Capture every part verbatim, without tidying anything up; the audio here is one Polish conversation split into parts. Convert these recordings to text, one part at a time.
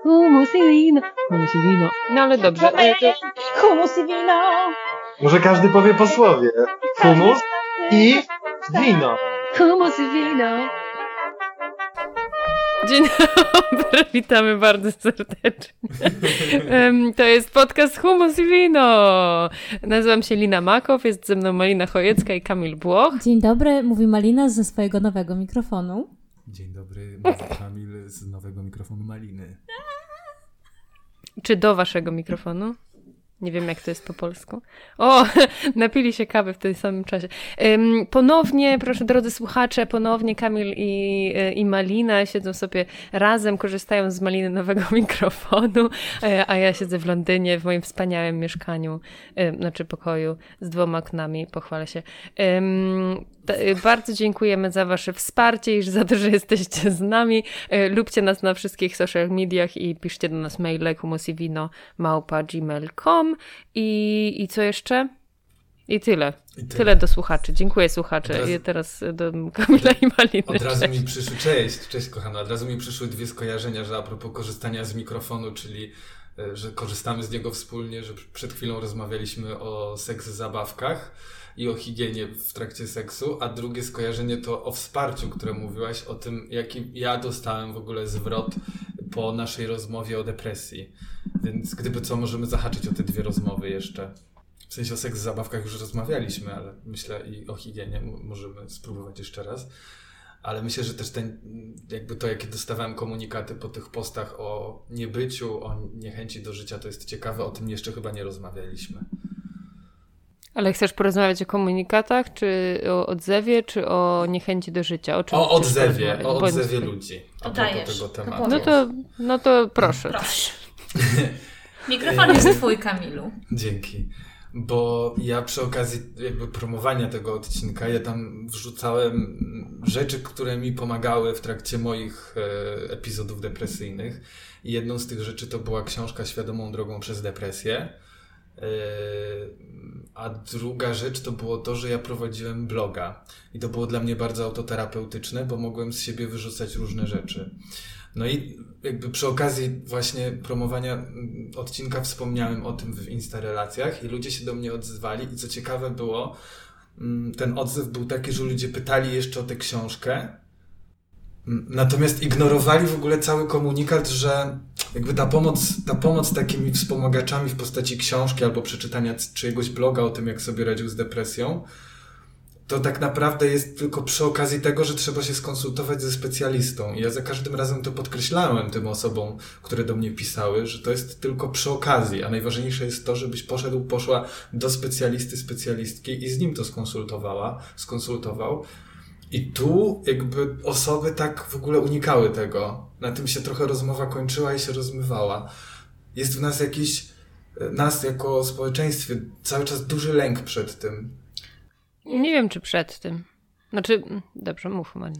Humus i wino, humus i wino. No ale dobrze. Humus i wino. Może każdy powie po słowie. Humus i wino. Humus i wino. Dzień dobry, witamy bardzo serdecznie. To jest podcast Humus i Wino. Nazywam się Lina Makow, jest ze mną Malina Chojecka i Kamil Błoch. Dzień dobry, mówi Malina ze swojego nowego mikrofonu. Dzień dobry, mówi Kamil z nowego mikrofonu Maliny. Czy do waszego mikrofonu? Nie wiem, jak to jest po polsku. O, napili się kawy w tym samym czasie. Um, ponownie, proszę drodzy słuchacze, ponownie Kamil i, i Malina siedzą sobie razem, korzystają z Maliny nowego mikrofonu, a ja siedzę w Londynie w moim wspaniałym mieszkaniu, um, znaczy pokoju z dwoma oknami, pochwalę się. Um, t- bardzo dziękujemy za wasze wsparcie i za to, że jesteście z nami. Lubcie nas na wszystkich social mediach i piszcie do nas maile humusivino małpa gmail kropka com. I, I co jeszcze? I tyle. I tyle. Tyle do słuchaczy. Dziękuję słuchacze. Razu... I teraz do Kamila i Maliny. Od razu cześć. mi przyszły, cześć, cześć kochana, od razu mi przyszły dwie skojarzenia, że a propos korzystania z mikrofonu, czyli że korzystamy z niego wspólnie, że przed chwilą rozmawialiśmy o seks zabawkach i o higienie w trakcie seksu, a drugie skojarzenie to o wsparciu, które mówiłaś, o tym, jaki ja dostałem w ogóle zwrot po naszej rozmowie o depresji. Więc gdyby co, możemy zahaczyć o te dwie rozmowy jeszcze. W sensie o seks w zabawkach już rozmawialiśmy, ale myślę i o higienie możemy spróbować jeszcze raz. Ale myślę, że też ten, jakby to, jakie dostawałem komunikaty po tych postach o niebyciu, o niechęci do życia, to jest ciekawe, o tym jeszcze chyba nie rozmawialiśmy. Ale chcesz porozmawiać o komunikatach, czy o odzewie, czy o niechęci do życia? O, czym o odzewie, o odzewie ludzi. A propos tego tematu. No to, no to proszę. Proszę. Mikrofon jest twój, Kamilu. Dzięki. Bo ja przy okazji jakby promowania tego odcinka, ja tam wrzucałem rzeczy, które mi pomagały w trakcie moich e, epizodów depresyjnych. I jedną z tych rzeczy to była książka Świadomą drogą przez depresję. E, a druga rzecz to było to, że ja prowadziłem bloga. I to było dla mnie bardzo autoterapeutyczne, bo mogłem z siebie wyrzucać różne rzeczy. No i jakby przy okazji właśnie promowania odcinka wspomniałem o tym w Instarelacjach i ludzie się do mnie odzywali i co ciekawe było, ten odzew był taki, że ludzie pytali jeszcze o tę książkę, natomiast ignorowali w ogóle cały komunikat, że jakby ta pomoc, ta pomoc takimi wspomagaczami w postaci książki albo przeczytania czyjegoś bloga o tym, jak sobie radził z depresją, to tak naprawdę jest tylko przy okazji tego, że trzeba się skonsultować ze specjalistą. I ja za każdym razem to podkreślałem tym osobom, które do mnie pisały, że to jest tylko przy okazji, a najważniejsze jest to, żebyś poszedł, poszła do specjalisty, specjalistki i z nim to skonsultowała, skonsultował. I tu jakby osoby tak w ogóle unikały tego. Na tym się trochę rozmowa kończyła i się rozmywała. Jest w nas jakiś, nas jako społeczeństwie cały czas duży lęk przed tym. Nie wiem, czy przed tym. Znaczy, dobrze, mów, Malina.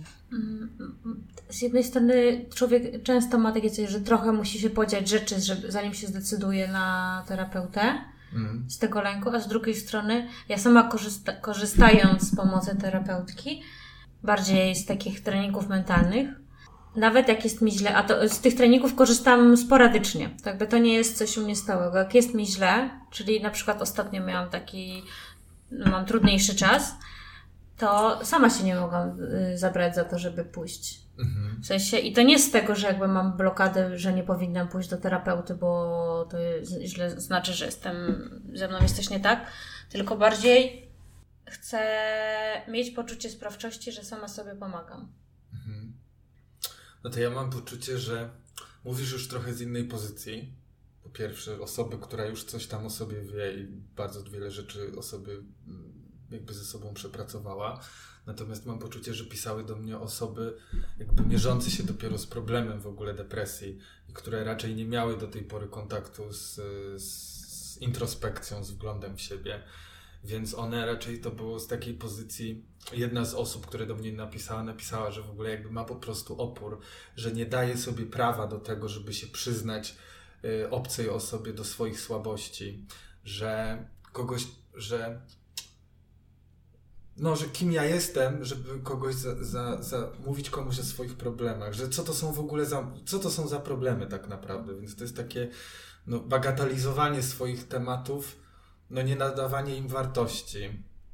Z jednej strony człowiek często ma takie coś, że trochę musi się podziać rzeczy, żeby, zanim się zdecyduje na terapeutę mm. z tego lęku, a z drugiej strony ja sama korzysta- korzystając z pomocy terapeutki, bardziej z takich treningów mentalnych, nawet jak jest mi źle, a to z tych treningów korzystam sporadycznie, tak jakby to nie jest coś u mnie stałego. Jak jest mi źle, czyli na przykład ostatnio miałam taki mam trudniejszy czas, to sama się nie mogłam y, zabrać za to, żeby pójść. Mhm. W sensie, i to nie z tego, że jakby mam blokadę, że nie powinnam pójść do terapeuty, bo to jest, źle znaczy, że jestem, ze mną jest coś nie tak, tylko bardziej chcę mieć poczucie sprawczości, że sama sobie pomagam. Mhm. No to ja mam poczucie, że mówisz już trochę z innej pozycji. Po pierwsze, osoby, która już coś tam o sobie wie i bardzo wiele rzeczy o sobie jakby ze sobą przepracowała. Natomiast mam poczucie, że pisały do mnie osoby jakby mierzące się dopiero z problemem w ogóle depresji i które raczej nie miały do tej pory kontaktu z, z introspekcją, z wglądem w siebie. Więc one raczej to było z takiej pozycji, jedna z osób, które do mnie napisała, napisała, że w ogóle jakby ma po prostu opór, że nie daje sobie prawa do tego, żeby się przyznać obcej osobie do swoich słabości, że kogoś, że no, że kim ja jestem, żeby kogoś za, za, za mówić komuś o swoich problemach, że co to są w ogóle za, co to są za problemy tak naprawdę, więc to jest takie no, bagatelizowanie swoich tematów, no nie nadawanie im wartości.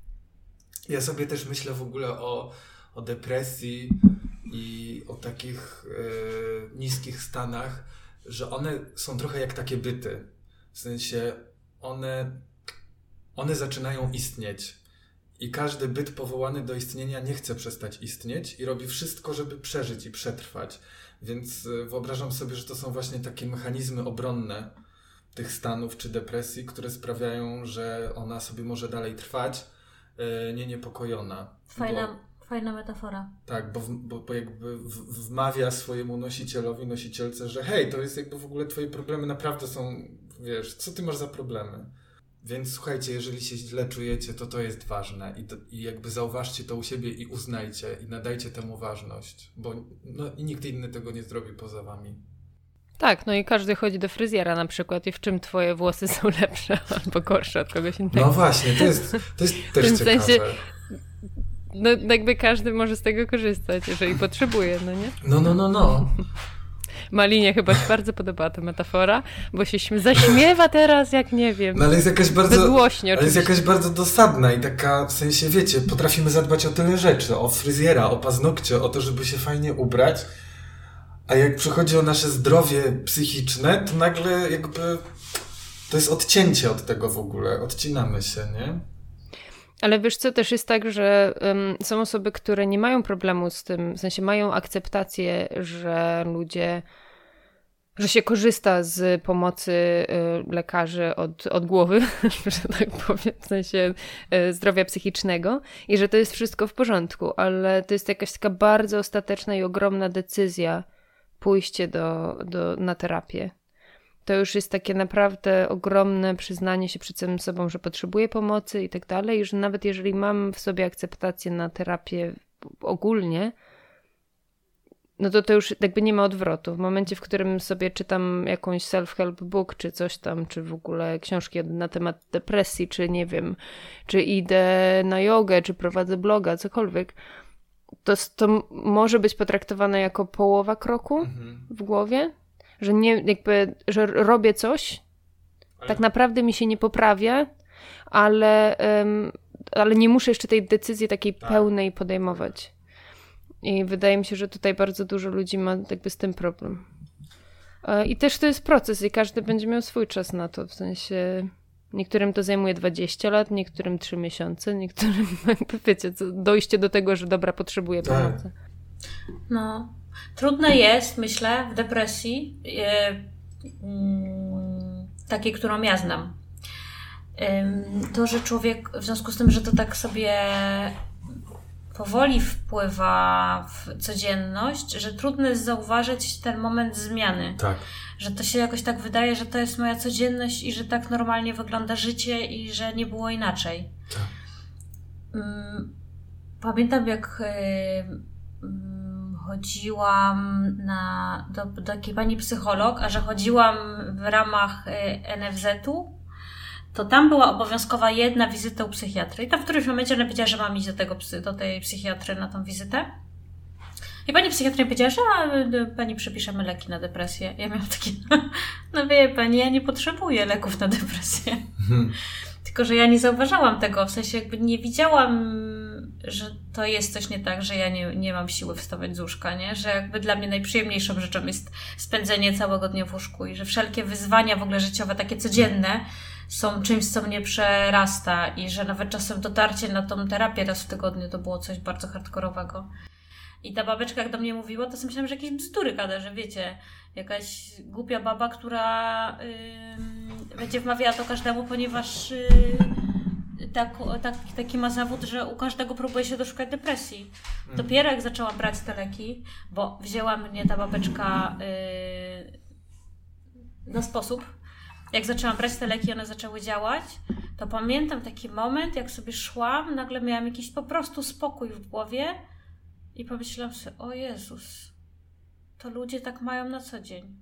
Ja sobie też myślę w ogóle o, o depresji i o takich yy, niskich stanach, że one są trochę jak takie byty. W sensie one, one zaczynają istnieć i każdy byt powołany do istnienia nie chce przestać istnieć i robi wszystko, żeby przeżyć i przetrwać. Więc yy, wyobrażam sobie, że to są właśnie takie mechanizmy obronne tych stanów czy depresji, które sprawiają, że ona sobie może dalej trwać, yy, nie niepokojona. Fajna, bo, fajna metafora. tak, bo, bo, bo jakby w, wmawia swojemu nosicielowi, nosicielce, że hej, to jest jakby w ogóle twoje problemy naprawdę są, wiesz, co ty masz za problemy? Więc słuchajcie, jeżeli się źle czujecie, to to jest ważne i, to, i jakby zauważcie to u siebie i uznajcie i nadajcie temu ważność, bo no, i nikt inny tego nie zrobi poza wami. Tak, no i każdy chodzi do fryzjera na przykład i w czym twoje włosy są lepsze albo gorsze od kogoś innego. No właśnie, to jest, to jest też w tym ciekawe. sensie, no jakby każdy może z tego korzystać, jeżeli potrzebuje, no nie? No, no, no, no. Malinie chyba się bardzo podobała ta metafora, bo się śmie- zaśmiewa teraz, jak nie wiem. No ale jest jakaś bardzo, bezgłośnie ale jest oczywiście. jakaś bardzo dosadna i taka, w sensie wiecie, potrafimy zadbać o tyle rzeczy, o fryzjera, o paznokcie, o to, żeby się fajnie ubrać, a jak przychodzi o nasze zdrowie psychiczne, to nagle jakby to jest odcięcie od tego w ogóle, odcinamy się, nie? Ale wiesz co, też jest tak, że um, są osoby, które nie mają problemu z tym, w sensie mają akceptację, że ludzie, że się korzysta z pomocy y, lekarzy od, od głowy, że tak powiem, w sensie y, zdrowia psychicznego i że to jest wszystko w porządku, ale to jest jakaś taka bardzo ostateczna i ogromna decyzja pójście do, do, na terapię. To już jest takie naprawdę ogromne przyznanie się przed samym sobą, że potrzebuję pomocy i tak dalej, i że nawet jeżeli mam w sobie akceptację na terapię ogólnie, no to to już jakby nie ma odwrotu. W momencie, w którym sobie czytam jakąś self-help book, czy coś tam, czy w ogóle książki na temat depresji, czy nie wiem, czy idę na jogę, czy prowadzę bloga, cokolwiek, to, to może być potraktowane jako połowa kroku mhm. w głowie, że nie, jakby, że robię coś, ale... tak naprawdę mi się nie poprawia, ale, um, ale nie muszę jeszcze tej decyzji takiej tak. pełnej podejmować. I wydaje mi się, że tutaj bardzo dużo ludzi ma jakby z tym problem. I też to jest proces i każdy będzie miał swój czas na to, w sensie niektórym to zajmuje dwadzieścia lat, niektórym trzy miesiące, niektórym jakby wiecie, dojście do tego, że dobra, potrzebuję tak. pomocy. No, trudne jest, myślę, w depresji, yy, yy, takiej, którą ja znam. Yy, to, że człowiek, w związku z tym, że to tak sobie powoli wpływa w codzienność, że trudno jest zauważyć ten moment zmiany. Tak. Że to się jakoś tak wydaje, że to jest moja codzienność i że tak normalnie wygląda życie i że nie było inaczej. Tak. Pamiętam, jak chodziłam na, do, do takiej pani psycholog, a że chodziłam w ramach en ef zetu, to tam była obowiązkowa jedna wizyta u psychiatry. I tam w którymś momencie ona powiedziała, że mam iść do, tego, do tej psychiatry na tą wizytę. I pani psychiatry powiedziała, że a, pani przepiszemy leki na depresję. Ja miałam takie, no wie pani, ja nie potrzebuję leków na depresję. Hmm. Tylko, że ja nie zauważałam tego, w sensie jakby nie widziałam, że to jest coś nie tak, że ja nie, nie mam siły wstawać z łóżka, nie? Że jakby dla mnie najprzyjemniejszą rzeczą jest spędzenie całego dnia w łóżku i że wszelkie wyzwania w ogóle życiowe, takie codzienne, są czymś, co mnie przerasta i że nawet czasem dotarcie na tą terapię raz w tygodniu to było coś bardzo hardkorowego. I ta babeczka jak do mnie mówiła, to sobie myślałam, że jakieś bzdury gada, że wiecie, jakaś głupia baba, która yy, będzie wmawiała to każdemu, ponieważ yy, tak, tak, taki ma zawód, że u każdego próbuje się doszukać depresji. Mm. Dopiero jak zaczęłam brać te leki, bo wzięła mnie ta babeczka yy, na sposób, jak zaczęłam brać te leki, one zaczęły działać, to pamiętam taki moment, jak sobie szłam, nagle miałam jakiś po prostu spokój w głowie i pomyślałam sobie, o Jezus, to ludzie tak mają na co dzień.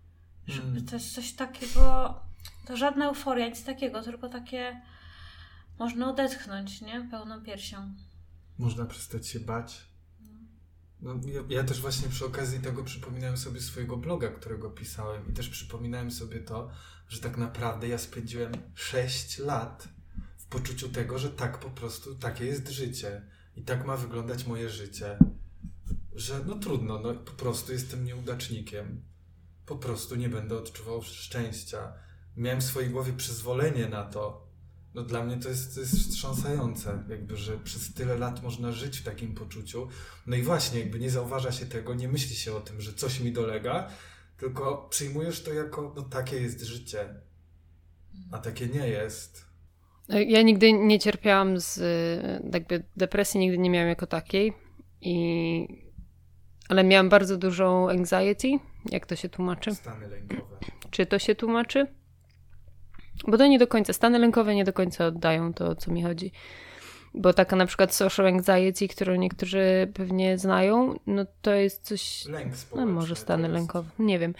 Żeby to jest coś takiego, to żadna euforia, nic takiego, tylko takie, Można odetchnąć, nie? Pełną piersią. Można przestać się bać. No, ja, ja też właśnie przy okazji tego przypominałem sobie swojego bloga, którego pisałem i też przypominałem sobie to, że tak naprawdę ja spędziłem sześć lat w poczuciu tego, że tak po prostu, takie jest życie i tak ma wyglądać moje życie, że no trudno, no po prostu jestem nieudacznikiem, po prostu nie będę odczuwał szczęścia. Miałem w swojej głowie przyzwolenie na to. No dla mnie to jest, to jest wstrząsające, jakby, że przez tyle lat można żyć w takim poczuciu. No i właśnie, jakby nie zauważa się tego, nie myśli się o tym, że coś mi dolega, tylko przyjmujesz to jako, no takie jest życie, a takie nie jest. Ja nigdy nie cierpiałam z jakby depresji, nigdy nie miałam jako takiej, i... ale miałam bardzo dużą anxiety, jak to się tłumaczy? Stany lękowe. Czy to się tłumaczy? Bo to nie do końca, stany lękowe nie do końca oddają to, o co mi chodzi. Bo taka na przykład social anxiety, którą niektórzy pewnie znają, no to jest coś... Lęk społeczny. No może stany jest... lękowe, nie wiem.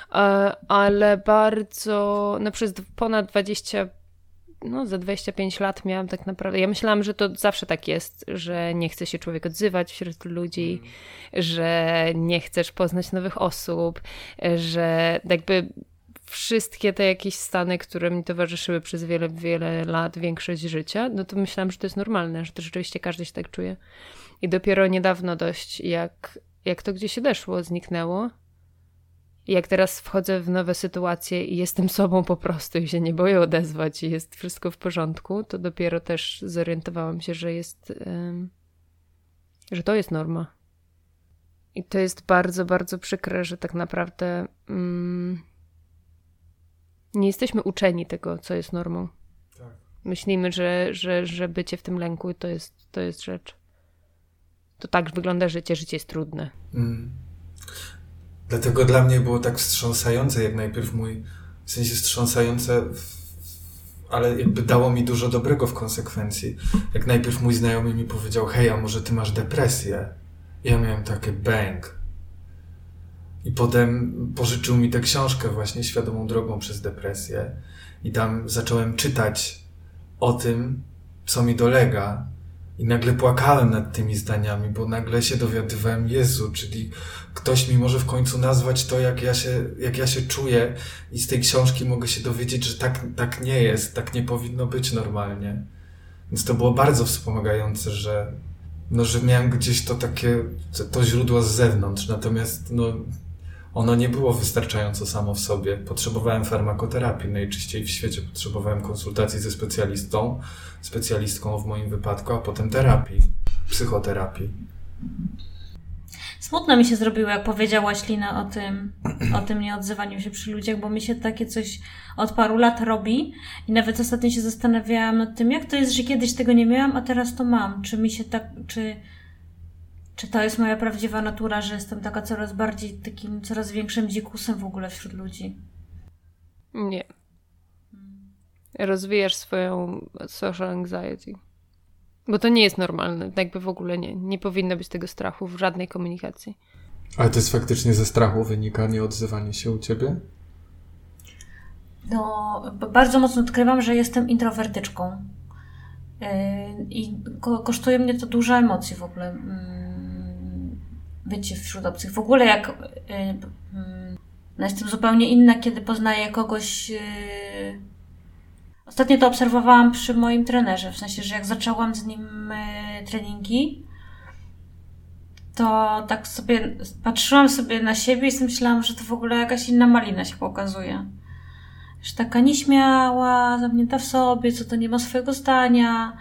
Ale bardzo, no przez ponad dwadzieścia, no za dwadzieścia pięć lat miałam tak naprawdę, ja myślałam, że to zawsze tak jest, że nie chce się człowiek odzywać wśród ludzi, mm. że nie chcesz poznać nowych osób, że jakby... wszystkie te jakieś stany, które mi towarzyszyły przez wiele, wiele lat, większość życia, no to myślałam, że to jest normalne, że to rzeczywiście każdy się tak czuje. I dopiero niedawno dość, jak, jak to gdzieś odeszło, zniknęło. I jak teraz wchodzę w nowe sytuacje i jestem sobą po prostu i się nie boję odezwać i jest wszystko w porządku, to dopiero też zorientowałam się, że jest, um, że to jest norma. I to jest bardzo, bardzo przykre, że tak naprawdę... Um, nie jesteśmy uczeni tego, co jest normą. Tak. Myślimy, że, że, że bycie w tym lęku to jest, to jest rzecz. To tak wygląda życie, życie jest trudne. Mm. Dlatego dla mnie było tak wstrząsające, jak najpierw mój, w sensie wstrząsające, w, ale jakby dało mi dużo dobrego w konsekwencji. Jak najpierw mój znajomy mi powiedział, hej, a może ty masz depresję? I ja miałem takie bang. I potem pożyczył mi tę książkę właśnie Świadomą drogą przez depresję i tam zacząłem czytać o tym, co mi dolega i nagle płakałem nad tymi zdaniami, bo nagle się dowiadywałem, Jezu, czyli ktoś mi może w końcu nazwać to, jak ja się, jak ja się czuję i z tej książki mogę się dowiedzieć, że tak, tak nie jest, tak nie powinno być normalnie. Więc to było bardzo wspomagające, że, no, że miałem gdzieś to takie, to źródło z zewnątrz, natomiast no, ono nie było wystarczająco samo w sobie. Potrzebowałem farmakoterapii, najczęściej w świecie potrzebowałem konsultacji ze specjalistą, specjalistką w moim wypadku, a potem terapii, psychoterapii. Smutno mi się zrobiło, jak powiedziałaś, Lina, o tym, o tym nieodzywaniu się przy ludziach, bo mi się takie coś od paru lat robi i nawet ostatnio się zastanawiałam nad tym, jak to jest, że kiedyś tego nie miałam, a teraz to mam. Czy mi się tak, czy, czy to jest moja prawdziwa natura, że jestem taka coraz bardziej takim, coraz większym dzikusem w ogóle wśród ludzi? Nie. Rozwijasz swoją social anxiety. Bo to nie jest normalne, jakby w ogóle nie. Nie powinno być tego strachu w żadnej komunikacji. Ale to jest faktycznie ze strachu wynika nieodzywanie się u ciebie? No, bardzo mocno odkrywam, że jestem introwertyczką. Yy, I ko- kosztuje mnie to dużo emocji w ogóle. Yy, bycie wśród obcych. W ogóle jak yy, yy, no jestem zupełnie inna, kiedy poznaję kogoś... Yy, Ostatnio to obserwowałam przy moim trenerze, w sensie, że jak zaczęłam z nim y, treningi, to tak sobie patrzyłam sobie na siebie i myślałam, że to w ogóle jakaś inna malina się pokazuje. Że taka nieśmiała, zamknięta w sobie, co to nie ma swojego zdania,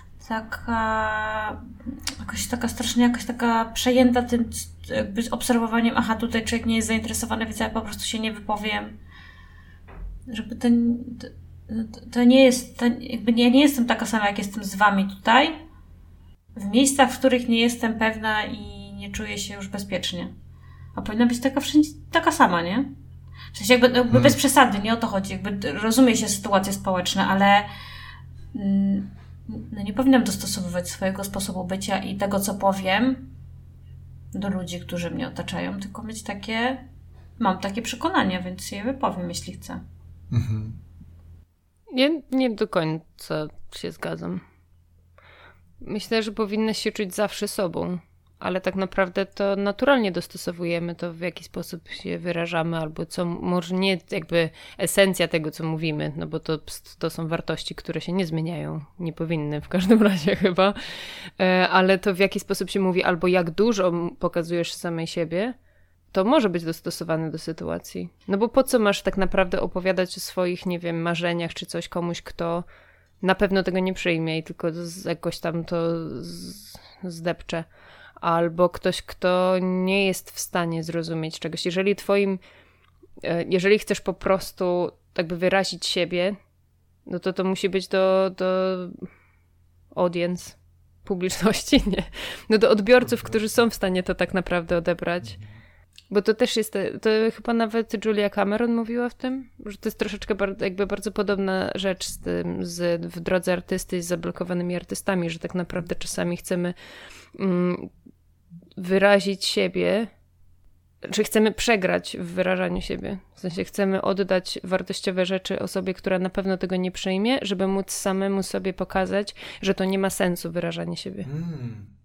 taka jakoś taka strasznie jakaś taka przejęta tym jakby obserwowaniem, aha, tutaj człowiek nie jest zainteresowany, więc ja po prostu się nie wypowiem. Żeby ten... To nie jest, to jakby ja nie jestem taka sama, jak jestem z wami tutaj, w miejscach, w których nie jestem pewna i nie czuję się już bezpiecznie. A powinna być taka wszędzie, taka sama, nie? W sensie jakby, jakby hmm. bez przesady, nie o to chodzi. Jakby rozumie się sytuacje społeczne, ale mm, no nie powinnam dostosowywać swojego sposobu bycia i tego, co powiem do ludzi, którzy mnie otaczają, tylko mieć takie, mam takie przekonania, więc je wypowiem, jeśli chcę. Mhm. Ja nie do końca się zgadzam. Myślę, że powinnaś się czuć zawsze sobą, ale tak naprawdę to naturalnie dostosowujemy to, w jaki sposób się wyrażamy, albo co, może nie jakby esencja tego, co mówimy, no bo to, to są wartości, które się nie zmieniają, nie powinny w każdym razie chyba, ale to w jaki sposób się mówi, albo jak dużo pokazujesz samej siebie, to może być dostosowane do sytuacji. No bo po co masz tak naprawdę opowiadać o swoich, nie wiem, marzeniach, czy coś komuś, kto na pewno tego nie przyjmie i tylko z, jakoś tam to z, zdepcze. Albo ktoś, kto nie jest w stanie zrozumieć czegoś. Jeżeli twoim, jeżeli chcesz po prostu jakby wyrazić siebie, no to to musi być do, do audience, publiczności, nie. No do odbiorców, którzy są w stanie to tak naprawdę odebrać. Bo to też jest, to chyba nawet Julia Cameron mówiła w tym, że to jest troszeczkę bar- jakby bardzo podobna rzecz z tym, z, w drodze artysty z zablokowanymi artystami, że tak naprawdę czasami chcemy mm, wyrazić siebie, czy chcemy przegrać w wyrażaniu siebie. W sensie chcemy oddać wartościowe rzeczy osobie, która na pewno tego nie przyjmie, żeby móc samemu sobie pokazać, że to nie ma sensu wyrażanie siebie. Hmm.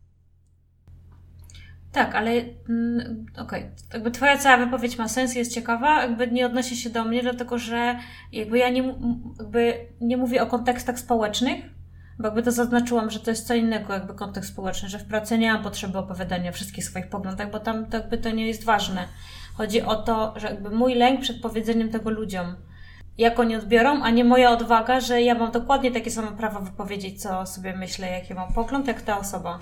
Tak, ale mm, okej, okay. Jakby twoja cała wypowiedź ma sens, jest ciekawa, jakby nie odnosi się do mnie, dlatego że jakby ja nie, jakby nie mówię o kontekstach społecznych, bo jakby to zaznaczyłam, że to jest co innego jakby kontekst społeczny, że w pracy nie mam potrzeby opowiadania o wszystkich swoich poglądach, bo tam to jakby to nie jest ważne. Chodzi o to, że jakby mój lęk przed powiedzeniem tego ludziom, jak oni odbiorą, a nie moja odwaga, że ja mam dokładnie takie samo prawo wypowiedzieć, co sobie myślę, jaki mam pogląd, jak ta osoba.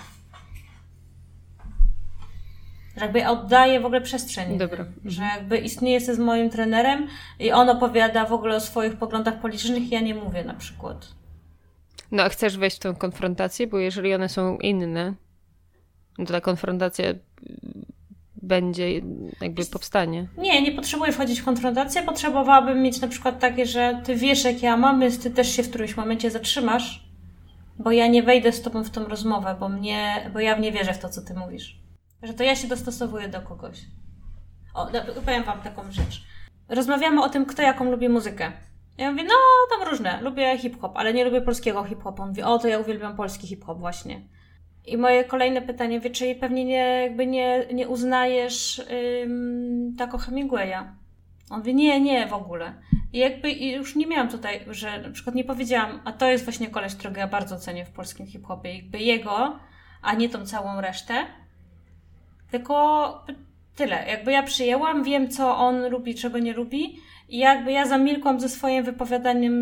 Że jakby oddaję w ogóle przestrzeń. Dobra. Że jakby istnieje z moim trenerem i on opowiada w ogóle o swoich poglądach politycznych, ja nie mówię na przykład. No a chcesz wejść w tę konfrontację? Bo jeżeli one są inne, no to ta konfrontacja będzie jakby powstanie. Nie, nie potrzebuję wchodzić w konfrontację. Potrzebowałabym mieć na przykład takie, że ty wiesz, jak ja mam, więc ty też się w którymś momencie zatrzymasz, bo ja nie wejdę z tobą w tą rozmowę, bo mnie, bo ja nie wierzę w to, co ty mówisz. Że to ja się dostosowuję do kogoś. O, powiem wam taką rzecz. Rozmawiamy o tym, kto jaką lubi muzykę. Ja mówię, no tam różne. Lubię hip-hop, ale nie lubię polskiego hip-hopu. On mówi, o to ja uwielbiam polski hip-hop właśnie. I moje kolejne pytanie, wie, czy pewnie nie, jakby nie, nie uznajesz ym, Taco Hemingwaya? On mówi, nie, nie w ogóle. I jakby i już nie miałam tutaj, że na przykład nie powiedziałam, a to jest właśnie koleś, którego ja bardzo cenię w polskim hip-hopie. Jakby jego, a nie tą całą resztę. Tylko tyle. Jakby ja przyjęłam, wiem, co on lubi, czego nie lubi i jakby ja zamilkłam ze swoim wypowiadaniem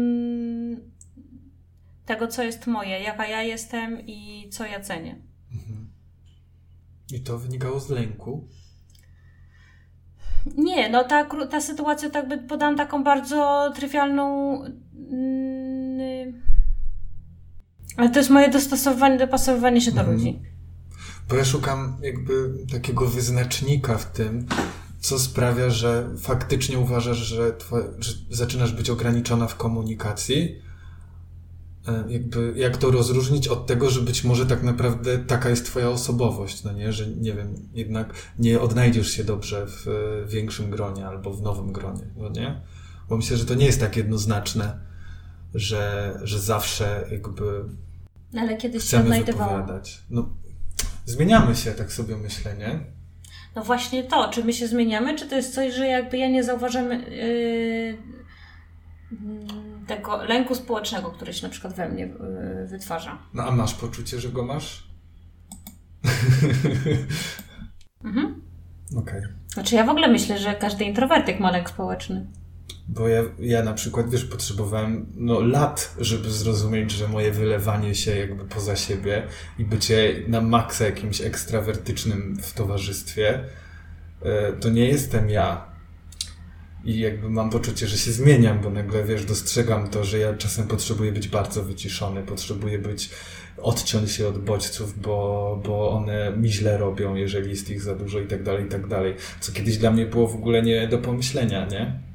tego, co jest moje, jaka ja jestem i co ja cenię. Mhm. I to wynikało z lęku? Nie, no ta, ta sytuacja, tak by podam taką bardzo trywialną... Yy, ale to jest moje dostosowanie, dopasowywanie się do mhm. ludzi. Bo ja szukam jakby takiego wyznacznika w tym, co sprawia, że faktycznie uważasz, że, twoje, że zaczynasz być ograniczona w komunikacji. Jakby jak to rozróżnić od tego, że być może tak naprawdę taka jest twoja osobowość, no nie? Że nie wiem, jednak nie odnajdziesz się dobrze w większym gronie albo w nowym gronie, no nie? Bo myślę, że to nie jest tak jednoznaczne, że, że zawsze jakby ale kiedyś chcemy się odnajdywałam. wypowiadać. No, zmieniamy się, tak sobie myślę, nie? No właśnie to, czy my się zmieniamy, czy to jest coś, że jakby ja nie zauważam yy, tego lęku społecznego, który się na przykład we mnie yy, wytwarza. No a masz poczucie, że go masz? Mhm. Okej. Okay. Znaczy ja w ogóle myślę, że każdy introwertyk ma lęk społeczny. Bo ja, ja na przykład, wiesz, potrzebowałem no, lat, żeby zrozumieć, że moje wylewanie się jakby poza siebie i bycie na maksa jakimś ekstrawertycznym w towarzystwie, to nie jestem ja. I jakby mam poczucie, że się zmieniam, bo nagle, wiesz, dostrzegam to, że ja czasem potrzebuję być bardzo wyciszony, potrzebuję być, odciąć się od bodźców, bo, bo one mi źle robią, jeżeli jest ich za dużo i tak dalej, i tak dalej. Co kiedyś dla mnie było w ogóle nie do pomyślenia, nie?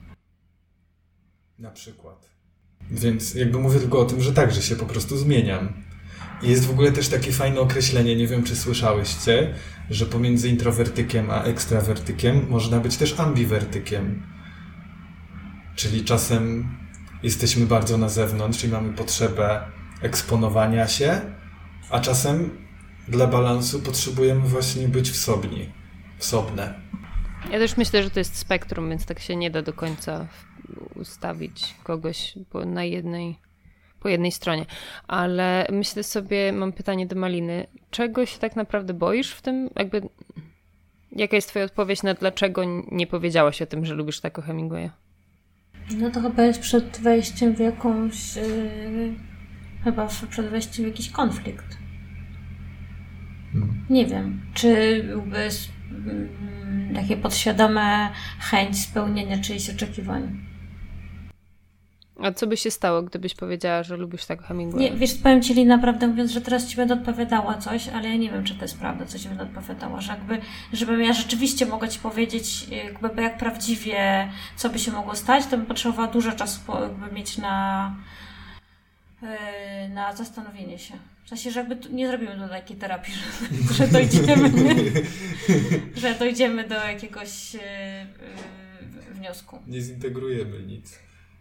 Na przykład. Więc jakby mówię tylko o tym, że tak, że się po prostu zmieniam. I jest w ogóle też takie fajne określenie, nie wiem czy słyszałyście, że pomiędzy introwertykiem a ekstrawertykiem można być też ambiwertykiem. Czyli czasem jesteśmy bardzo na zewnątrz i mamy potrzebę eksponowania się, a czasem dla balansu potrzebujemy właśnie być wsobni, wsobne. Ja też myślę, że to jest spektrum, więc tak się nie da do końca ustawić kogoś po, na jednej, po jednej stronie. Ale myślę sobie, mam pytanie do Maliny, czego się tak naprawdę boisz w tym? Jakby, jaka jest twoja odpowiedź na dlaczego nie powiedziałaś o tym, że lubisz Taco Hemingwaya? No to chyba jest przed wejściem w jakąś... Yy, chyba przed wejściem w jakiś konflikt. Hmm. Nie wiem, czy byłby mm, takie podświadome chęć spełnienia czyichś oczekiwań. A co by się stało, gdybyś powiedziała, że lubisz Taco Hemingwaya? Nie, wiesz, powiem Ci naprawdę mówiąc, że teraz Ci będę odpowiadała coś, ale ja nie wiem, czy to jest prawda, co Ci będę odpowiadała, że jakby, żebym ja rzeczywiście mogła Ci powiedzieć jakby jak prawdziwie, co by się mogło stać, to bym potrzebowała dużo czasu jakby mieć na, yy, na zastanowienie się. W sensie, że jakby nie zrobimy do takiej terapii, że, że dojdziemy, że dojdziemy do jakiegoś yy, yy, wniosku. Nie zintegrujemy nic.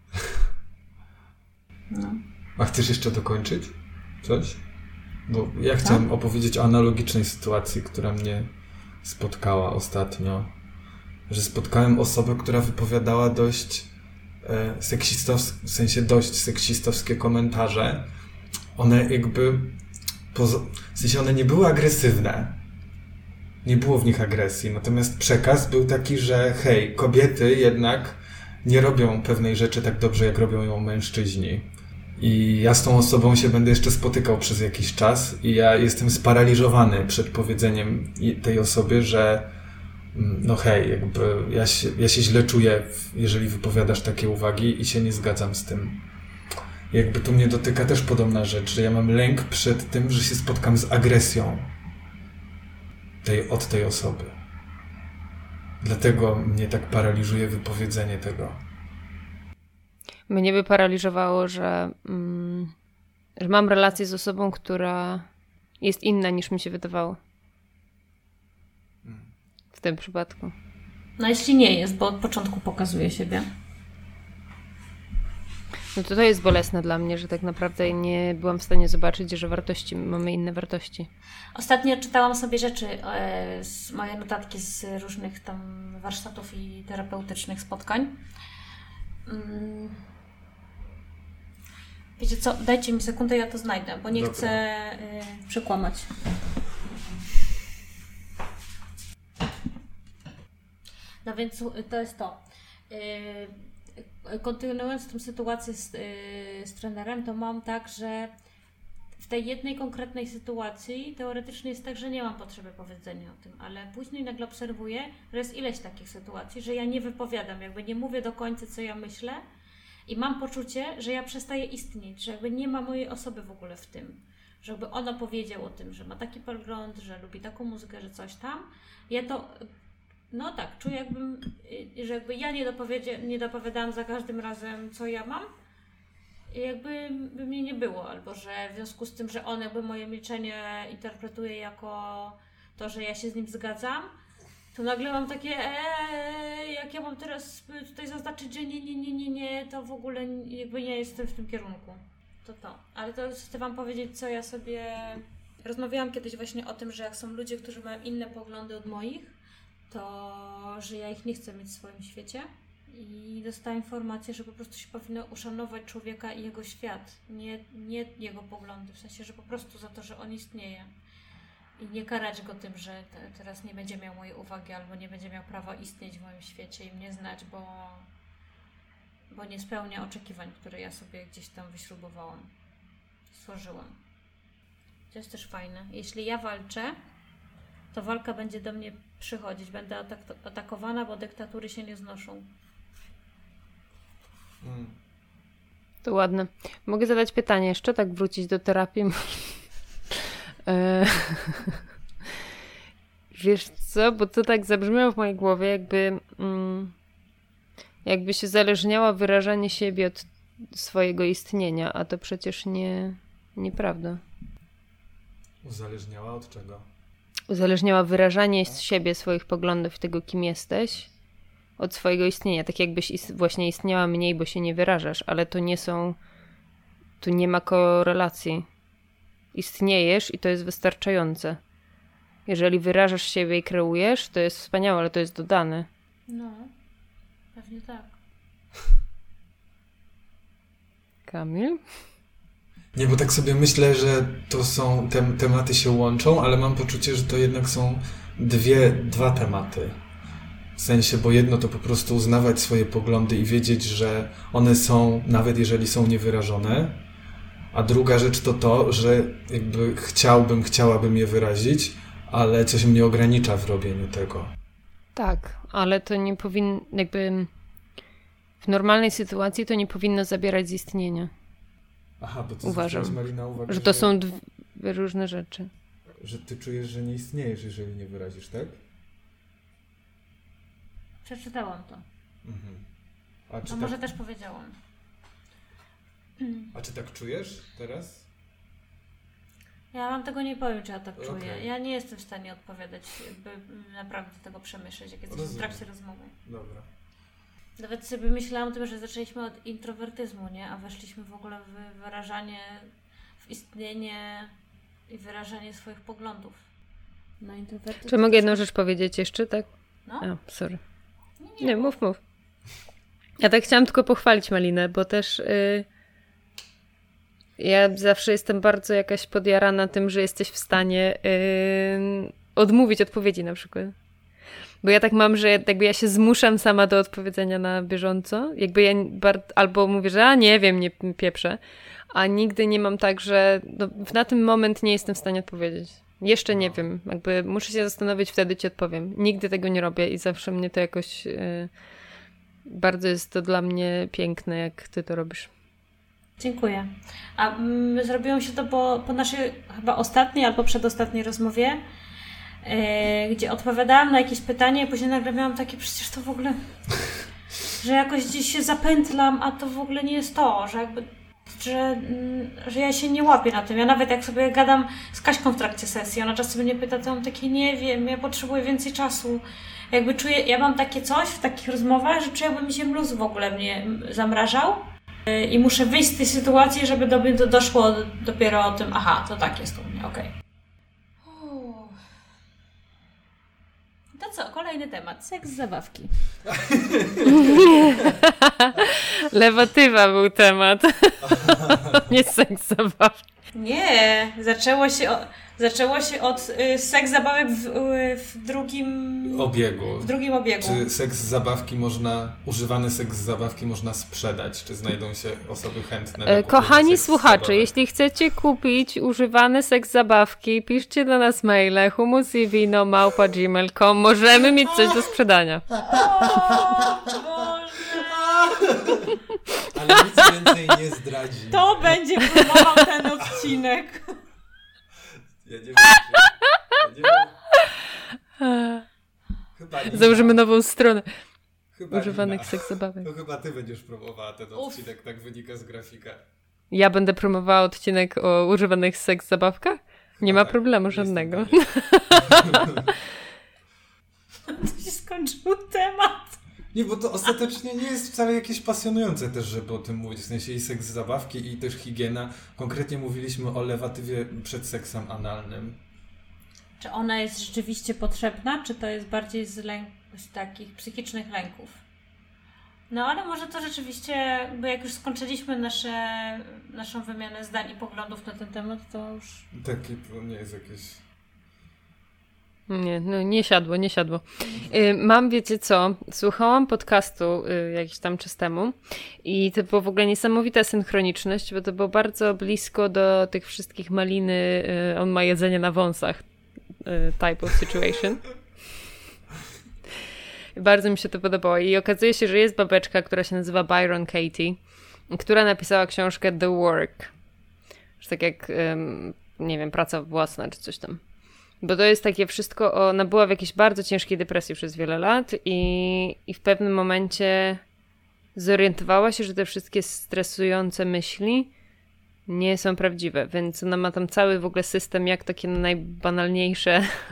No. A chcesz jeszcze dokończyć coś? Bo ja chciałem opowiedzieć o analogicznej sytuacji, która mnie spotkała ostatnio. Że spotkałem osobę, która wypowiadała dość e, seksistowskie, w sensie dość seksistowskie komentarze. One jakby, pozo- w sensie one nie były agresywne. Nie było w nich agresji. Natomiast przekaz był taki, że hej, kobiety jednak nie robią pewnej rzeczy tak dobrze, jak robią ją mężczyźni. I ja z tą osobą się będę jeszcze spotykał przez jakiś czas i ja jestem sparaliżowany przed powiedzeniem tej osobie, że no hej, jakby ja się, ja się źle czuję, jeżeli wypowiadasz takie uwagi i się nie zgadzam z tym. Jakby tu mnie dotyka też podobna rzecz, że ja mam lęk przed tym, że się spotkam z agresją tej, od tej osoby. Dlatego mnie tak paraliżuje wypowiedzenie tego. Mnie by paraliżowało, że, mm, że mam relację z osobą, która jest inna niż mi się wydawało. W tym przypadku. No jeśli nie jest, bo od początku pokazuje siebie. No to to jest bolesne dla mnie, że tak naprawdę nie byłam w stanie zobaczyć, że wartości, mamy inne wartości. Ostatnio czytałam sobie rzeczy, e, z, moje notatki z różnych tam warsztatów i terapeutycznych spotkań. Mm. Wiecie co, dajcie mi sekundę, ja to znajdę, bo nie Dobra. chcę y, przekłamać. No więc to jest to. Y, kontynuując tę sytuację z, y, z trenerem, to mam tak, że w tej jednej konkretnej sytuacji teoretycznie jest tak, że nie mam potrzeby powiedzenia o tym, ale później nagle obserwuję, że jest ileś takich sytuacji, że ja nie wypowiadam, jakby nie mówię do końca, co ja myślę i mam poczucie, że ja przestaję istnieć, że jakby nie ma mojej osoby w ogóle w tym, że jakby ona powiedział o tym, że ma taki pogląd, że lubi taką muzykę, że coś tam. Ja to, no tak, czuję jakbym, że jakby ja nie, dopowiedzie, nie dopowiadałam za każdym razem, co ja mam, i jakby by mnie nie było, albo że w związku z tym, że on jakby moje milczenie interpretuje jako to, że ja się z nim zgadzam, to nagle mam takie, eee, jak ja mam teraz tutaj zaznaczyć, że nie, nie, nie, nie, nie, to w ogóle jakby nie jestem w tym kierunku. To to. Ale to chcę Wam powiedzieć, co ja sobie... Rozmawiałam kiedyś właśnie o tym, że jak są ludzie, którzy mają inne poglądy od moich, to że ja ich nie chcę mieć w swoim świecie. I dostałam informację, że po prostu się powinno uszanować człowieka i jego świat, nie, nie jego poglądy, w sensie, że po prostu za to, że on istnieje. I nie karać go tym, że te, teraz nie będzie miał mojej uwagi albo nie będzie miał prawa istnieć w moim świecie i mnie znać, bo, bo nie spełnia oczekiwań, które ja sobie gdzieś tam wyśrubowałam, stworzyłam. To jest też fajne. Jeśli ja walczę, to walka będzie do mnie przychodzić. Będę atak- atakowana, bo dyktatury się nie znoszą. Hmm. To ładne. Mogę zadać pytanie jeszcze, tak wrócić do terapii? Wiesz co, bo to tak zabrzmiało w mojej głowie, jakby mm, jakby się uzależniała wyrażanie siebie od swojego istnienia, a to przecież nie nieprawda. Uzależniała od czego? Uzależniała wyrażanie z siebie, swoich poglądów i tego, kim jesteś, od swojego istnienia. Tak jakbyś ist- właśnie istniała mniej, bo się nie wyrażasz, ale to nie są, tu nie ma korelacji. Istniejesz i to jest wystarczające. Jeżeli wyrażasz siebie i kreujesz, to jest wspaniałe, ale to jest dodane. No, pewnie tak. Kamil? Nie, bo tak sobie myślę, że to są, te tematy się łączą, ale mam poczucie, że to jednak są dwie, dwa tematy. W sensie, bo jedno to po prostu uznawać swoje poglądy i wiedzieć, że one są, nawet jeżeli są niewyrażone, a druga rzecz to to, że jakby chciałbym, chciałabym je wyrazić, ale coś mnie ogranicza w robieniu tego. Tak, ale to nie powinno, jakby w normalnej sytuacji to nie powinno zabierać z istnienia. Aha, bo ty Uważam, zwróciłaś, Malina, uwagę, że to że, są dwie różne rzeczy. że ty czujesz, że nie istniejesz, jeżeli nie wyrazisz, tak? Przeczytałam to. Mhm. A, czy A tak, może też powiedziałam. a czy tak czujesz teraz? Ja wam tego nie powiem, czy ja tak czuję. Okej. Ja nie jestem w stanie odpowiadać, by naprawdę tego przemyśleć, jak jesteśmy w Rozumiem. trakcie rozmowy. Dobra. Nawet sobie myślałam o tym, że zaczęliśmy od introwertyzmu, nie? A weszliśmy w ogóle w wyrażanie, w istnienie i wyrażanie swoich poglądów. No introwertyzm. Czy mogę jedną rzecz powiedzieć jeszcze, tak? No? A, sorry. Nie, Nie, mów, mów. Ja tak chciałam tylko pochwalić Malinę, bo też y, ja zawsze jestem bardzo jakaś podjarana tym, że jesteś w stanie y, odmówić odpowiedzi na przykład. Bo ja tak mam, że jakby ja się zmuszam sama do odpowiedzenia na bieżąco. Jakby ja bar- albo mówię, że a nie wiem, nie pieprzę. A nigdy nie mam tak, że no, na ten moment nie jestem w stanie odpowiedzieć. Jeszcze nie wiem. Jakby muszę się zastanowić, wtedy ci odpowiem. Nigdy tego nie robię i zawsze mnie to jakoś... Yy, bardzo jest to dla mnie piękne, jak ty to robisz. Dziękuję. A mm, zrobiło się to po, po naszej chyba ostatniej albo przedostatniej rozmowie, yy, gdzie odpowiadałam na jakieś pytanie i później nagle miałam takie, przecież to w ogóle, że jakoś gdzieś się zapętlam, a to w ogóle nie jest to, że jakby, że, mm, że ja się nie łapię na tym. Ja nawet jak sobie gadam z Kaśką w trakcie sesji, ona czasem mnie pyta, to mam takie, nie wiem, ja potrzebuję więcej czasu. Jakby czuję, ja mam takie coś w takich rozmowach, że czuję, jakby mi się mróz w ogóle mnie zamrażał yy, i muszę wyjść z tej sytuacji, żeby do mnie do, doszło dopiero o tym, aha, to tak jest u mnie, okej. Okay. To co, kolejny temat, seks z zabawki. Lewatywa był temat. Nie seks zabawki. Nie, zaczęło się, o, zaczęło się od y, seks zabawek w, y, w drugim Obiegu. W drugim obiegu. Czy seks z zabawki można, używany seks z zabawki można sprzedać? Czy znajdą się osoby chętne? E, na kochani kupienie seks słuchacze, zabawek? jeśli chcecie kupić używany seks zabawki, piszcie do nas maile humusivino małpa gmail kropka com. Możemy mieć coś do sprzedania. O, Boże. Ale nic więcej nie zdradzi. To będzie próbował ten odcinek. Ja nie wiem, czy... Ja nie wiem. Chyba nie. Założymy nową stronę Chyba używanych Nina. seks zabawek. To chyba ty będziesz promowała ten Uf. odcinek, tak wynika z grafika. Ja będę promowała odcinek o używanych seks zabawkach? Nie ma tak, problemu jestem żadnego. pewien. To się skończył temat. Nie, bo to ostatecznie nie jest wcale jakieś pasjonujące też, żeby o tym mówić. W sensie i seks z zabawki, i też higiena. Konkretnie mówiliśmy o lewatywie przed seksem analnym. Czy ona jest rzeczywiście potrzebna, czy to jest bardziej z, lęk, z takich psychicznych lęków? No ale może to rzeczywiście, bo jak już skończyliśmy nasze, naszą wymianę zdań i poglądów na ten temat, to już... Taki to nie jest jakieś... Nie, no nie siadło, nie siadło. Y, mam, wiecie co, słuchałam podcastu y, jakiś tam czas temu i to była w ogóle niesamowita synchroniczność, bo to było bardzo blisko do tych wszystkich Maliny, y, on ma jedzenie na wąsach y, type of situation. Bardzo mi się to podobało i okazuje się, że jest babeczka, która się nazywa Byron Katie, która napisała książkę The Work. Że tak jak, ym, nie wiem, praca własna czy coś tam. Bo to jest takie wszystko, o, ona była w jakiejś bardzo ciężkiej depresji przez wiele lat i, i w pewnym momencie zorientowała się, że te wszystkie stresujące myśli nie są prawdziwe, więc ona ma tam cały w ogóle system, jak takie najbanalniejsze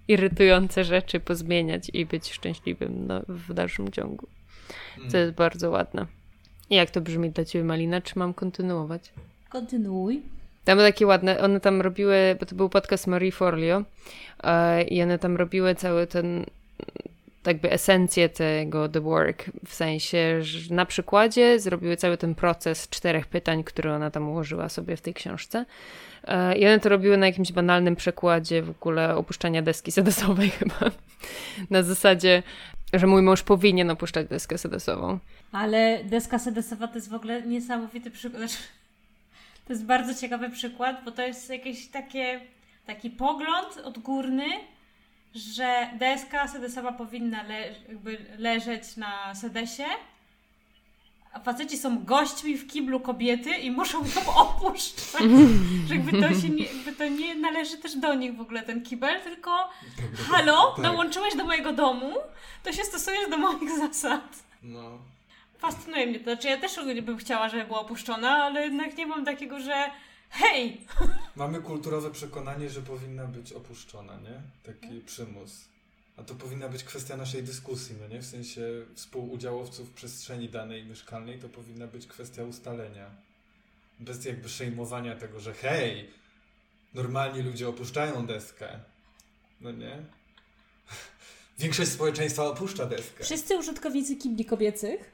irytujące rzeczy pozmieniać i być szczęśliwym no, w dalszym ciągu. To jest bardzo ładne. I jak to brzmi dla ciebie, Malina? Czy mam kontynuować? Kontynuuj. Tam były takie ładne, one tam robiły, bo to był podcast Marie Forleo e, i one tam robiły cały ten, jakby esencję tego The Work, w sensie, że na przykładzie zrobiły cały ten proces czterech pytań, które ona tam ułożyła sobie w tej książce. E, I one to robiły na jakimś banalnym przykładzie w ogóle opuszczania deski sedesowej chyba. Na zasadzie, że mój mąż powinien opuszczać deskę sedesową. Ale deska sedesowa to jest w ogóle niesamowity przykład. Znaczy, to jest bardzo ciekawy przykład, bo to jest jakiś takie, taki pogląd odgórny, że deska sedesowa powinna le, jakby leżeć na sedesie, a faceci są gośćmi w kiblu kobiety i muszą ją opuszczać. Że jakby to, się nie, jakby to nie należy też do nich w ogóle ten kibel, tylko halo, tak. Dołączyłeś do mojego domu, to się stosujesz do moich zasad. No. Fascynuje mnie to. Znaczy ja też bym chciała, żeby była opuszczona, ale jednak nie mam takiego, że hej! Mamy kulturowe przekonanie, że powinna być opuszczona, nie? Taki przymus. A to powinna być kwestia naszej dyskusji, no nie? W sensie współudziałowców w przestrzeni danej mieszkalnej to powinna być kwestia ustalenia. Bez jakby szejmowania tego, że hej, normalni ludzie opuszczają deskę. No nie? Większość społeczeństwa opuszcza deskę. Wszyscy użytkownicy kibli kobiecych.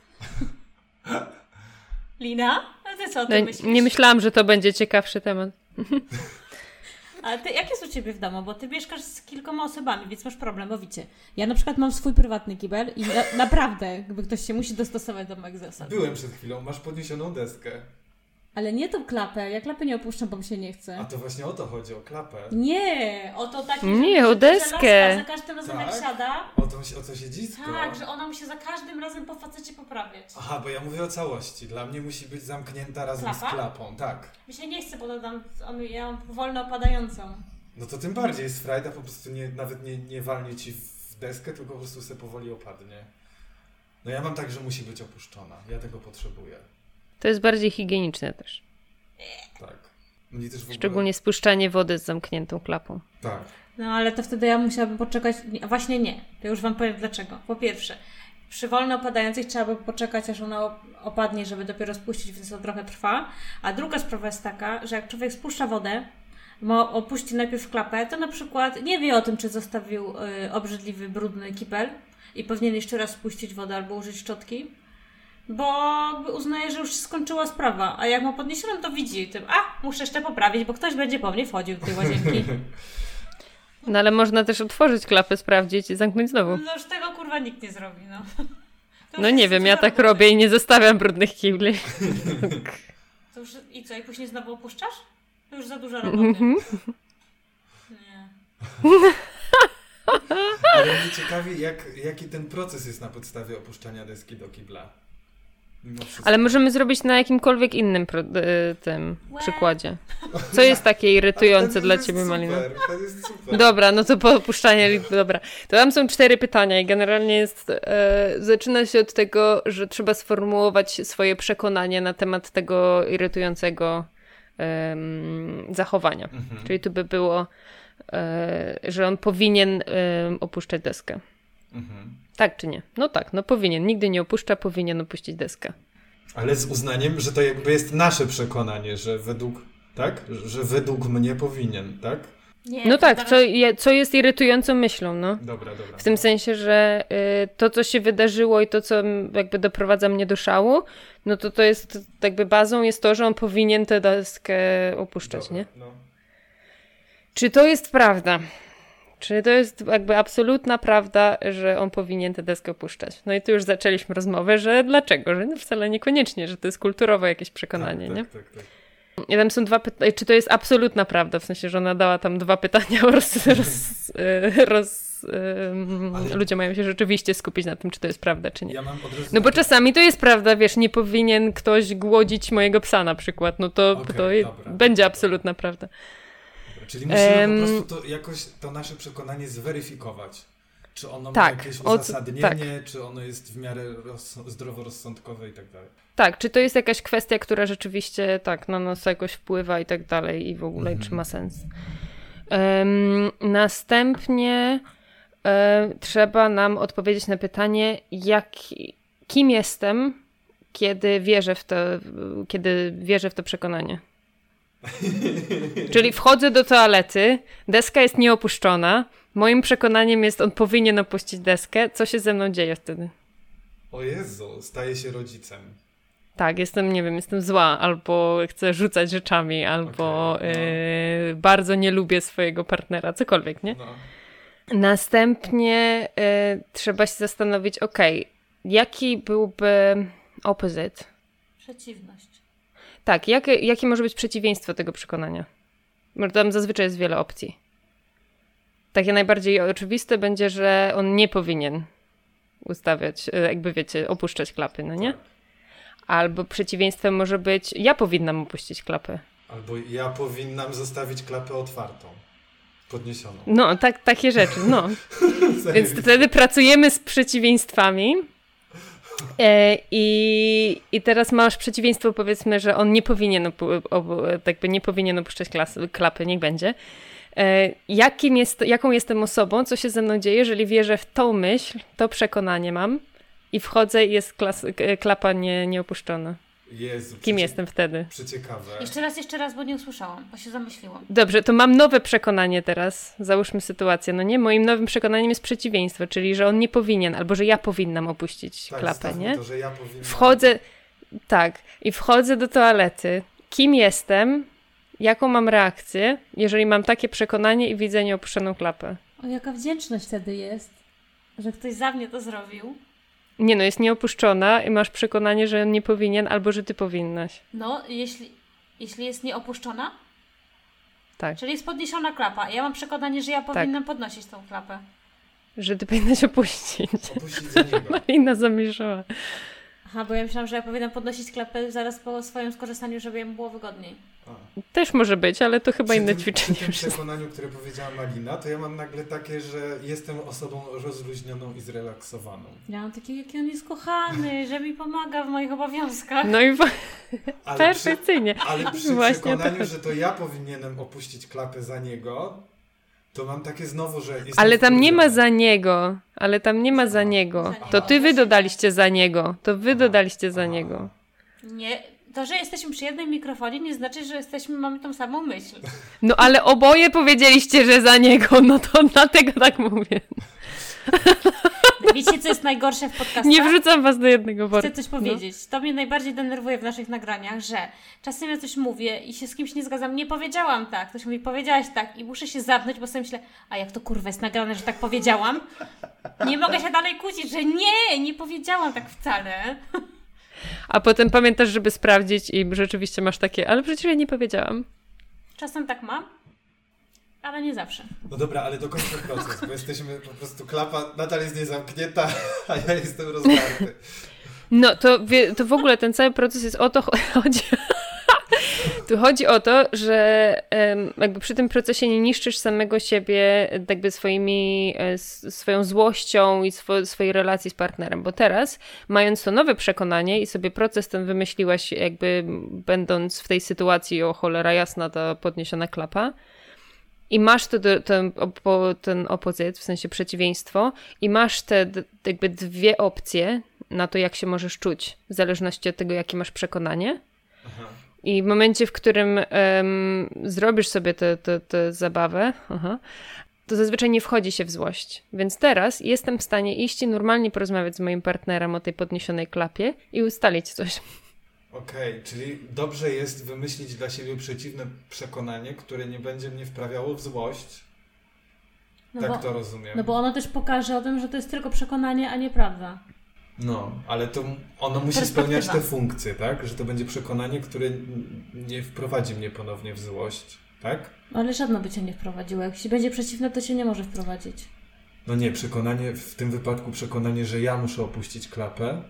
Lina? A ty co o tym no, myślisz? Nie myślałam, że to będzie ciekawszy temat. Ale ty, jak jest u ciebie w domu? Bo ty mieszkasz z kilkoma osobami, więc masz problem, bo wiecie. Ja na przykład mam swój prywatny kibel i na, naprawdę jakby ktoś się musi dostosować do moich zasad. Byłem przed chwilą, masz podniesioną deskę. Ale nie tą klapę, ja klapy nie opuszczam, bo mi się nie chce. A to właśnie o to chodzi, o klapę. Nie, o to takie... Nie, o deskę. Za każdym razem tak? jak siada... O to, o to siedzisko. Tak, że ona musi za każdym razem po facecie poprawiać. Aha, bo ja mówię o całości. Dla mnie musi być zamknięta razem Klapa? z klapą, tak. Mi się nie chce, bo dodam, ja mam wolno opadającą. No to tym bardziej jest frajda, po prostu nie, nawet nie, nie walnie ci w deskę, tylko po prostu sobie powoli opadnie. No ja mam tak, że musi być opuszczona. Ja tego potrzebuję. To jest bardziej higieniczne też. Tak. Mnie też w ogóle... Szczególnie spuszczanie wody z zamkniętą klapą. Tak. No ale to wtedy ja musiałabym poczekać... Nie, właśnie nie. Ja już wam powiem dlaczego. Po pierwsze, przy wolno opadających trzeba by poczekać, aż ona opadnie, żeby dopiero spuścić, więc to trochę trwa. A druga sprawa jest taka, że jak człowiek spuszcza wodę, bo opuści najpierw klapę, to na przykład nie wie o tym, czy zostawił y, obrzydliwy, brudny kibel i powinien jeszcze raz spuścić wodę albo użyć szczotki, bo uznaje, że już się skończyła sprawa. A jak ma podniesioną, to widzi tym, a, muszę jeszcze poprawić, bo ktoś będzie po mnie wchodził do tej łazienki. No ale można też otworzyć klapę, sprawdzić i zamknąć znowu. No już tego kurwa nikt nie zrobi, no. No nie wiem, ja tak robię i nie zostawiam brudnych kibli. To już, i co, i później znowu opuszczasz? To już za dużo roboty. Nie. Ale mnie ciekawi, jak, jaki ten proces jest na podstawie opuszczania deski do kibla. Ale możemy zrobić na jakimkolwiek innym pro, y, tym Łe. przykładzie. Co jest takie irytujące dla ciebie, Malina? To jest super. Dobra, no to po opuszczaniu, dobra. To tam są cztery pytania i generalnie jest, e, zaczyna się od tego, że trzeba sformułować swoje przekonanie na temat tego irytującego e, zachowania. Mhm. Czyli tu by było, e, że on powinien e, opuszczać deskę. Mhm. Tak czy nie? No tak, no powinien. Nigdy nie opuszcza, powinien opuścić deskę. Ale z uznaniem, że to jakby jest nasze przekonanie, że według, tak? Że według mnie powinien, tak? Nie, no tak, co, je, co jest irytującą myślą, no. Dobra, dobra. W tym sensie, że y, to, co się wydarzyło i to, co jakby doprowadza mnie do szału, no to to jest jakby bazą jest to, że on powinien tę deskę opuszczać, dobra, nie? No. Czy to jest prawda? Czy to jest jakby absolutna prawda, że on powinien tę deskę opuszczać? No i tu już zaczęliśmy rozmowę, że dlaczego? Że no wcale niekoniecznie, że to jest kulturowe jakieś przekonanie, tak, nie? Tak, tak, tak. I tam są dwa pytania, czy to jest absolutna prawda, w sensie, że ona dała tam dwa pytania, roz, roz, roz, um, Ale... ludzie mają się rzeczywiście skupić na tym, czy to jest prawda, czy nie. Ja mam od razu no bo czasami to jest prawda, wiesz, nie powinien ktoś głodzić mojego psa na przykład, no to, okay, to dobra, będzie dobra. absolutna prawda. Czyli musimy um, po prostu to jakoś to nasze przekonanie zweryfikować. Czy ono tak, ma jakieś od, uzasadnienie, tak. czy ono jest w miarę roz, zdroworozsądkowe i tak dalej. Tak, czy to jest jakaś kwestia, która rzeczywiście tak na nas jakoś wpływa i tak dalej i w ogóle, mm-hmm. czy ma sens. Um, następnie um, trzeba nam odpowiedzieć na pytanie, jak, kim jestem, kiedy wierzę w to, kiedy wierzę w to przekonanie. Czyli wchodzę do toalety, deska jest nieopuszczona, moim przekonaniem jest, on powinien opuścić deskę. Co się ze mną dzieje wtedy? O Jezu, staję się rodzicem. Tak, jestem, nie wiem, jestem zła, albo chcę rzucać rzeczami, albo okay, no. y, bardzo nie lubię swojego partnera, cokolwiek, nie? No. Następnie y, trzeba się zastanowić, okej, okay, jaki byłby opposite? Przeciwność. Tak, jakie, jakie może być przeciwieństwo tego przekonania? Bo tam zazwyczaj jest wiele opcji. Takie najbardziej oczywiste będzie, że on nie powinien ustawiać, jakby wiecie, opuszczać klapy, no nie? Albo przeciwieństwem może być, ja powinnam opuścić klapę. Albo ja powinnam zostawić klapę otwartą, podniesioną. No, tak, takie rzeczy, no. Więc wtedy pracujemy z przeciwieństwami. E, i, I teraz masz przeciwieństwo, powiedzmy, że on nie powinien, opu- opu- jakby nie powinien opuszczać klas- klapy, niech będzie. E, jakim jest, jaką jestem osobą, co się ze mną dzieje, jeżeli wierzę w tą myśl, to przekonanie mam i wchodzę i jest klas- klapa nie, nieopuszczona. Jezu, Kim przecie- jestem wtedy? Przeciekawe. Jeszcze raz, jeszcze raz, bo nie usłyszałam, bo się zamyśliłam. Dobrze, to mam nowe przekonanie teraz. Załóżmy sytuację, no nie? Moim nowym przekonaniem jest przeciwieństwo, czyli że on nie powinien, albo że ja powinnam opuścić tak, klapę, nie? To, że ja powinnam... Wchodzę, tak, i wchodzę do toalety. Kim jestem? Jaką mam reakcję, jeżeli mam takie przekonanie i widzę nieopuszczoną klapę? O, jaka wdzięczność wtedy jest, że ktoś za mnie to zrobił. Nie no, jest nieopuszczona i masz przekonanie, że on nie powinien, albo że ty powinnaś. No, jeśli, jeśli jest nieopuszczona? Tak. Czyli jest podniesiona klapa. Ja mam przekonanie, że ja powinnam tak. podnosić tą klapę. Że ty powinnaś opuścić. Opuścić za niego. Marina zamieszała. Aha, bo ja myślałam, że ja powinnam podnosić klapę zaraz po swoim skorzystaniu, żeby mi było wygodniej. A. Też może być, ale to chyba przy inne tym, ćwiczenie. Przy tym przekonaniu, które powiedziała Malina, to ja mam nagle takie, że jestem osobą rozluźnioną i zrelaksowaną. Ja mam takie, jaki on jest kochany, że mi pomaga w moich obowiązkach. No i ale perfekcyjnie. Przy, ale przy Właśnie przekonaniu, to... że to ja powinienem opuścić klapę za niego, to mam takie znowu, że... Ale tam nie ma za niego. Ale tam nie ma za niego. To ty wy dodaliście za niego. To wy dodaliście za niego. Nie... To, że jesteśmy przy jednym mikrofonie, nie znaczy, że jesteśmy, mamy tą samą myśl. No ale oboje powiedzieliście, że za niego, no to dlatego tak mówię. Wiecie, co jest najgorsze w podcastach? Nie wrzucam was do jednego worka. Chcę coś powiedzieć. No. To mnie najbardziej denerwuje w naszych nagraniach, że czasem ja coś mówię i się z kimś nie zgadzam. Nie powiedziałam tak. Ktoś mówi, powiedziałaś tak i muszę się zamknąć, bo sobie myślę, a jak to kurwa jest nagrane, że tak powiedziałam? Nie mogę się dalej kłócić, że nie, nie powiedziałam tak wcale. A potem pamiętasz, żeby sprawdzić i rzeczywiście masz takie, ale przecież ja nie powiedziałam. Czasem tak mam, ale nie zawsze. No dobra, ale dokończmy proces, bo jesteśmy po prostu, klapa nadal jest niezamknięta, a ja jestem rozdarty. No to, to w ogóle ten cały proces jest o to, chodzi... Tu chodzi o to, że jakby przy tym procesie nie niszczysz samego siebie jakby swoimi, swoją złością i swo, swojej relacji z partnerem, bo teraz, mając to nowe przekonanie i sobie proces ten wymyśliłaś jakby będąc w tej sytuacji, o cholera jasna, ta podniesiona klapa, i masz to, ten, ten opozyt, w sensie przeciwieństwo, i masz te jakby dwie opcje na to, jak się możesz czuć, w zależności od tego, jakie masz przekonanie. Aha. I w momencie, w którym um, zrobisz sobie tę zabawę, aha, to zazwyczaj nie wchodzi się w złość. Więc teraz jestem w stanie iść i normalnie porozmawiać z moim partnerem o tej podniesionej klapie i ustalić coś. Okej, okay, czyli dobrze jest wymyślić dla siebie przeciwne przekonanie, które nie będzie mnie wprawiało w złość. No tak bo, to rozumiem. No bo ono też pokaże o tym, że to jest tylko przekonanie, a nie prawda. No, ale to ono musi spełniać te funkcje, tak? Że to będzie przekonanie, które nie wprowadzi mnie ponownie w złość, tak? Ale żadno by cię nie wprowadziło. Jak się będzie przeciwne, to się nie może wprowadzić. No nie, przekonanie, w tym wypadku przekonanie, że ja muszę opuścić klapę.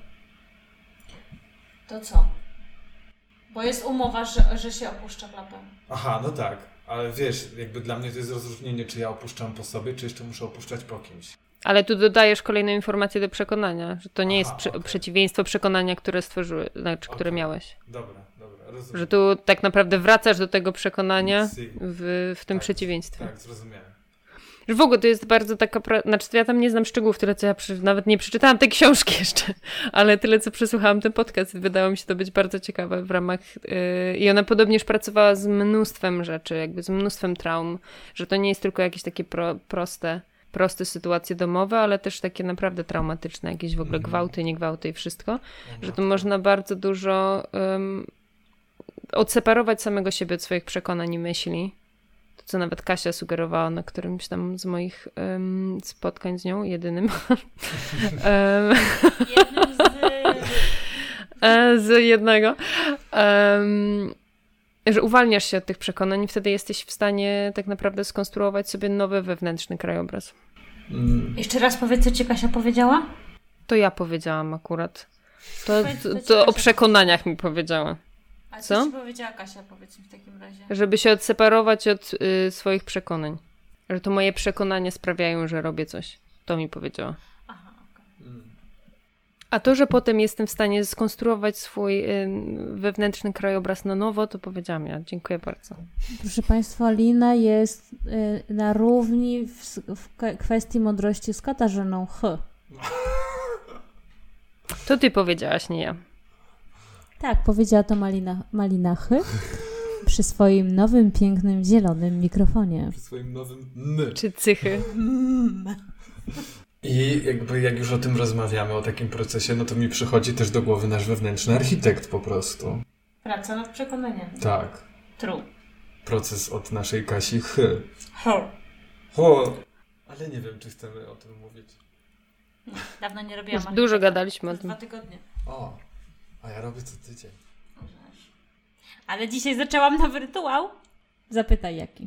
To co? Bo jest umowa, że, że się opuszcza klapę. Aha, no tak. Ale wiesz, jakby dla mnie to jest rozróżnienie, czy ja opuszczam po sobie, czy jeszcze muszę opuszczać po kimś. Ale tu dodajesz kolejną informację do przekonania, że to nie Aha, jest prze- okay. przeciwieństwo przekonania, które stworzyły, znaczy, okay. które miałeś. Dobra, dobra, rozumiem. Że tu tak naprawdę wracasz do tego przekonania w, w tym tak, przeciwieństwie. Tak, zrozumiałem. Że w ogóle to jest bardzo taka... Pra... Znaczy ja tam nie znam szczegółów, tyle co ja przy... nawet nie przeczytałam tej książki jeszcze, ale tyle co przesłuchałam ten podcast, wydało mi się to być bardzo ciekawe w ramach... Yy... I ona podobnież pracowała z mnóstwem rzeczy, jakby z mnóstwem traum, że to nie jest tylko jakieś takie pro... proste... proste sytuacje domowe, ale też takie naprawdę traumatyczne, jakieś w ogóle Mhm. gwałty, nie gwałty i wszystko, O, że tu można bardzo dużo um, odseparować samego siebie od swoich przekonań i myśli. To, co nawet Kasia sugerowała na którymś tam z moich um, spotkań z nią, jedynym. um, Jednym z... e, z jednego. Um, że uwalniasz się od tych przekonań i wtedy jesteś w stanie tak naprawdę skonstruować sobie nowy wewnętrzny krajobraz. Mm. Jeszcze raz powiedz, co ci Kasia powiedziała? To ja powiedziałam akurat. To, Powiedz, co to, ci to o Kasia przekonaniach mi powiedziała. A co, Co? ci powiedziała Kasia, powiedz mi w takim razie? Żeby się odseparować od y, swoich przekonań. Że to moje przekonania sprawiają, że robię coś. To mi powiedziała. Aha, okej. Mm. A to, że potem jestem w stanie skonstruować swój y, wewnętrzny krajobraz na nowo, to powiedziałam ja. Dziękuję bardzo. Proszę Państwa, Lina jest y, na równi w, w k- kwestii mądrości z Katarzyną H. To ty powiedziałaś, nie ja. Tak, powiedziała to Malina, Malina H. przy swoim nowym, pięknym, zielonym mikrofonie. Przy swoim nowym N. Czy cychy. I jakby jak już o tym rozmawiamy, o takim procesie, no to mi przychodzi też do głowy nasz wewnętrzny architekt po prostu. Praca nad przekonaniem. Tak. True. Proces od naszej Kasi H. Ho. Ho. Ale nie wiem, czy chcemy o tym mówić. Dawno nie robiłam. Już dużo gadaliśmy o Przez tym. dwa tygodnie. O, a ja robię co tydzień. Ale dzisiaj zaczęłam nowy rytuał. Zapytaj jaki.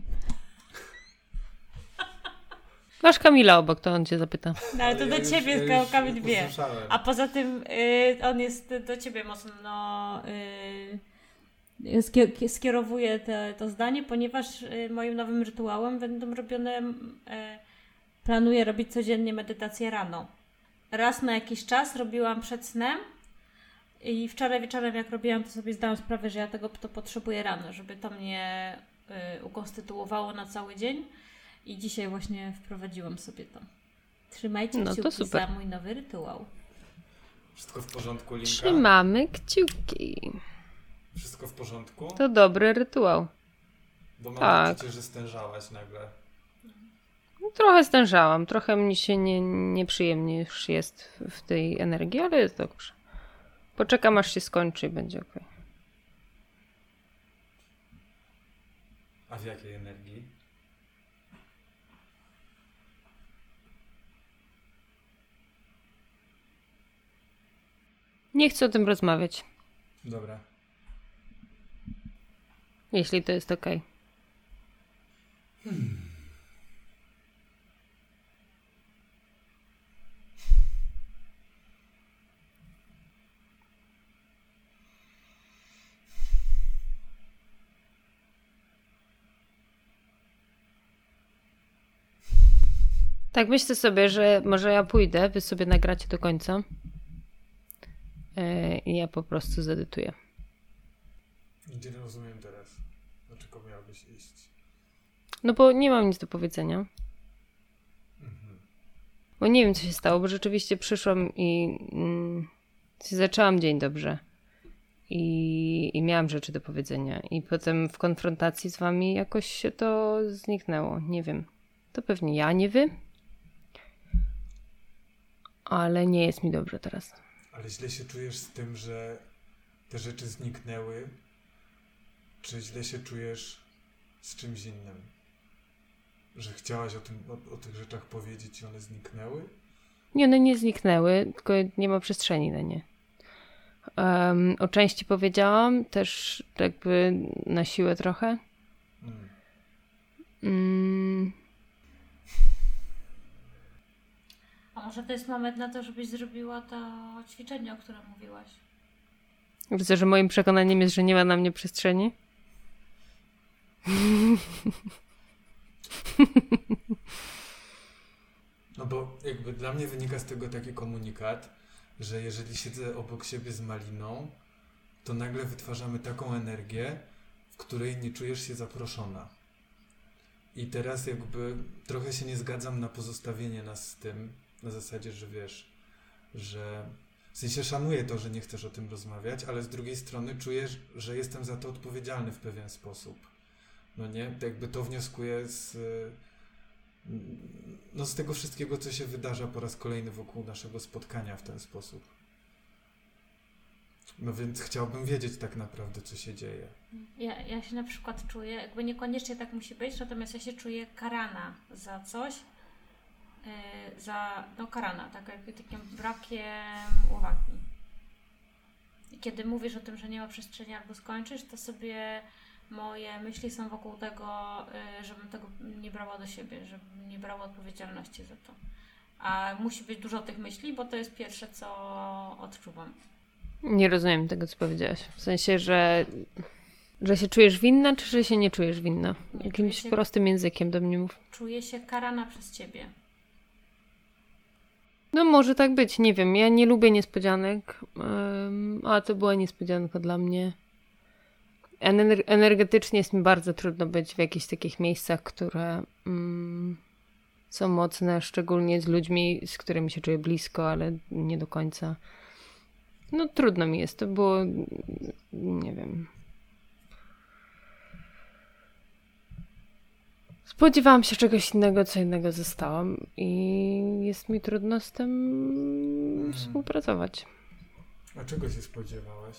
Masz Kamila obok, to on cię zapyta. No ale to ja do już- ciebie ja tylko już Kamil wie. usłyszałem. A poza tym y, on jest do ciebie mocno y, skie- skierowuje te, to zdanie, ponieważ y, moim nowym rytuałem będą robione, y, planuję robić codziennie medytację rano. Raz na jakiś czas robiłam przed snem i wczoraj wieczorem jak robiłam, to sobie zdałam sprawę, że ja tego to potrzebuję rano, żeby to mnie y, ukonstytuowało na cały dzień. I dzisiaj właśnie wprowadziłam sobie to. Trzymajcie No to kciuki super. za mój nowy rytuał. Wszystko w porządku, Linka? Trzymamy kciuki. Wszystko w porządku? To dobry rytuał. Bo mam tak. poczucie, że stężałaś nagle. Trochę stężałam, trochę mi się nie, nieprzyjemnie już jest w, w tej energii, ale jest dobrze. Poczekam aż się skończy i będzie okej. Okay. A w jakiej energii? Nie chcę o tym rozmawiać, Dobra. jeśli to jest okej. Okay. Hmm. Tak, myślę sobie, że może ja pójdę, wy sobie nagracie do końca yy, i ja po prostu zedytuję. Gdzie nie rozumiem teraz? Dlaczego miałbyś iść? No bo nie mam nic do powiedzenia. Mhm. Bo nie wiem, co się stało, bo rzeczywiście przyszłam i mm, zaczęłam dzień dobrze. I, I miałam rzeczy do powiedzenia. I potem w konfrontacji z wami jakoś się to zniknęło. Nie wiem. To pewnie ja, nie wy. Ale nie jest mi dobrze teraz. Ale źle się czujesz z tym, że te rzeczy zniknęły? Czy źle się czujesz z czymś innym? Że chciałaś o, tym, o, o tych rzeczach powiedzieć i one zniknęły? Nie, one nie zniknęły, tylko nie ma przestrzeni na nie. Um, o części powiedziałam, też jakby na siłę trochę. Mm. Mm, A może to jest moment na to, żebyś zrobiła to ćwiczenie, o którym mówiłaś? widzę, że moim przekonaniem jest, że nie ma na mnie przestrzeni. No bo jakby dla mnie wynika z tego taki komunikat, że jeżeli siedzę obok siebie z Maliną, to nagle wytwarzamy taką energię, w której nie czujesz się zaproszona. I teraz jakby trochę się nie zgadzam na pozostawienie nas z tym, na zasadzie, że wiesz, że w sensie szanuję to, że nie chcesz o tym rozmawiać, ale z drugiej strony czujesz, że jestem za to odpowiedzialny w pewien sposób. No nie? Jakby to wnioskuję z, no z tego wszystkiego, co się wydarza po raz kolejny wokół naszego spotkania w ten sposób. No więc chciałbym wiedzieć tak naprawdę, co się dzieje. Ja, ja się na przykład czuję, jakby niekoniecznie tak musi być, natomiast ja się czuję karana za coś, yy, za, no karana, tak jakby takim brakiem uwagi. I kiedy mówisz o tym, że nie ma przestrzeni albo skończysz, to sobie moje myśli są wokół tego, yy, żebym tego nie brała do siebie, żebym nie brała odpowiedzialności za to. A musi być dużo tych myśli, bo to jest pierwsze, co odczuwam. Nie rozumiem tego, co powiedziałaś. W sensie, że, że się czujesz winna, czy że się nie czujesz winna? Nie, Jakimś się, prostym językiem do mnie mów. Czuję się karana przez ciebie. No może tak być, nie wiem. Ja nie lubię niespodzianek, um, a to była niespodzianka dla mnie. Ener- energetycznie jest mi bardzo trudno być w jakichś takich miejscach, które um, są mocne, szczególnie z ludźmi, z którymi się czuję blisko, ale nie do końca. No trudno mi jest, to było, nie wiem. Spodziewałam się czegoś innego, co innego zostałam i jest mi trudno z tym hmm. współpracować. A czego się spodziewałaś?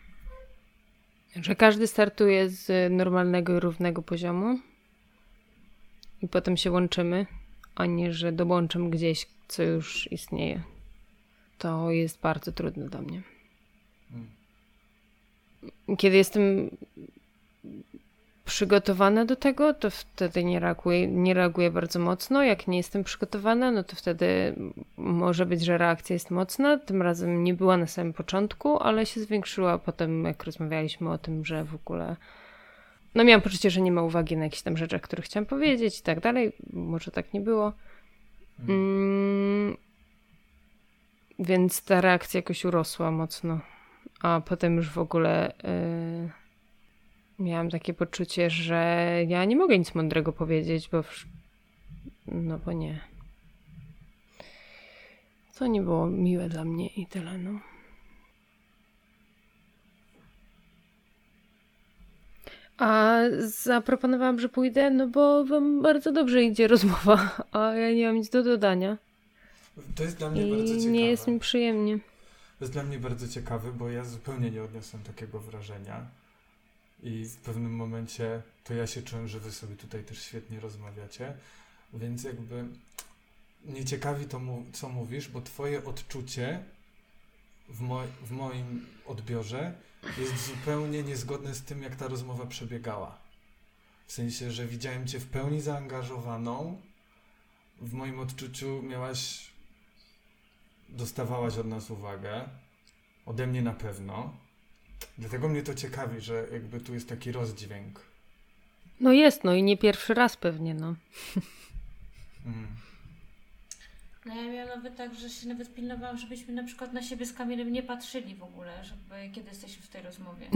Że każdy startuje z normalnego i równego poziomu i potem się łączymy, a nie, że dołączam gdzieś, co już istnieje. To jest bardzo trudne dla mnie. Hmm. Kiedy jestem przygotowana do tego, to wtedy nie reaguję, nie reaguję bardzo mocno. Jak nie jestem przygotowana, no to wtedy może być, że reakcja jest mocna. Tym razem nie była na samym początku, ale się zwiększyła potem, jak rozmawialiśmy o tym, że w ogóle no miałam poczucie, że nie ma uwagi na jakieś tam rzeczy, które chciałam powiedzieć i tak dalej. Może tak nie było. Hmm. Mm, Więc ta reakcja jakoś urosła mocno. A potem już w ogóle yy, miałam takie poczucie, że ja nie mogę nic mądrego powiedzieć, bo w... no bo nie. To nie było miłe dla mnie i tyle, no. A zaproponowałam, że pójdę, no bo wam bardzo dobrze idzie rozmowa, a ja nie mam nic do dodania. To jest dla mnie I bardzo ciekawe. nie jest mi przyjemnie. To jest dla mnie bardzo ciekawe, bo ja zupełnie nie odniosłem takiego wrażenia. I w pewnym momencie to ja się czułem, że wy sobie tutaj też świetnie rozmawiacie. Więc jakby mnie ciekawi to, co mówisz, bo twoje odczucie w, mo- w moim odbiorze jest zupełnie niezgodne z tym, jak ta rozmowa przebiegała. W sensie, że widziałem cię w pełni zaangażowaną. W moim odczuciu miałaś... dostawałaś od nas uwagę, ode mnie na pewno. Dlatego mnie to ciekawi, że jakby tu jest taki rozdźwięk. No jest, no i nie pierwszy raz pewnie, no. Mm. No ja miałam nawet tak, że się nawet pilnowałam, żebyśmy na przykład na siebie z Kamilem nie patrzyli w ogóle, żeby kiedy jesteśmy w tej rozmowie.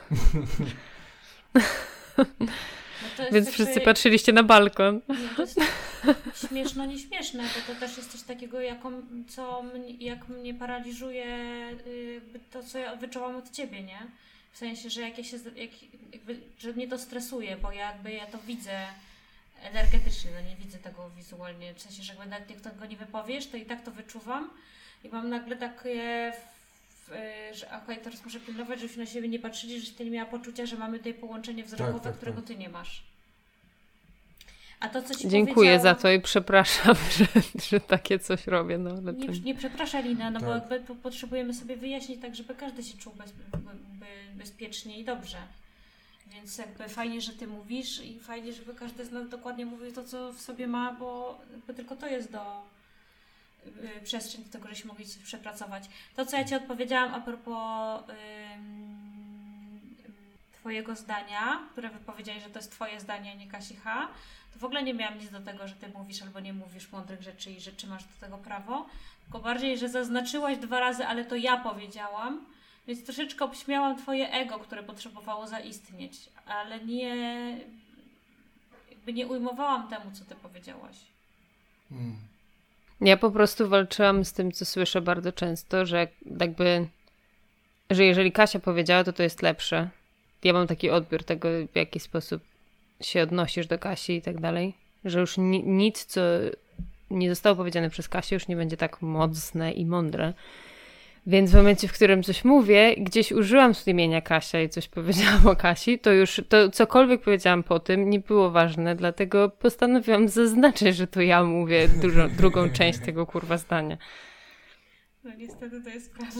No Więc wszyscy sobie... patrzyliście na balkon. Nie, to jest śmieszno, nieśmieszne, bo to też jest coś takiego, jaką, co mnie, jak mnie paraliżuje jakby to, co ja wyczułam od ciebie, nie? W sensie, że jak ja się, jak, jakby, że mnie to stresuje, bo ja, jakby ja to widzę energetycznie, no nie widzę tego wizualnie, w sensie, że jakby nawet jak tego nie wypowiesz, to i tak to wyczuwam i mam nagle takie... że okej, okay, teraz muszę pilnować, żebyśmy na siebie nie patrzyli, że ty nie miała poczucia, że mamy tutaj połączenie wzrokowe, tak, tak, którego tak. ty nie masz. A to, co ci Dziękuję za to i przepraszam, że, że takie coś robię. No, ale nie, to... nie przepraszaj, Lina, no tak. bo jakby potrzebujemy sobie wyjaśnić tak, żeby każdy się czuł bez, be, bezpiecznie i dobrze. Więc jakby fajnie, że ty mówisz i fajnie, żeby każdy z nas dokładnie mówił to, co w sobie ma, bo jakby tylko to jest do... przestrzeń do tego, żeśmy mogli coś przepracować. To, co ja ci odpowiedziałam a propos ym, twojego zdania, które wypowiedziałeś, że to jest twoje zdanie, a nie Kasi H., to w ogóle nie miałam nic do tego, że ty mówisz albo nie mówisz mądrych rzeczy i że czy masz do tego prawo, tylko bardziej, że zaznaczyłaś dwa razy, ale to ja powiedziałam, Więc troszeczkę obśmiałam twoje ego, które potrzebowało zaistnieć, ale nie jakby nie ujmowałam temu, co ty powiedziałaś. Hmm. Ja po prostu walczyłam z tym, co słyszę bardzo często, że jakby, że jeżeli Kasia powiedziała, to to jest lepsze. Ja mam taki odbiór tego, w jaki sposób się odnosisz do Kasi i tak dalej, że już ni- nic, co nie zostało powiedziane przez Kasię, już nie będzie tak mocne i mądre. Więc w momencie, w którym coś mówię, gdzieś użyłam imienia Kasia i coś powiedziałam o Kasi, to już to cokolwiek powiedziałam po tym nie było ważne, dlatego postanowiłam zaznaczyć, że to ja mówię dużo, drugą część tego kurwa zdania. No niestety to jest prawda.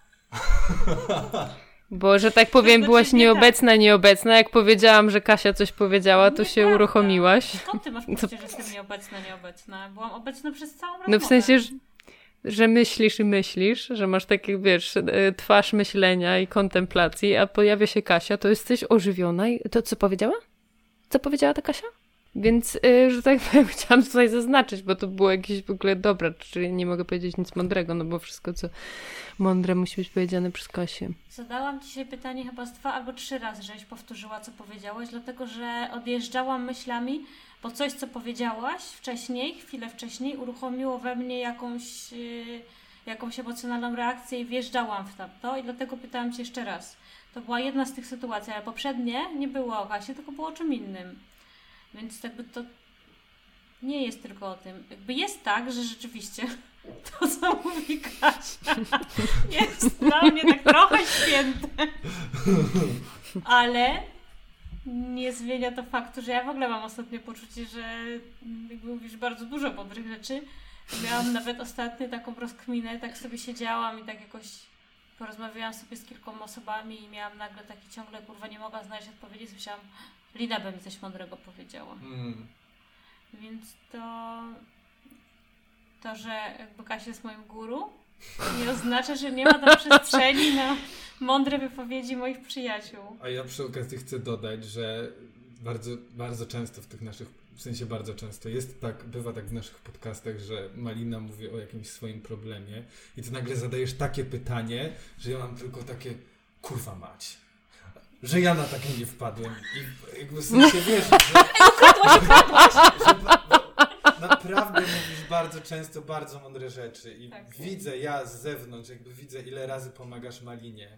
Bo, że tak powiem, znaczy, byłaś nie nieobecna, tak. nieobecna. Jak powiedziałam, że Kasia coś powiedziała, to się Nieprawda. uruchomiłaś. Skąd ty masz poczucie, że jestem nieobecna, nieobecna? Byłam obecna przez całą rozmowę. No w sensie, że, że myślisz i myślisz, że masz takie, wiesz, twarz myślenia i kontemplacji, a pojawia się Kasia, to jesteś ożywiona i to co powiedziała? Co powiedziała ta Kasia? Więc, yy, że tak powiem, chciałam tutaj zaznaczyć, bo to było jakieś w ogóle dobre, czyli nie mogę powiedzieć nic mądrego, no bo wszystko, co mądre musi być powiedziane przez Kasię. Zadałam dzisiaj pytanie chyba z dwa albo trzy razy, żeś powtórzyła, co powiedziałaś, dlatego, że odjeżdżałam myślami, bo coś, co powiedziałaś wcześniej, chwilę wcześniej, uruchomiło we mnie jakąś, yy, jakąś emocjonalną reakcję i wjeżdżałam w to i dlatego pytałam cię jeszcze raz. To była jedna z tych sytuacji, ale poprzednie nie było o Kasie, tylko było o czym innym. Więc jakby to nie jest tylko o tym. Jakby jest tak, że rzeczywiście to, co mówi Kasia, jest dla mnie tak trochę święte. Ale nie zmienia to faktu, że ja w ogóle mam ostatnio poczucie, że jakby mówisz bardzo dużo mądrych rzeczy. Miałam nawet ostatnio taką rozkminę, tak sobie siedziałam i tak jakoś porozmawiałam sobie z kilkoma osobami i miałam nagle taki ciągle, kurwa, nie mogła znaleźć odpowiedzi, słyszałam, Lina by mi coś mądrego powiedziała. Mm. Więc to, to, że jakby Kasia jest moim guru, nie oznacza, że nie ma tam przestrzeni na mądre wypowiedzi moich przyjaciół. A ja przy okazji chcę dodać, że bardzo, bardzo często w tych naszych, w sensie bardzo często jest tak, bywa tak w naszych podcastach, że Malina mówi o jakimś swoim problemie i ty nagle zadajesz takie pytanie, że ja mam tylko takie, kurwa mać. Że ja na takie nie wpadłem i jakby w sensie wiesz, że, że naprawdę mówisz bardzo często bardzo mądre rzeczy i tak. Widzę ja z zewnątrz, jakby widzę ile razy pomagasz Malinie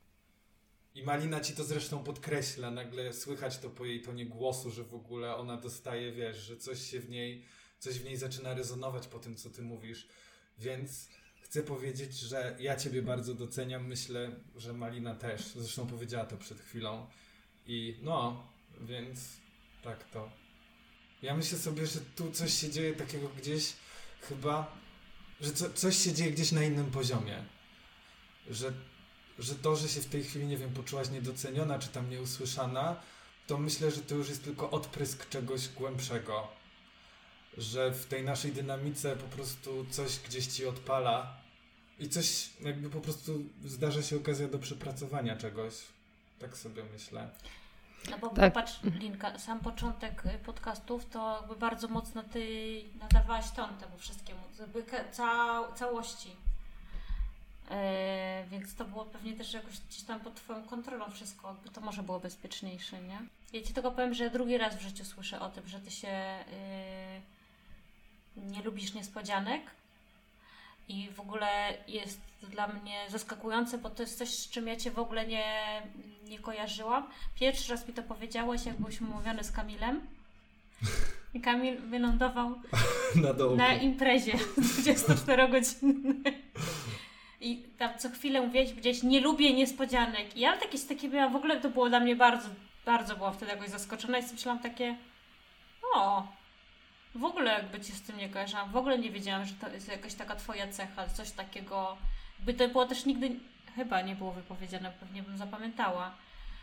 i Malina ci to zresztą podkreśla, nagle słychać to po jej tonie głosu, że w ogóle ona dostaje, wiesz, że coś się w niej, coś w niej zaczyna rezonować po tym, co ty mówisz, więc chcę powiedzieć, że ja ciebie bardzo doceniam, myślę, że Malina też, zresztą powiedziała to przed chwilą i no, więc tak to. Ja myślę sobie, że tu coś się dzieje takiego gdzieś chyba, że co, coś się dzieje gdzieś na innym poziomie, że, że to, że się w tej chwili, nie wiem, poczułaś niedoceniona czy tam nieusłyszana, to myślę, że to już jest tylko odprysk czegoś głębszego, że w tej naszej dynamice po prostu coś gdzieś ci odpala i coś jakby po prostu zdarza się okazja do przepracowania czegoś. Tak sobie myślę. No bo tak. Popatrz, Linka, sam początek podcastów to jakby bardzo mocno ty nadawałaś ton temu wszystkiemu, jakby ca- całości. Yy, więc to było pewnie też jakoś gdzieś tam pod twoją kontrolą wszystko, jakby to może było bezpieczniejsze, nie? Ja ci tylko powiem, że drugi raz w życiu słyszę o tym, że ty się yy, nie lubisz niespodzianek i w ogóle jest dla mnie zaskakujące, bo to jest coś, z czym ja cię w ogóle nie, nie kojarzyłam. Pierwszy raz mi to powiedziałeś, jak byliśmy umówione z Kamilem i Kamil wylądował na, na imprezie dwudziestoczterogodzinnej. I tam co chwilę mówiłeś, gdzieś nie lubię niespodzianek. I ja takie, takie miałam, w ogóle to było dla mnie bardzo, bardzo byłam wtedy jakoś zaskoczona i sobie myślałam takie, o, w ogóle jakby cię z tym nie kojarzyłam, w ogóle nie wiedziałam, że to jest jakaś taka twoja cecha, coś takiego, by to było też nigdy, chyba nie było wypowiedziane, pewnie bym zapamiętała.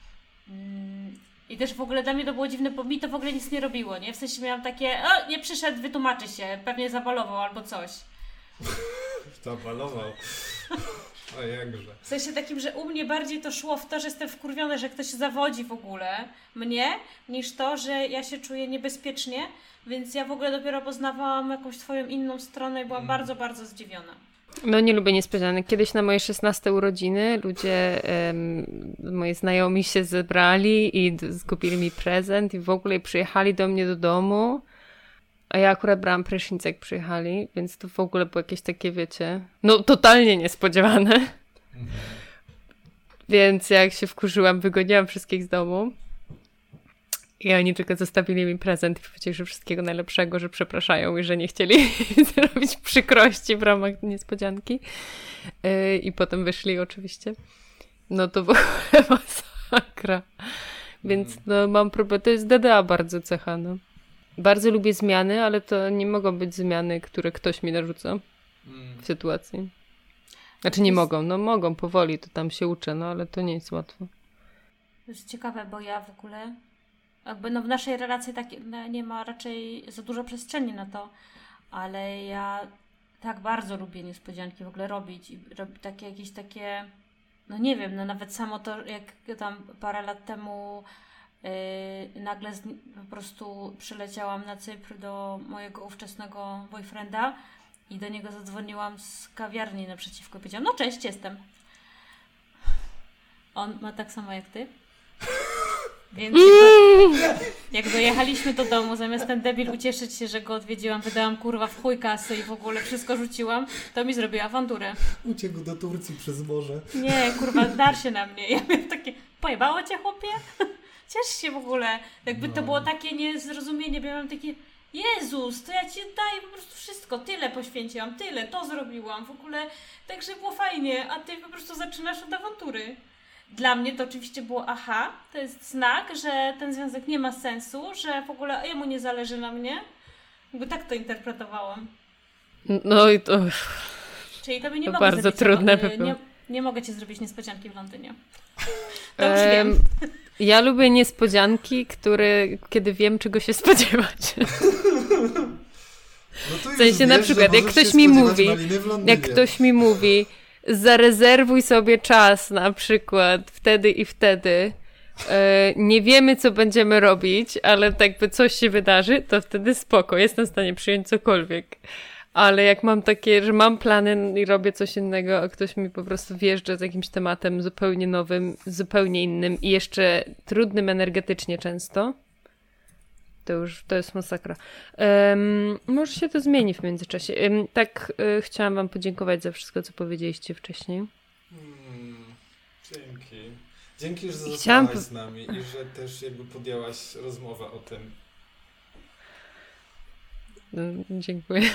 I też w ogóle dla mnie to było dziwne, bo mi to w ogóle nic nie robiło, nie? W sensie miałam takie, o, nie przyszedł, wytłumaczy się, pewnie zabalował albo coś. Zabalował. A jakże. W sensie takim, że u mnie bardziej to szło w to, że jestem wkurwiona, że ktoś zawodzi w ogóle mnie, niż to, że ja się czuję niebezpiecznie, więc ja w ogóle dopiero poznawałam jakąś twoją inną stronę i byłam mm. bardzo, bardzo zdziwiona. No nie lubię niespodzianek. Kiedyś na moje szesnaste urodziny ludzie, um, moi znajomi się zebrali i d- skupili mi prezent i w ogóle przyjechali do mnie do domu. A ja akurat brałam prysznic, jak przyjechali, więc to w ogóle było jakieś takie, wiecie, no totalnie niespodziewane. Mhm. Więc jak się wkurzyłam, wygoniłam wszystkich z domu. I oni tylko zostawili mi prezent i powiedzieli, że wszystkiego najlepszego, że przepraszają i że nie chcieli zrobić przykrości w ramach niespodzianki. Yy, I potem wyszli oczywiście. No to w ogóle masakra. Więc no mam problem, to jest D D A bardzo cecha, no. Bardzo lubię zmiany, ale to nie mogą być zmiany, które ktoś mi narzuca w sytuacji. Znaczy nie mogą, no mogą powoli, to tam się uczę, no ale to nie jest łatwo. To jest ciekawe, bo ja w ogóle jakby no w naszej relacji tak nie ma raczej za dużo przestrzeni na to, ale ja tak bardzo lubię niespodzianki w ogóle robić i robić takie jakieś takie, no nie wiem, no nawet samo to, jak tam parę lat temu Yy, nagle z, po prostu przyleciałam na Cypr do mojego ówczesnego boyfrienda i do niego zadzwoniłam z kawiarni naprzeciwko i powiedziałam, no cześć, jestem. On ma tak samo jak ty. Więc jak, jak dojechaliśmy do domu, zamiast ten debil ucieszyć się, że go odwiedziłam, wydałam kurwa w chuj kasy i w ogóle wszystko rzuciłam, to mi zrobiła awanturę. Uciekł do Turcji przez morze. Nie, kurwa, dar się na mnie. Ja miałam takie, pojebało cię chłopie? Ciesz się w ogóle. Jakby no. To było takie niezrozumienie, bo ja mam takie, Jezus, to ja ci daję po prostu wszystko, tyle poświęciłam, tyle, to zrobiłam, w ogóle, także było fajnie, a ty po prostu zaczynasz od awantury. Dla mnie to oczywiście było aha, to jest znak, że ten związek nie ma sensu, że w ogóle jemu nie zależy na mnie. Jakby tak to interpretowałam. No i to... Czyli to by nie to mogę bardzo zrobić, trudne nie, by było. nie, nie mogę ci zrobić niespodzianki w Londynie. To już wiem. Ja lubię niespodzianki, które, kiedy wiem, czego się spodziewać. No w sensie wiesz, na przykład, jak ktoś mi mówi, jak ktoś mi mówi, zarezerwuj sobie czas na przykład wtedy i wtedy, e, nie wiemy, co będziemy robić, ale tak jakby coś się wydarzy, to wtedy spoko, jestem w stanie przyjąć cokolwiek. Ale jak mam takie, że mam plany i robię coś innego, a ktoś mi po prostu wjeżdża z jakimś tematem zupełnie nowym, zupełnie innym i jeszcze trudnym energetycznie często, to już to jest masakra. Um, może się to zmieni w międzyczasie. Um, tak y, chciałam wam podziękować za wszystko, co powiedzieliście wcześniej. Hmm, dzięki. Dzięki, że zostałaś chciałam... z nami i że też jakby podjęłaś rozmowę o tym. No, dziękuję.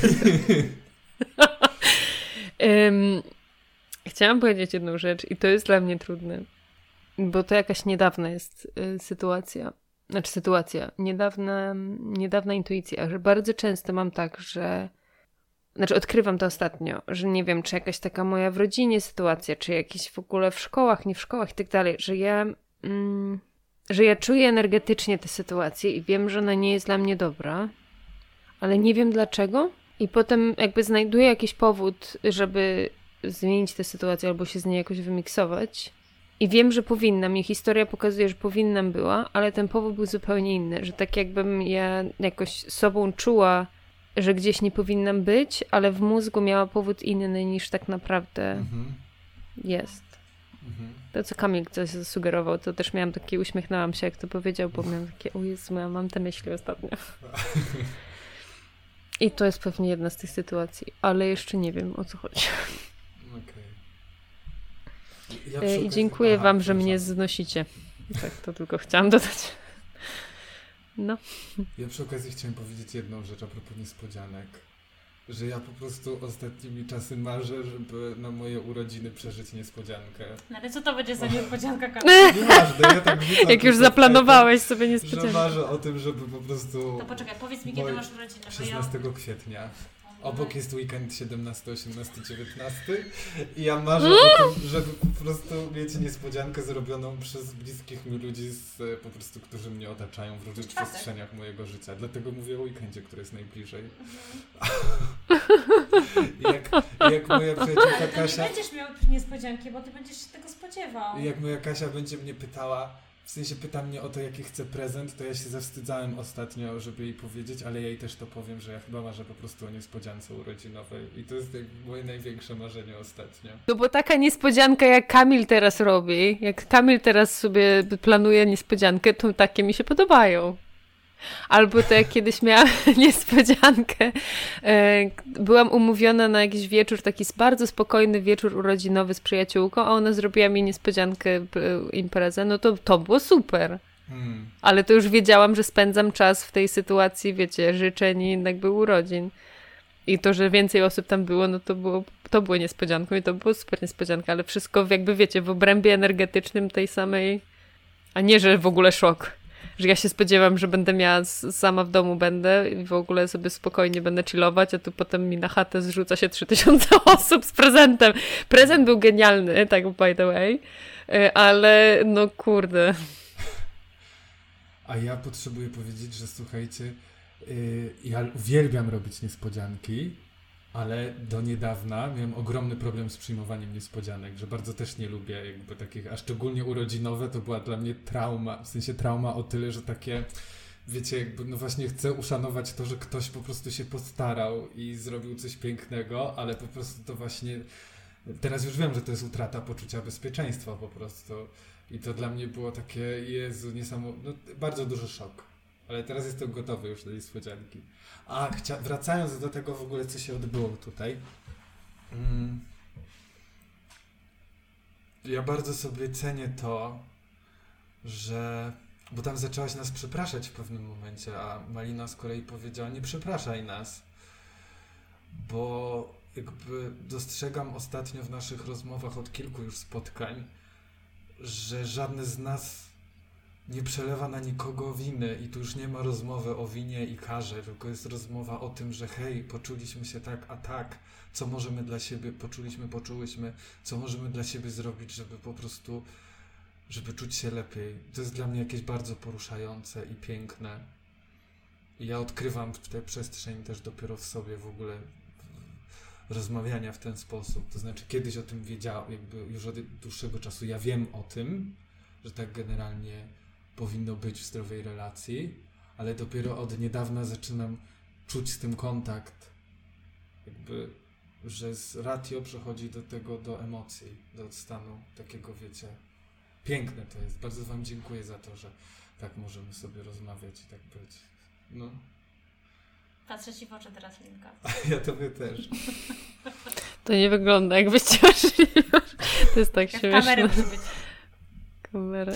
um, chciałam powiedzieć jedną rzecz i to jest dla mnie trudne, bo to jakaś niedawna jest y, sytuacja. Znaczy sytuacja, niedawna, niedawna intuicja, że bardzo często mam tak, że znaczy odkrywam to ostatnio, że nie wiem, czy jakaś taka moja w rodzinie sytuacja, czy jakiś w ogóle w szkołach, nie w szkołach i tak dalej, że ja mm, że ja czuję energetycznie tę sytuację i wiem, że ona nie jest dla mnie dobra, ale nie wiem dlaczego i potem jakby znajduję jakiś powód, żeby zmienić tę sytuację albo się z niej jakoś wymiksować. I wiem, że powinnam. I historia pokazuje, że powinnam była, ale ten powód był zupełnie inny. Że tak jakbym ja jakoś sobą czuła, że gdzieś nie powinnam być, ale w mózgu miała powód inny niż tak naprawdę mhm. jest. Mhm. To, co Kamil coś zasugerował, to też miałam takie, uśmiechnęłam się, jak to powiedział, bo miałam takie, o Jezu, ja mam te myśli ostatnio. I to jest pewnie jedna z tych sytuacji, ale jeszcze nie wiem, o co chodzi. Okay. Ja I dziękuję Aha, wam, że mnie znosicie. Tak, to tylko chciałam dodać. No. Ja przy okazji chciałem powiedzieć jedną rzecz a propos niespodzianek. Że ja po prostu ostatnimi czasy marzę, żeby na moje urodziny przeżyć niespodziankę. No ale co to będzie za niespodzianka, Kamil? Nieważne, ja tak wrzucam. Jak już zaplanowałeś sobie niespodziankę. Że marzę o tym, żeby po prostu... To poczekaj, powiedz mi, kiedy masz urodziny. szesnastego kwietnia. Obok jest weekend siedemnasty, osiemnasty, dziewiętnasty i ja marzę mm. o tym, żeby po prostu mieć niespodziankę zrobioną przez bliskich mi ludzi, z, po prostu, którzy mnie otaczają w różnych Czwartek. przestrzeniach mojego życia. Dlatego mówię o weekendzie, który jest najbliżej. Mm. jak, jak moja przyjaciółka Ale Kasia... nie będziesz miał niespodzianki, bo ty będziesz się tego spodziewał. Jak moja Kasia będzie mnie pytała, w sensie pyta mnie o to, jaki chcę prezent, to ja się zawstydzałem ostatnio, żeby jej powiedzieć, ale ja jej też to powiem, że ja chyba marzę po prostu o niespodziance urodzinowej i to jest moje największe marzenie ostatnio. No bo taka niespodzianka jak Kamil teraz robi, jak Kamil teraz sobie planuje niespodziankę, to takie mi się podobają. Albo to jak kiedyś miałam niespodziankę, byłam umówiona na jakiś wieczór, taki bardzo spokojny wieczór urodzinowy z przyjaciółką, a ona zrobiła mi niespodziankę, imprezę, no to to było super. Hmm. Ale to już wiedziałam, że spędzam czas w tej sytuacji, wiecie, życzeń i jakby urodzin. I to, że więcej osób tam było, no to było, to było niespodzianką i to było super niespodzianka, ale wszystko jakby, wiecie, w obrębie energetycznym tej samej, a nie, że w ogóle szok. Że ja się spodziewam, że będę miała sama w domu będę i w ogóle sobie spokojnie będę chillować, a tu potem mi na chatę zrzuca się trzy tysiące osób z prezentem. Prezent był genialny, tak by the way, ale no kurde. A ja potrzebuję powiedzieć, że słuchajcie, yy, ja uwielbiam robić niespodzianki, ale do niedawna miałem ogromny problem z przyjmowaniem niespodzianek, że bardzo też nie lubię jakby takich, a szczególnie urodzinowe to była dla mnie trauma, w sensie trauma o tyle, że takie, wiecie, jakby no właśnie chcę uszanować to, że ktoś po prostu się postarał i zrobił coś pięknego, ale po prostu to właśnie, teraz już wiem, że to jest utrata poczucia bezpieczeństwa po prostu i to dla mnie było takie, Jezu, niesamowite, no, bardzo duży szok. Ale teraz jestem gotowy już do niespodzianki. A, chcia- wracając do tego w ogóle, co się odbyło tutaj. Mm. Ja bardzo sobie cenię to, że... Bo tam zaczęłaś nas przepraszać w pewnym momencie, a Malina z kolei powiedziała, nie przepraszaj nas. Bo jakby dostrzegam ostatnio w naszych rozmowach od kilku już spotkań, że żadne z nas nie przelewa na nikogo winy i tu już nie ma rozmowy o winie i karze, tylko jest rozmowa o tym, że hej, poczuliśmy się tak, a tak, co możemy dla siebie, poczuliśmy, poczułyśmy, co możemy dla siebie zrobić, żeby po prostu, żeby czuć się lepiej. To jest dla mnie jakieś bardzo poruszające i piękne. I ja odkrywam tę przestrzeń też dopiero w sobie w ogóle rozmawiania w ten sposób. To znaczy kiedyś o tym wiedziałam, jakby już od dłuższego czasu ja wiem o tym, że tak generalnie powinno być w zdrowej relacji, ale dopiero od niedawna zaczynam czuć z tym kontakt. Jakby, że z ratio przechodzi do tego, do emocji, do stanu takiego, wiecie, piękne to jest. Bardzo wam dziękuję za to, że tak możemy sobie rozmawiać i tak być. No. Patrzę ci w oczy teraz, Linka. Ja tobie też. To nie wygląda jakbyście weszli. To jest tak śmieszne. Kamerę musi być. Kamerę.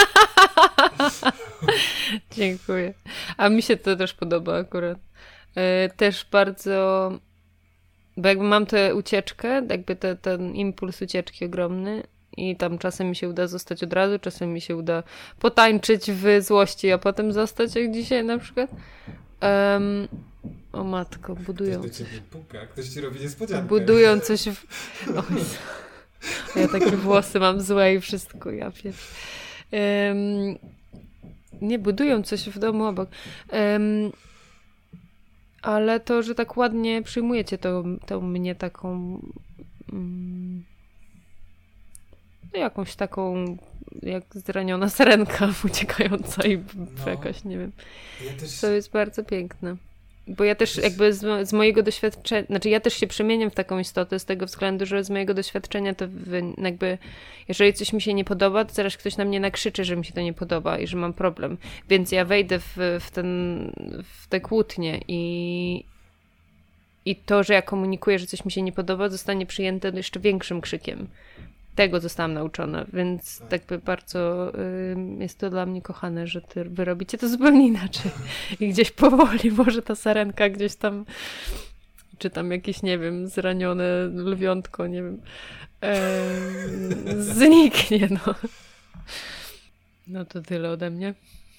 Dziękuję. A mi się to też podoba akurat. Yy, też bardzo... Bo jakby mam tę ucieczkę, jakby te, ten impuls ucieczki ogromny i tam czasem mi się uda zostać od razu, czasem mi się uda potańczyć w złości, a potem zostać, jak dzisiaj na przykład. Um, o matko, budują ktoś do ciebie puka, ktoś ci robi niespodziankę. Budują coś w... Oj, ja takie włosy mam złe i wszystko, ja wiem. Um, nie, budują coś w domu obok. Um, ale to, że tak ładnie przyjmujecie to, to mnie taką um, no jakąś taką jak zraniona sarenka uciekająca i no, jakaś, nie wiem. Ja też... To jest bardzo piękne. Bo ja też jakby z, z mojego doświadczenia, znaczy ja też się przemieniam w taką istotę z tego względu, że z mojego doświadczenia to jakby, jeżeli coś mi się nie podoba, to zaraz ktoś na mnie nakrzyczy, że mi się to nie podoba i że mam problem. Więc ja wejdę w, w, ten, w te kłótnie i, i to, że ja komunikuję, że coś mi się nie podoba, zostanie przyjęte jeszcze większym krzykiem. Tego zostałam nauczona, więc tak, jakby bardzo y, jest to dla mnie kochane, że ty, wy robicie to zupełnie inaczej. I gdzieś powoli może ta sarenka gdzieś tam, czy tam jakieś, nie wiem, zranione lwiątko, nie wiem, e, zniknie, no. No to tyle ode mnie.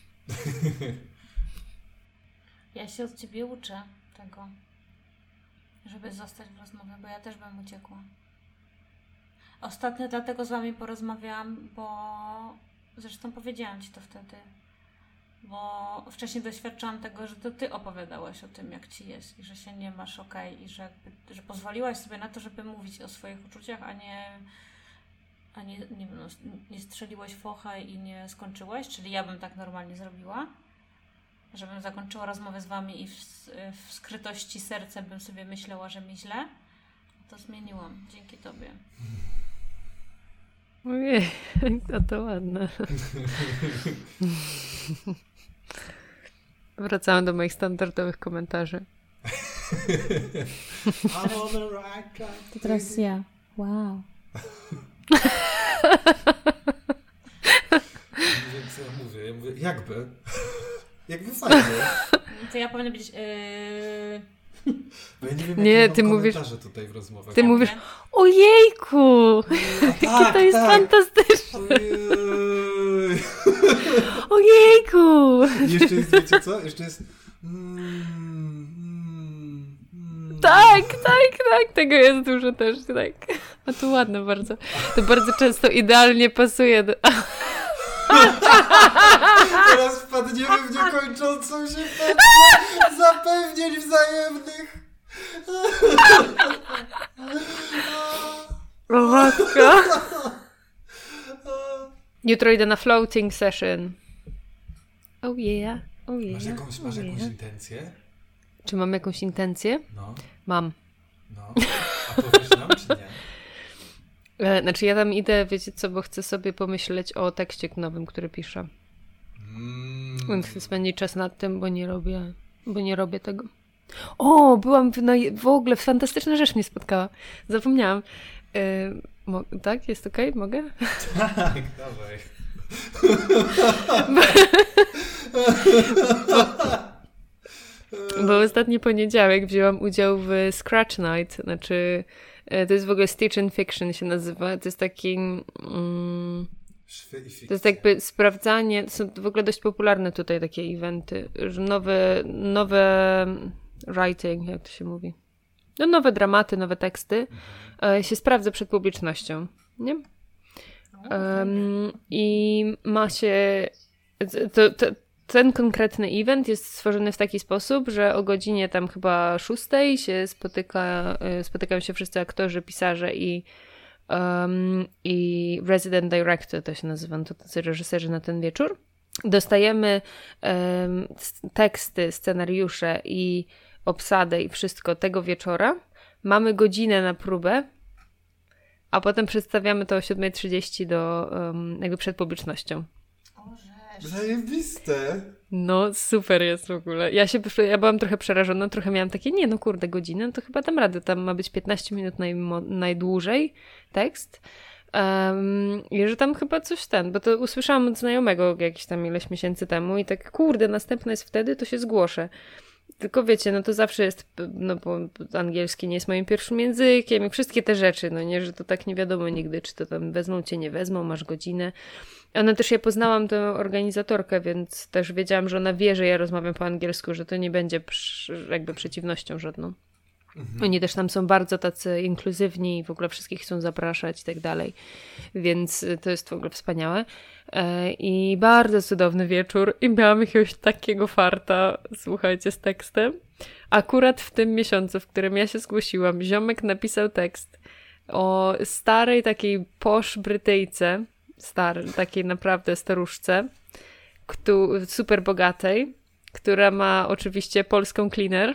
Ja się od ciebie uczę tego, żeby zostać w rozmowie, bo ja też bym uciekła. Ostatnio dlatego z wami porozmawiałam, bo zresztą powiedziałam ci to wtedy, bo wcześniej doświadczałam tego, że to ty opowiadałaś o tym, jak ci jest i że się nie masz okej, i że, jakby, że pozwoliłaś sobie na to, żeby mówić o swoich uczuciach, a nie a nie, nie, no, nie strzeliłeś focha i nie skończyłeś, czyli ja bym tak normalnie zrobiła, żebym zakończyła rozmowę z wami i w, w skrytości serca bym sobie myślała, że mi źle, to zmieniłam. Dzięki tobie. Ojej, a to ładne. Wracamy do moich standardowych komentarzy. To teraz ja. Wow. Nie wiem, co ja mówię. Ja mówię, jakby. Jakby fajnie. To ja powinna być... Yy... Bo ja nie wiem, nie, jakie ty mam mówisz, komentarze tutaj w rozmowach. Ty mówisz, ojejku! Tak, Jakie to jest tak. fantastyczne! Ojej. Ojejku! Jeszcze jest, wiecie co? Jeszcze jest... Mm, mm, mm. Tak, tak, tak, tego jest dużo też, tak. A to ładne bardzo. To bardzo często idealnie pasuje do... Teraz wpadniemy w niekończącą się pętlę zapewnień wzajemnych. O matko. Jutro idę na floating session. Oh yeah, oh yeah. Masz jakąś, masz oh jakąś yeah. intencję? Czy mam jakąś intencję? No, Mam. no. A powiesz nam, czy nie? E, Znaczy ja tam idę, wiecie co, bo chcę sobie pomyśleć o tekście nowym, który piszę. Mm. Więc chcę spędzić czas nad tym, bo nie robię, bo nie robię tego. O, byłam w, no, w ogóle, fantastyczna rzecz mnie spotkała. Zapomniałam. E, mo- tak? Jest okej? Okay? Mogę? Tak, dawaj. Bo ostatni poniedziałek wzięłam udział w Scratch Night, znaczy to jest w ogóle Stitch and Fiction się nazywa, to jest taki mm, Szwy i fikcja. to jest jakby sprawdzanie, to są w ogóle dość popularne tutaj takie eventy, że nowe, nowe writing, jak to się mówi, no nowe dramaty, nowe teksty mhm. się sprawdza przed publicznością, nie? Um, I ma się to, to ten konkretny event jest stworzony w taki sposób, że o godzinie tam chyba szóstej się spotyka, spotykają się wszyscy aktorzy, pisarze i, um, i resident director, to się nazywa, to tacy reżyserzy na ten wieczór. Dostajemy um, teksty, scenariusze i obsadę i wszystko tego wieczora. Mamy godzinę na próbę, a potem przedstawiamy to o siódma trzydzieści do, um, jakby przed publicznością. Zajebiste. No, super jest w ogóle. Ja się, ja byłam trochę przerażona, trochę miałam takie, nie no kurde, godzinę, to chyba dam radę. Tam ma być piętnaście minut najmo- najdłużej tekst. Um, I że tam chyba coś ten, bo to usłyszałam od znajomego jakieś tam ileś miesięcy temu i tak, kurde, następne jest wtedy, to się zgłoszę. Tylko wiecie, no to zawsze jest, no bo angielski nie jest moim pierwszym językiem i wszystkie te rzeczy, no nie, że to tak nie wiadomo nigdy, czy to tam wezmą cię, nie wezmą, masz godzinę. Ona też, ja poznałam tę organizatorkę, więc też wiedziałam, że ona wie, że ja rozmawiam po angielsku, że to nie będzie przy, jakby przeciwnością żadną. Mhm. Oni też tam są bardzo tacy inkluzywni i w ogóle wszystkich chcą zapraszać i tak dalej, więc to jest w ogóle wspaniałe. I bardzo cudowny wieczór i miałam jakiegoś takiego farta, słuchajcie, z tekstem. Akurat w tym miesiącu, w którym ja się zgłosiłam, ziomek napisał tekst o starej takiej posh Brytyjce, star, takiej naprawdę staruszce, ktu, super bogatej, która ma oczywiście polską cleaner,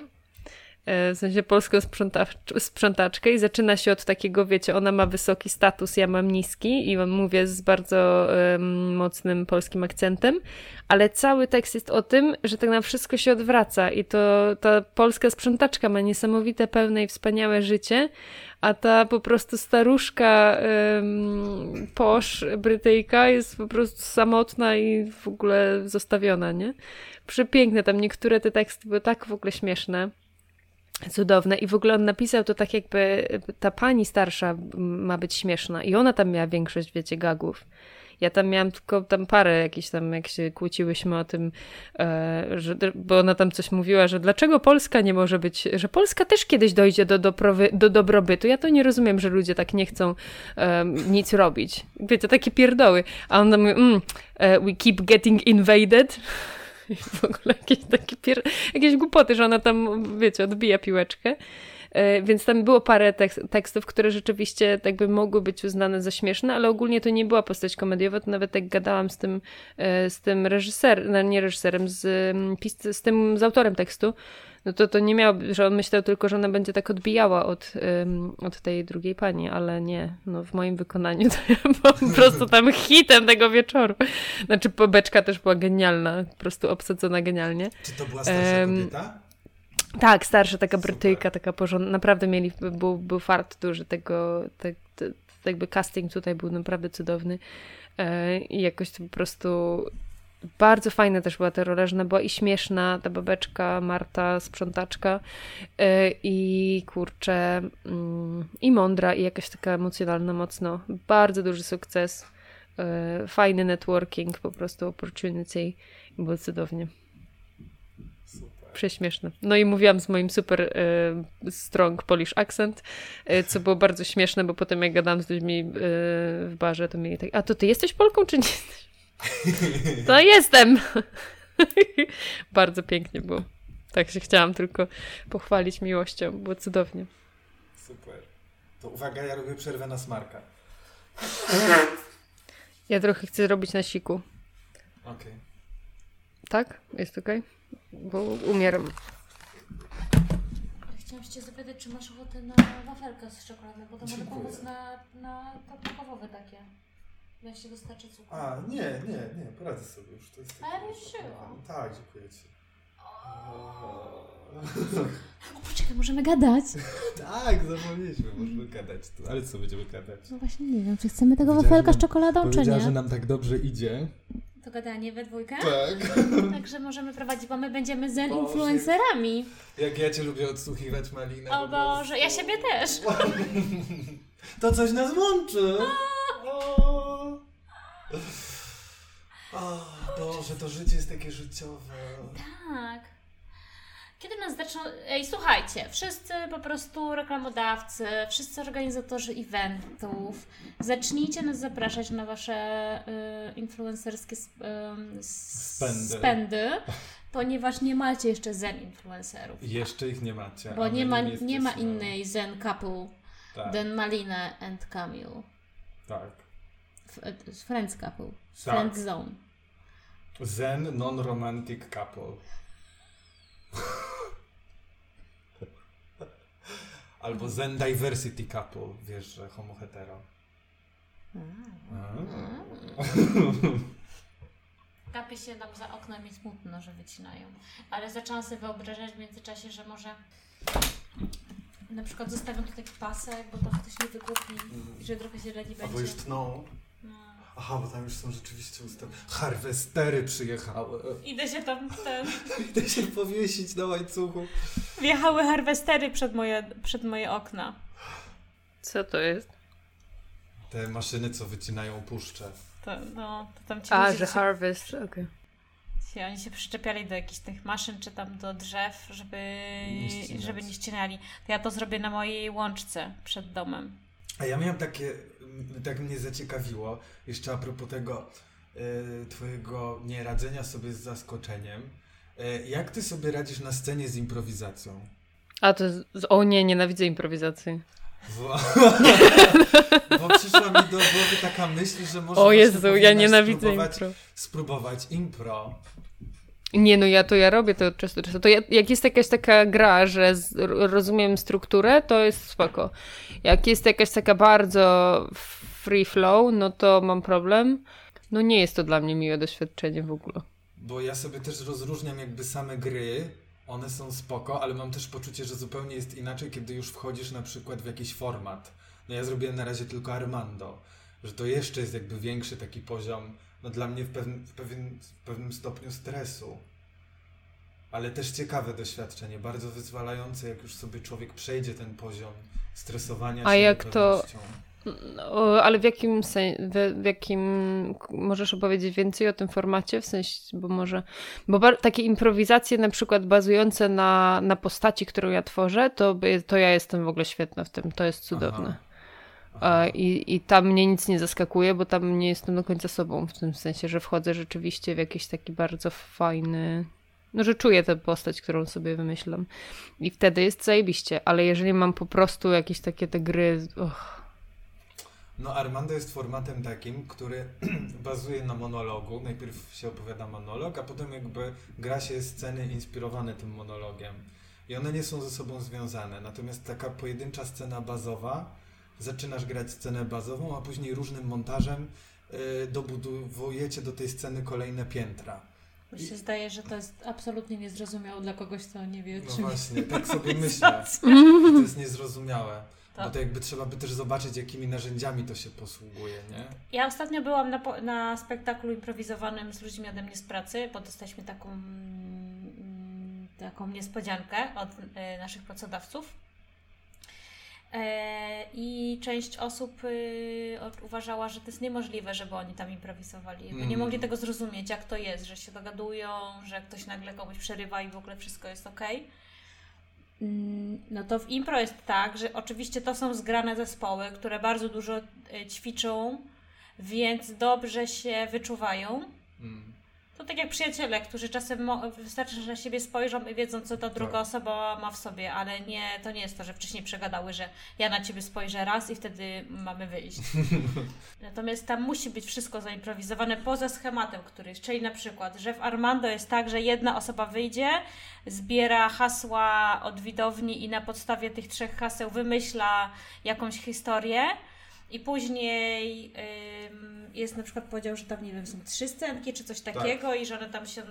w sensie polską sprząta- sprzątaczkę i zaczyna się od takiego, wiecie, ona ma wysoki status, ja mam niski i mówię z bardzo um, mocnym polskim akcentem, ale cały tekst jest o tym, że tak na wszystko się odwraca i to ta polska sprzątaczka ma niesamowite, pełne i wspaniałe życie, a ta po prostu staruszka um, posz Brytyjka jest po prostu samotna i w ogóle zostawiona, nie? Przepiękne, tam niektóre te teksty były tak w ogóle śmieszne. Cudowne. I w ogóle on napisał to tak jakby ta pani starsza ma być śmieszna i ona tam miała większość, wiecie, gagów. Ja tam miałam tylko tam parę jakichś tam, jak się kłóciłyśmy o tym, e, że, bo ona tam coś mówiła, że dlaczego Polska nie może być, że Polska też kiedyś dojdzie do, do, do dobrobytu. Ja to nie rozumiem, że ludzie tak nie chcą e, nic robić. Wiecie, takie pierdoły. A on tam mówi, mm, we keep getting invaded. I w ogóle jakieś takie pier... jakieś głupoty, że ona tam, wiecie, odbija piłeczkę. Więc tam było parę tekst, tekstów, które rzeczywiście jakby mogły być uznane za śmieszne, ale ogólnie to nie była postać komediowa, to nawet jak gadałam z tym, z tym reżyserem, no nie reżyserem, z, z tym z autorem tekstu, no to to nie miało, że on myślał tylko, że ona będzie tak odbijała od, um, od tej drugiej pani, ale nie, no w moim wykonaniu to ja byłam po prostu tam hitem tego wieczoru. Znaczy Beczka też była genialna, po prostu obsadzona genialnie. Czy to była starsza um, kobieta? Tak, starsza, taka Brytyjka, taka porządna, naprawdę mieli, był, był fart duży tego, te, te, jakby casting tutaj był naprawdę cudowny e, i jakoś to po prostu bardzo fajna też była ta rola, że ona była i śmieszna, ta babeczka, Marta, sprzątaczka yy, i kurczę, yy, i mądra i jakaś taka emocjonalna mocno. Bardzo duży sukces, yy, fajny networking, po prostu opportunity. Było cudownie. Super. Prześmieszne. No i mówiłam z moim super yy, strong Polish accent, yy, co było bardzo śmieszne, bo potem jak gadałam z ludźmi yy, w barze, to mieli tak, a to ty jesteś Polką, czy nie jesteś? To jestem! Bardzo pięknie było. Tak się chciałam tylko pochwalić miłością. Było cudownie. Super. To uwaga, ja robię przerwę na smarka. Ja trochę chcę robić na siku. Okej. Okay. Tak? Jest okej? Okay? Bo umieram. Chciałam cię zapytać, czy masz ochotę na wafelkę z czekoladą, bo to może pomóc na, na kawowe takie. Ja się dostarczę cukru. A, nie, nie, nie, poradzę sobie już. To jest Ale sure. Tak, dziękuję ci. O, poczekaj, możemy gadać? Tak, zapomnieliśmy, możemy gadać tu. Ale co będziemy gadać? No właśnie nie wiem, czy chcemy tego wafelka z czekoladą, czy nie? że nam tak dobrze idzie. To gadanie we dwójkę? Tak. Także możemy prowadzić, bo my będziemy zen influencerami. Jak ja cię lubię odsłuchiwać, Malina. O Boże, ja siebie też. To coś nas łączy. O, o Boże, to życie jest takie życiowe. Tak. Kiedy nas zaczną... Ej, słuchajcie, wszyscy po prostu reklamodawcy, wszyscy organizatorzy eventów, zacznijcie nas zapraszać na wasze y, influencerskie sp, y, spędy. spędy, ponieważ nie macie jeszcze zen influencerów. Jeszcze ich nie macie. Bo nie ma, nie ma innej zen couple tak. than Malina and Kamil. Tak. Z Friends couple. Z tak. Friend zone. Zen non-romantic couple. Albo Zen diversity couple. Wiesz, że homo hetero. Kapie się nam za oknem i smutno, że wycinają. Ale zaczęłam sobie wyobrażać w międzyczasie, że może na przykład zostawiam tu taki pasek, bo to ktoś nie wykupi mm. i że trochę się leni będzie. Albo już tną. No. Aha, bo tam już są rzeczywiście ustawione. Harwestery przyjechały. Idę się tam ten... Idę się powiesić na łańcuchu. Wjechały harwestery przed moje, przed moje okna. Co to jest? Te maszyny, co wycinają puszcze. To, no, to tam ci A, ludzie że się, harvest, okej. Okay. Oni się przyczepiali do jakichś tych maszyn, czy tam do drzew, żeby nie, żeby nie ścinali. To ja to zrobię na mojej łączce przed domem. A ja miałem takie, tak mnie zaciekawiło, jeszcze a propos tego y, twojego nieradzenia sobie z zaskoczeniem. Y, jak ty sobie radzisz na scenie z improwizacją? A to, z, o nie, nienawidzę improwizacji. Bo, bo przyszła mi do głowy taka myśl, że może o Jezu, ja nienawidzę spróbować, impro. spróbować impro. Nie, no ja to ja robię to od czasu do czasu. To ja, jak jest jakaś taka gra, że z, rozumiem strukturę, to jest spoko. Jak jest jakaś taka bardzo free flow, no to mam problem. No nie jest to dla mnie miłe doświadczenie w ogóle. Bo ja sobie też rozróżniam jakby same gry, one są spoko, ale mam też poczucie, że zupełnie jest inaczej, kiedy już wchodzisz na przykład w jakiś format. No ja zrobiłem na razie tylko Armando, że to jeszcze jest jakby większy taki poziom, no dla mnie w, pewnym, w, pewien, w pewnym stopniu stresu. Ale też ciekawe doświadczenie, bardzo wyzwalające, jak już sobie człowiek przejdzie ten poziom stresowania się. A jak to... No, ale w jakim sensie, w, w jakim możesz opowiedzieć więcej o tym formacie? W sensie, bo może, bo bar- takie improwizacje na przykład bazujące na, na postaci, którą ja tworzę, to, to ja jestem w ogóle świetna w tym, to jest cudowne. Aha. Aha. I, I tam mnie nic nie zaskakuje, bo tam nie jestem do końca sobą, w tym sensie, że wchodzę rzeczywiście w jakiś taki bardzo fajny No, że czuję tę postać, którą sobie wymyślam. I wtedy jest zajebiście, ale jeżeli mam po prostu jakieś takie te gry... Och. No Armando jest formatem takim, który bazuje na monologu. Najpierw się opowiada monolog, a potem jakby gra się sceny inspirowane tym monologiem. I one nie są ze sobą związane. Natomiast taka pojedyncza scena bazowa, zaczynasz grać scenę bazową, a później różnym montażem yy, dobudowujecie do tej sceny kolejne piętra. Mi się zdaje, że to jest absolutnie niezrozumiałe dla kogoś, kto nie wie, No czym właśnie, jest tak sobie myślę. To jest niezrozumiałe. Tak. Bo to jakby trzeba by też zobaczyć, jakimi narzędziami to się posługuje, nie? Ja ostatnio byłam na, po- na spektaklu improwizowanym z ludźmi ode mnie z pracy, bo dostaliśmy taką, mm, taką niespodziankę od y, naszych pracodawców. E, I część osób y, od- uważała, że to jest niemożliwe, żeby oni tam improwizowali. Jakby nie Mm. mogli tego zrozumieć, jak to jest, że się dogadują, że ktoś nagle komuś przerywa i w ogóle wszystko jest okej. Mm, No to w impro jest tak, że oczywiście to są zgrane zespoły, które bardzo dużo y, ćwiczą, więc dobrze się wyczuwają. Mm. To tak jak przyjaciele, którzy czasem mo- wystarczy, że na siebie spojrzą i wiedzą, co ta druga Tak. osoba ma w sobie, ale nie, to nie jest to, że wcześniej przegadały, że ja na ciebie spojrzę raz i wtedy mamy wyjść. Natomiast tam musi być wszystko zaimprowizowane poza schematem, który jest, czyli na przykład, że w Armando jest tak, że jedna osoba wyjdzie, zbiera hasła od widowni i na podstawie tych trzech haseł wymyśla jakąś historię. I później ym, jest na przykład powiedział, że tam nie wiem, są trzy scenki czy coś takiego tak. I że one tam się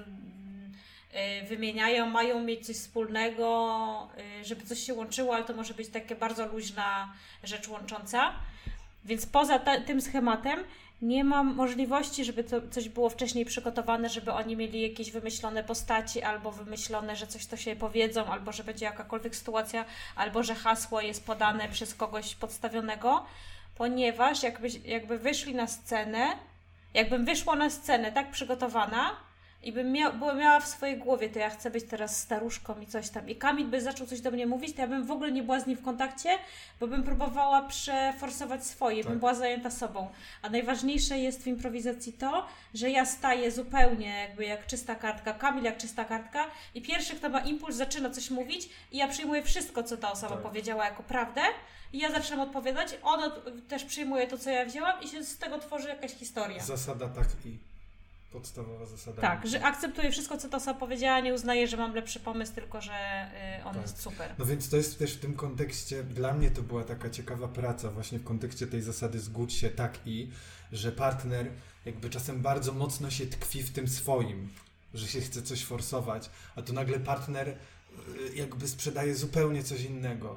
y, wymieniają, mają mieć coś wspólnego, y, żeby coś się łączyło, ale to może być taka bardzo luźna rzecz łącząca. Więc poza ta, tym schematem nie mam możliwości, żeby to coś było wcześniej przygotowane, żeby oni mieli jakieś wymyślone postaci, albo wymyślone, że coś to się powiedzą, albo że będzie jakakolwiek sytuacja, albo że hasło jest podane przez kogoś podstawionego. Ponieważ jakby, jakby wyszli na scenę, jakbym wyszła na scenę tak przygotowana i bym mia- była miała w swojej głowie, to ja chcę być teraz staruszką i coś tam, i Kamil by zaczął coś do mnie mówić, to ja bym w ogóle nie była z nim w kontakcie, bo bym próbowała przeforsować swoje, tak. Bym była zajęta sobą. A najważniejsze jest w improwizacji to, że ja staję zupełnie jakby jak czysta kartka, Kamil jak czysta kartka i pierwszy, kto ma impuls, zaczyna coś mówić i ja przyjmuję wszystko, co ta osoba tak. powiedziała jako prawdę. I ja zaczynam odpowiadać, ono też przyjmuje to, co ja wzięłam i się z tego tworzy jakaś historia. Zasada tak i podstawowa zasada. Tak, że akceptuję wszystko, co ta osoba powiedziała, nie uznaję, że mam lepszy pomysł, tylko że y, on tak. jest super. No więc to jest też w tym kontekście, dla mnie to była taka ciekawa praca właśnie w kontekście tej zasady zgódź się tak i, że partner jakby czasem bardzo mocno się tkwi w tym swoim, że się chce coś forsować, a tu nagle partner y, jakby sprzedaje zupełnie coś innego.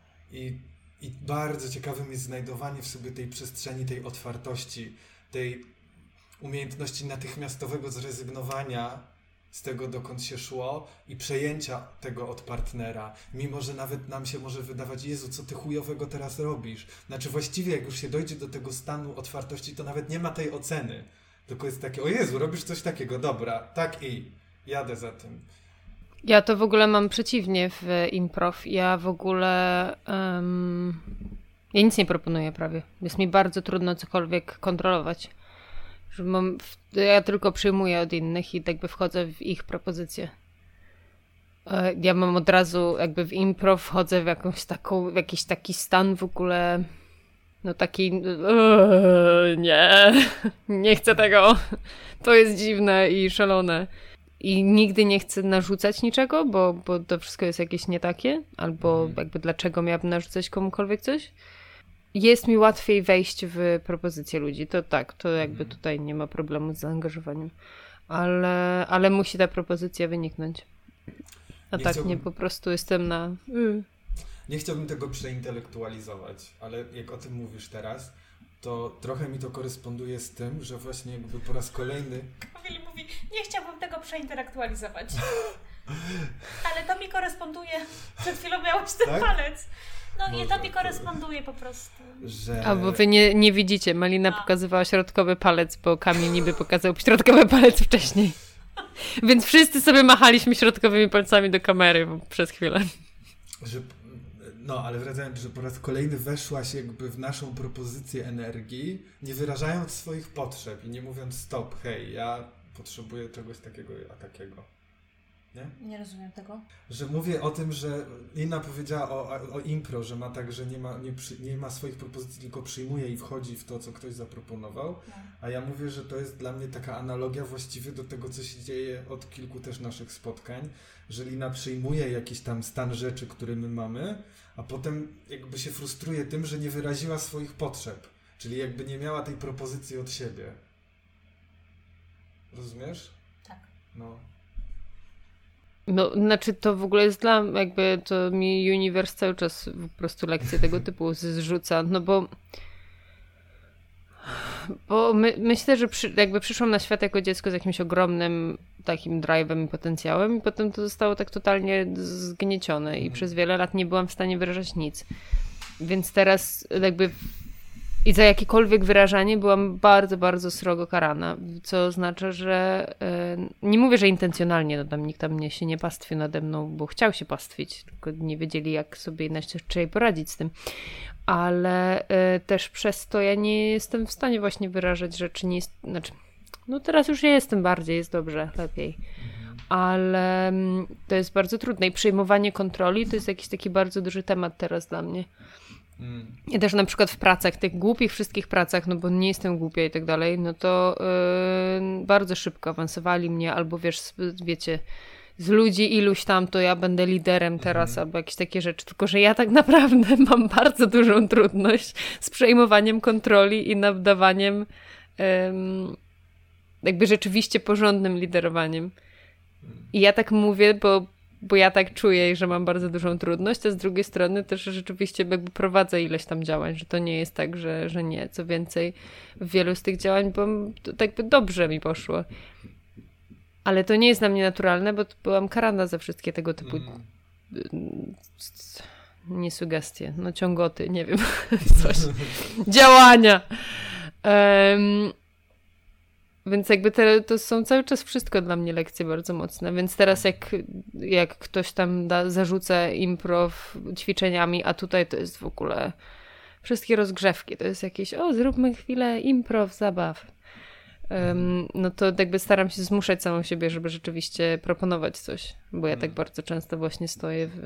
I I bardzo ciekawym jest znajdowanie w sobie tej przestrzeni, tej otwartości, tej umiejętności natychmiastowego zrezygnowania z tego, dokąd się szło i przejęcia tego od partnera. Mimo że nawet nam się może wydawać, Jezu, co ty chujowego teraz robisz? Znaczy właściwie jak już się dojdzie do tego stanu otwartości, to nawet nie ma tej oceny. Tylko jest takie, o Jezu, robisz coś takiego, dobra, tak i jadę za tym. Ja to w ogóle mam przeciwnie w improv. Ja w ogóle... Um, ja nic nie proponuję prawie. Jest mi bardzo trudno cokolwiek kontrolować. Że mam, ja tylko przyjmuję od innych i jakby wchodzę w ich propozycje. Ja mam od razu jakby w improv wchodzę w jakąś taką, w jakiś taki stan w ogóle... No taki... Nie, nie chcę tego. To jest dziwne i szalone. I nigdy nie chcę narzucać niczego, bo, bo to wszystko jest jakieś nie takie, albo mm. jakby dlaczego miałabym narzucać komukolwiek coś. Jest mi łatwiej wejść w propozycje ludzi, to tak, to jakby mm. tutaj nie ma problemu z zaangażowaniem, ale, ale musi ta propozycja wyniknąć. A nie tak chciałbym... nie, po prostu jestem na... Mm. Nie chciałbym tego przeintelektualizować, ale jak o tym mówisz teraz, to trochę mi to koresponduje z tym, że właśnie jakby po raz kolejny... Kamil mówi, nie chciałbym tego przeintelektualizować. Ale to mi koresponduje. Przed chwilą miałeś ten tak? palec. No Może, nie, to mi koresponduje po prostu. Że... A bo wy nie, nie widzicie, Malina A. pokazywała środkowy palec, bo Kamil niby pokazał środkowy palec wcześniej. Więc wszyscy sobie machaliśmy środkowymi palcami do kamery przez chwilę. Że... No, ale wracając, że po raz kolejny weszłaś jakby w naszą propozycję energii, nie wyrażając swoich potrzeb i nie mówiąc stop, hej, ja potrzebuję czegoś takiego, a takiego. Nie? Nie rozumiem tego. Że mówię o tym, że Inna powiedziała o, o impro, że ma tak, że nie ma, nie, przy, nie ma swoich propozycji, tylko przyjmuje i wchodzi w to, co ktoś zaproponował. No. A ja mówię, że to jest dla mnie taka analogia właściwie do tego, co się dzieje od kilku też naszych spotkań, że Lina przyjmuje jakiś tam stan rzeczy, który my mamy, a potem jakby się frustruje tym, że nie wyraziła swoich potrzeb. Czyli jakby nie miała tej propozycji od siebie. Rozumiesz? Tak. No. No, znaczy to w ogóle jest dla jakby to mi uniwers cały czas po prostu lekcje tego typu zrzuca, no bo bo my, myślę, że przy, jakby przyszłam na świat jako dziecko z jakimś ogromnym takim drive'em i potencjałem i potem to zostało tak totalnie zgniecione i przez wiele lat nie byłam w stanie wyrażać nic. Więc teraz jakby i za jakiekolwiek wyrażanie byłam bardzo, bardzo srogo karana, co oznacza, że yy, nie mówię, że intencjonalnie, no tam nikt tam mnie się nie pastwił nade mną, bo chciał się pastwić, tylko nie wiedzieli, jak sobie inaczej poradzić z tym, ale yy, też przez to ja nie jestem w stanie właśnie wyrażać rzeczy, nie jest, znaczy, no teraz już jestem bardziej, jest dobrze, lepiej, ale yy, to jest bardzo trudne i przejmowanie kontroli to jest jakiś taki bardzo duży temat teraz dla mnie. I też na przykład w pracach, tych głupich wszystkich pracach, no bo nie jestem głupia i tak dalej, no to yy, bardzo szybko awansowali mnie, albo wiesz, wiecie, z ludzi iluś tam, to ja będę liderem teraz, mhm. albo jakieś takie rzeczy, tylko że ja tak naprawdę mam bardzo dużą trudność z przejmowaniem kontroli i nadawaniem yy, jakby rzeczywiście porządnym liderowaniem. I ja tak mówię, bo bo ja tak czuję, że mam bardzo dużą trudność, a z drugiej strony też rzeczywiście jakby prowadzę ileś tam działań, że to nie jest tak, że, że nie. Co więcej, w wielu z tych działań bo to tak by dobrze mi poszło. Ale to nie jest dla mnie naturalne, bo byłam karana za wszystkie tego typu mm. nie sugestie, no ciągoty, nie wiem, coś. Działania. Um, Więc jakby te, to są cały czas wszystko dla mnie lekcje bardzo mocne. Więc teraz jak, jak ktoś tam da, zarzuca improv ćwiczeniami, a tutaj to jest w ogóle wszystkie rozgrzewki. To jest jakieś, o zróbmy chwilę improv, zabaw. Um, no to jakby staram się zmuszać samą siebie, żeby rzeczywiście proponować coś. Bo ja tak bardzo często właśnie stoję w...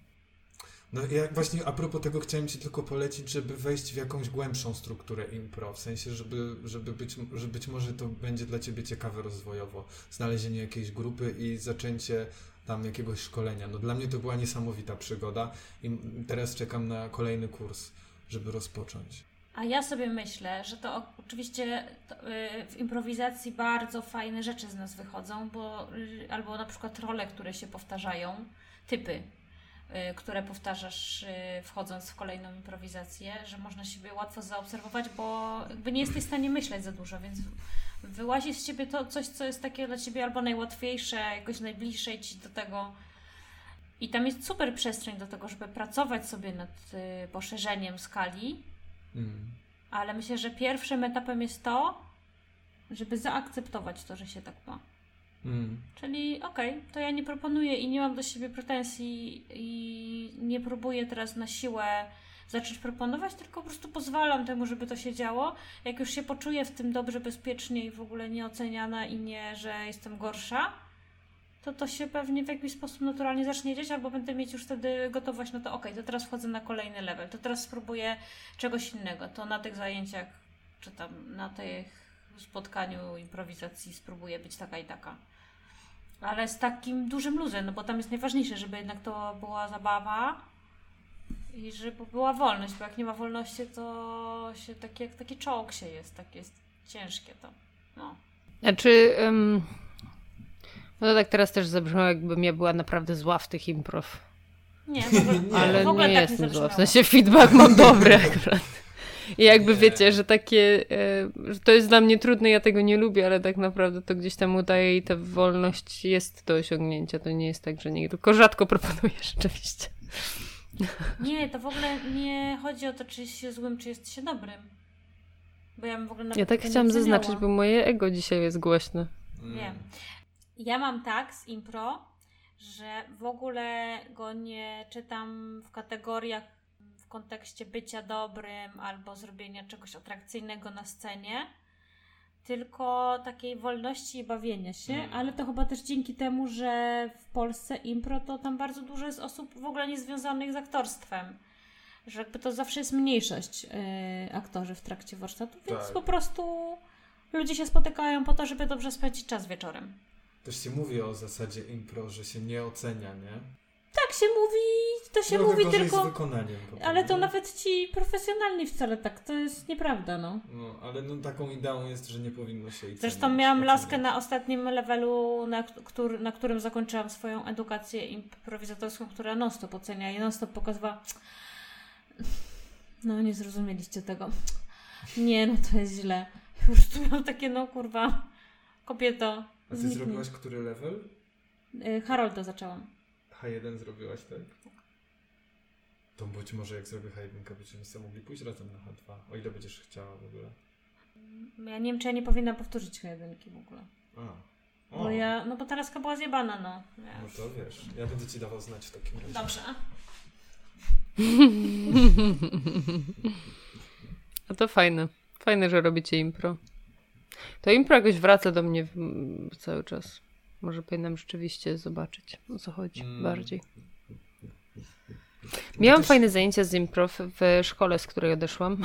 No ja właśnie a propos tego chciałem Ci tylko polecić, żeby wejść w jakąś głębszą strukturę impro, w sensie, żeby, żeby być, że być może to będzie dla Ciebie ciekawe rozwojowo, znalezienie jakiejś grupy i zaczęcie tam jakiegoś szkolenia. No dla mnie to była niesamowita przygoda i teraz czekam na kolejny kurs, żeby rozpocząć. A ja sobie myślę, że to oczywiście to, yy, w improwizacji bardzo fajne rzeczy z nas wychodzą, bo yy, albo na przykład role, które się powtarzają, typy, które powtarzasz wchodząc w kolejną improwizację, że można siebie łatwo zaobserwować, bo jakby nie jesteś w stanie myśleć za dużo, więc wyłazi z ciebie to coś, co jest takie dla ciebie albo najłatwiejsze, jakoś najbliższe ci do tego. I tam jest super przestrzeń do tego, żeby pracować sobie nad poszerzeniem skali, mm. ale myślę, że pierwszym etapem jest to, żeby zaakceptować to, że się tak ma. Mm. Czyli okej, okay, to ja nie proponuję i nie mam do siebie pretensji i nie próbuję teraz na siłę zacząć proponować, tylko po prostu pozwalam temu, żeby to się działo. Jak już się poczuję w tym dobrze, bezpiecznie i w ogóle nieoceniana i nie, że jestem gorsza, to to się pewnie w jakiś sposób naturalnie zacznie dziać, albo będę mieć już wtedy gotowość na to, okej, okay, to teraz wchodzę na kolejny level, to teraz spróbuję czegoś innego, to na tych zajęciach, czy tam na tych spotkaniu improwizacji spróbuję być taka i taka. Ale z takim dużym luzem, no bo tam jest najważniejsze, żeby jednak to była zabawa i żeby była wolność, bo jak nie ma wolności, to się tak jak taki czołg się jest, tak jest ciężkie to. No. Znaczy, um, no to tak teraz też zabrzmiało, jakbym ja była naprawdę zła w tych improv. Nie, w ogóle, nie, ale w ogóle nie tak jestem nie zła, w sensie feedback mam dobry akurat. I jakby wiecie, że takie, e, że to jest dla mnie trudne, ja tego nie lubię, ale tak naprawdę to gdzieś tam udaje i ta wolność jest do osiągnięcia. To nie jest tak, że nie, tylko rzadko proponuję rzeczywiście. Nie, to w ogóle nie chodzi o to, czy jest się złym, czy jest się dobrym. Bo ja bym w ogóle Ja tak chciałam zaznaczyć, bo moje ego dzisiaj jest głośne. Wiem. Ja mam tak z impro, że w ogóle go nie czytam w kategoriach w kontekście bycia dobrym albo zrobienia czegoś atrakcyjnego na scenie, tylko takiej wolności i bawienia się, Mm. ale to chyba też dzięki temu, że w Polsce impro to tam bardzo dużo jest osób w ogóle niezwiązanych z aktorstwem. Że jakby to zawsze jest mniejszość yy, aktorzy w trakcie warsztatu, więc Tak. po prostu ludzie się spotykają po to, żeby dobrze spędzić czas wieczorem. Też się mówi o zasadzie impro, że się nie ocenia, nie? Tak się mówi, to się no, mówi gorzej tylko... z wykonaniem. Potem, Ale to nie? nawet ci profesjonalni wcale tak, to jest nieprawda, no. No, ale no, taką ideą jest, że nie powinno się jej Zresztą cenić, miałam oceniać. laskę na ostatnim levelu, na, któr, na którym zakończyłam swoją edukację improwizatorską, która non-stop ocenia i non-stop pokazywała, no nie zrozumieliście tego. Nie, no to jest źle. Po prostu miałam takie, no kurwa, kobieto. A ty zniknij. zrobiłaś który level? Y, Harolda zaczęłam. H jeden zrobiłaś, tak? To być może jak zrobię H jeden, będziemy sobie mogli pójść razem na H dwa, o ile będziesz chciała w ogóle. Ja nie wiem, czy ja nie powinna powtórzyć H jeden w ogóle. A. Bo O, ja, no bo ta laska była zjebana, no. Ja. no to wiesz, ja będę ci dawał znać w takim razie. Dobrze. A to fajne. Fajne, że robicie impro. To impro jakoś wraca do mnie w, cały czas. Może powinnam rzeczywiście zobaczyć, o co chodzi Mm. bardziej. No Miałam też- fajne zajęcia z impro w, w szkole, z której odeszłam.